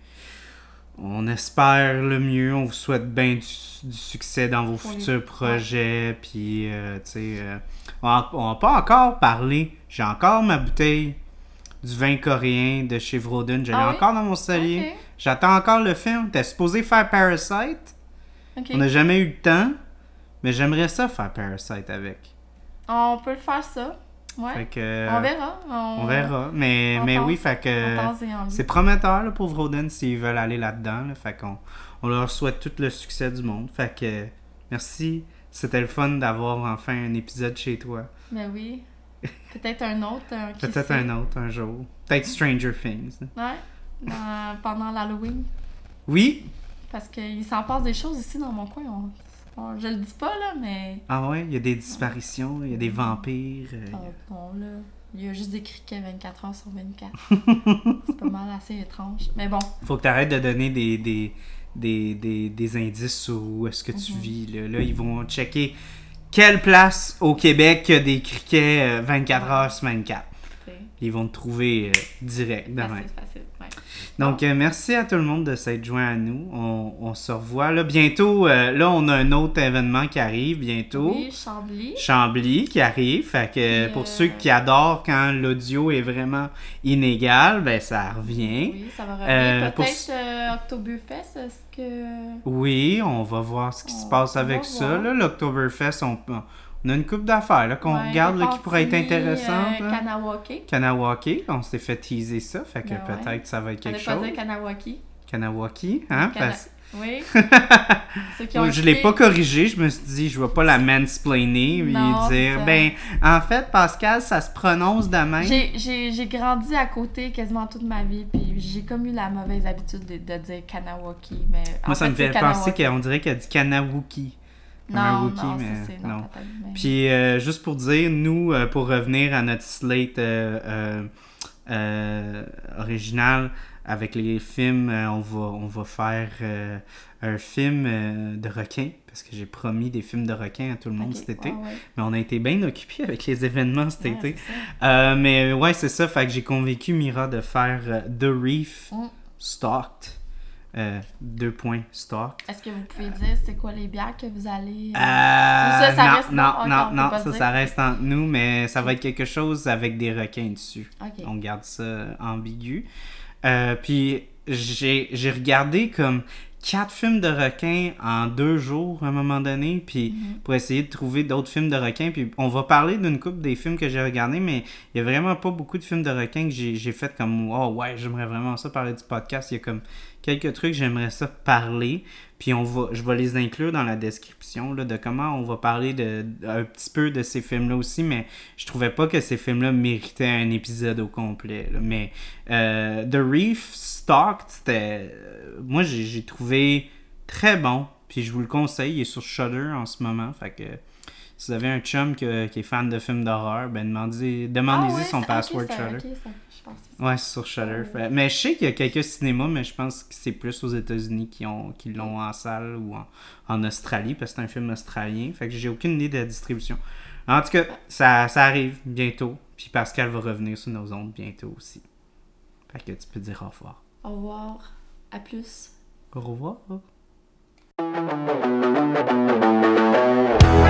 on espère le mieux. On vous souhaite bien du, du succès dans vos Pour les- futurs projets, puis, euh, tu sais, euh, on n'a pas encore parlé. J'ai encore ma bouteille du vin coréen de chez Vroden. Je l'ai Ah oui? encore dans mon cellier. Ok, J'attends encore le film. T'es supposé faire Parasite. ok. On n'a jamais eu le temps. Mais j'aimerais ça faire Parasite avec. On peut le faire ça. Ouais. Fait que, On verra. On, on verra. Mais, on mais pense- oui, fait que On pense et en lui. c'est prometteur là, pour Vroden s'ils veulent aller là-dedans. Là. Fait qu'on on leur souhaite tout le succès du monde. Fait que merci. C'était le fun d'avoir enfin un épisode chez toi. Ben oui. Peut-être un autre. un- qui Peut-être sait. un autre un jour. Peut-être Stranger Things. Ouais. Dans- pendant l'Halloween. Oui. Parce qu'il s'en passe des choses ici dans mon coin. On, on- je le dis pas, là, mais. Ah ouais, il y a des disparitions, il y a des vampires. euh, Oh, non, là. Il y a juste des criquets vingt-quatre heures sur vingt-quatre. C'est pas mal assez étrange. Mais bon. Faut que tu arrêtes de donner des, des, des, des, des indices sur où est-ce que tu Mhm. vis. Là. Là, ils vont checker quelle place au Québec il y a des criquets euh, vingt-quatre heures sur vingt-quatre. C'est Ils vont te trouver euh, direct demain. facile, facile. Ouais. Donc, euh, merci à tout le monde de s'être joint à nous. On, on se revoit. Là, bientôt, euh, là, on a un autre événement qui arrive bientôt. Oui, Chambly. Chambly qui arrive. Fait que Puis, pour euh, ceux qui adorent quand l'audio est vraiment inégal, ben ça revient. Oui, ça va revenir. Euh, pour- Peut-être euh, Oktoberfest, est-ce que... Oui, on va voir ce qui se On- passe on avec va ça. voir. Là, l'Oktoberfest, on, on a une coupe d'affaires là, qu'on Ouais, regarde là, t'es qui pourrait être parti, intéressante. euh, là. Kanawake. Kanawake, on s'est fait teaser ça, fait que Ben ouais. peut-être ça va être On quelque pas chose. dire Kanawake. Kanawake, hein? Kana- parce- Oui. Ceux qui ont Moi, je l'ai écouté- pas corrigé, je me suis dit, je vais pas la mansplainer et Non, c'est dire, ça. ben, en fait, Pascal, ça se prononce de même. J'ai, j'ai, j'ai grandi à côté quasiment toute ma vie, puis j'ai comme eu la mauvaise habitude de, de dire Kanawake, mais en Moi, ça fait, me c'est fait penser Kanawake. qu'on dirait qu'elle dit Kanawuki. Comme un Non, Wookie, non, mais ça, c'est dans non. ta tête, mais- Puis, euh, juste pour dire, nous, euh, pour revenir à notre slate euh, euh, euh, original avec les films, euh, on, va, on va faire euh, un film euh, de requins, parce que j'ai promis des films de requins à tout le monde Ok, cet été. ouais, ouais. Mais on a été bien occupés avec les événements cet Ouais, été. c'est ça. Euh, mais ouais, c'est ça. Fait que j'ai convaincu Mira de faire euh, The Reef Mm. Stalked. Euh, deux points Stalked. Est-ce que vous pouvez dire c'est quoi les bières que vous allez... Euh, ça, ça non, reste- non, non, ok, non, on peut non, pas ça, dire. ça reste entre nous, mais ça va être quelque chose avec des requins dessus. Ok. On garde ça ambigu. Euh, puis j'ai j'ai regardé comme quatre films de requins en deux jours à un moment donné, puis Mhm. pour essayer de trouver d'autres films de requins. Puis on va parler d'une couple des films que j'ai regardés, mais il y a vraiment pas beaucoup de films de requins que j'ai j'ai fait comme oh ouais, j'aimerais vraiment ça parler du podcast. Il y a comme quelques trucs j'aimerais ça parler. Puis on va, je vais les inclure dans la description là, de comment on va parler de, un petit peu de ces films-là aussi, mais je trouvais pas que ces films-là méritaient un épisode au complet. Là. Mais euh, The Reef Stalked, c'était... euh, moi, j'ai, j'ai trouvé très bon, puis je vous le conseille, il est sur Shudder en ce moment, fait que si vous avez un chum que- qui est fan de films d'horreur, ben demandez, demandez-y Ah ouais, son c'est- password ok, ça- Shudder. ok, ça- je pense que c'est ça. Ouais, c'est sur Shudder. Ouais. Fait- Mais je sais qu'il y a quelques cinémas, mais je pense que c'est plus aux États-Unis qui, ont, qui l'ont en salle ou en, en Australie, parce que c'est un film australien. Fait que j'ai aucune idée de la distribution. En tout cas, ça, ça arrive bientôt. Puis Pascal va revenir sur nos ondes bientôt aussi. Fait que tu peux dire au revoir. Au revoir. À plus. Au revoir. Thank you.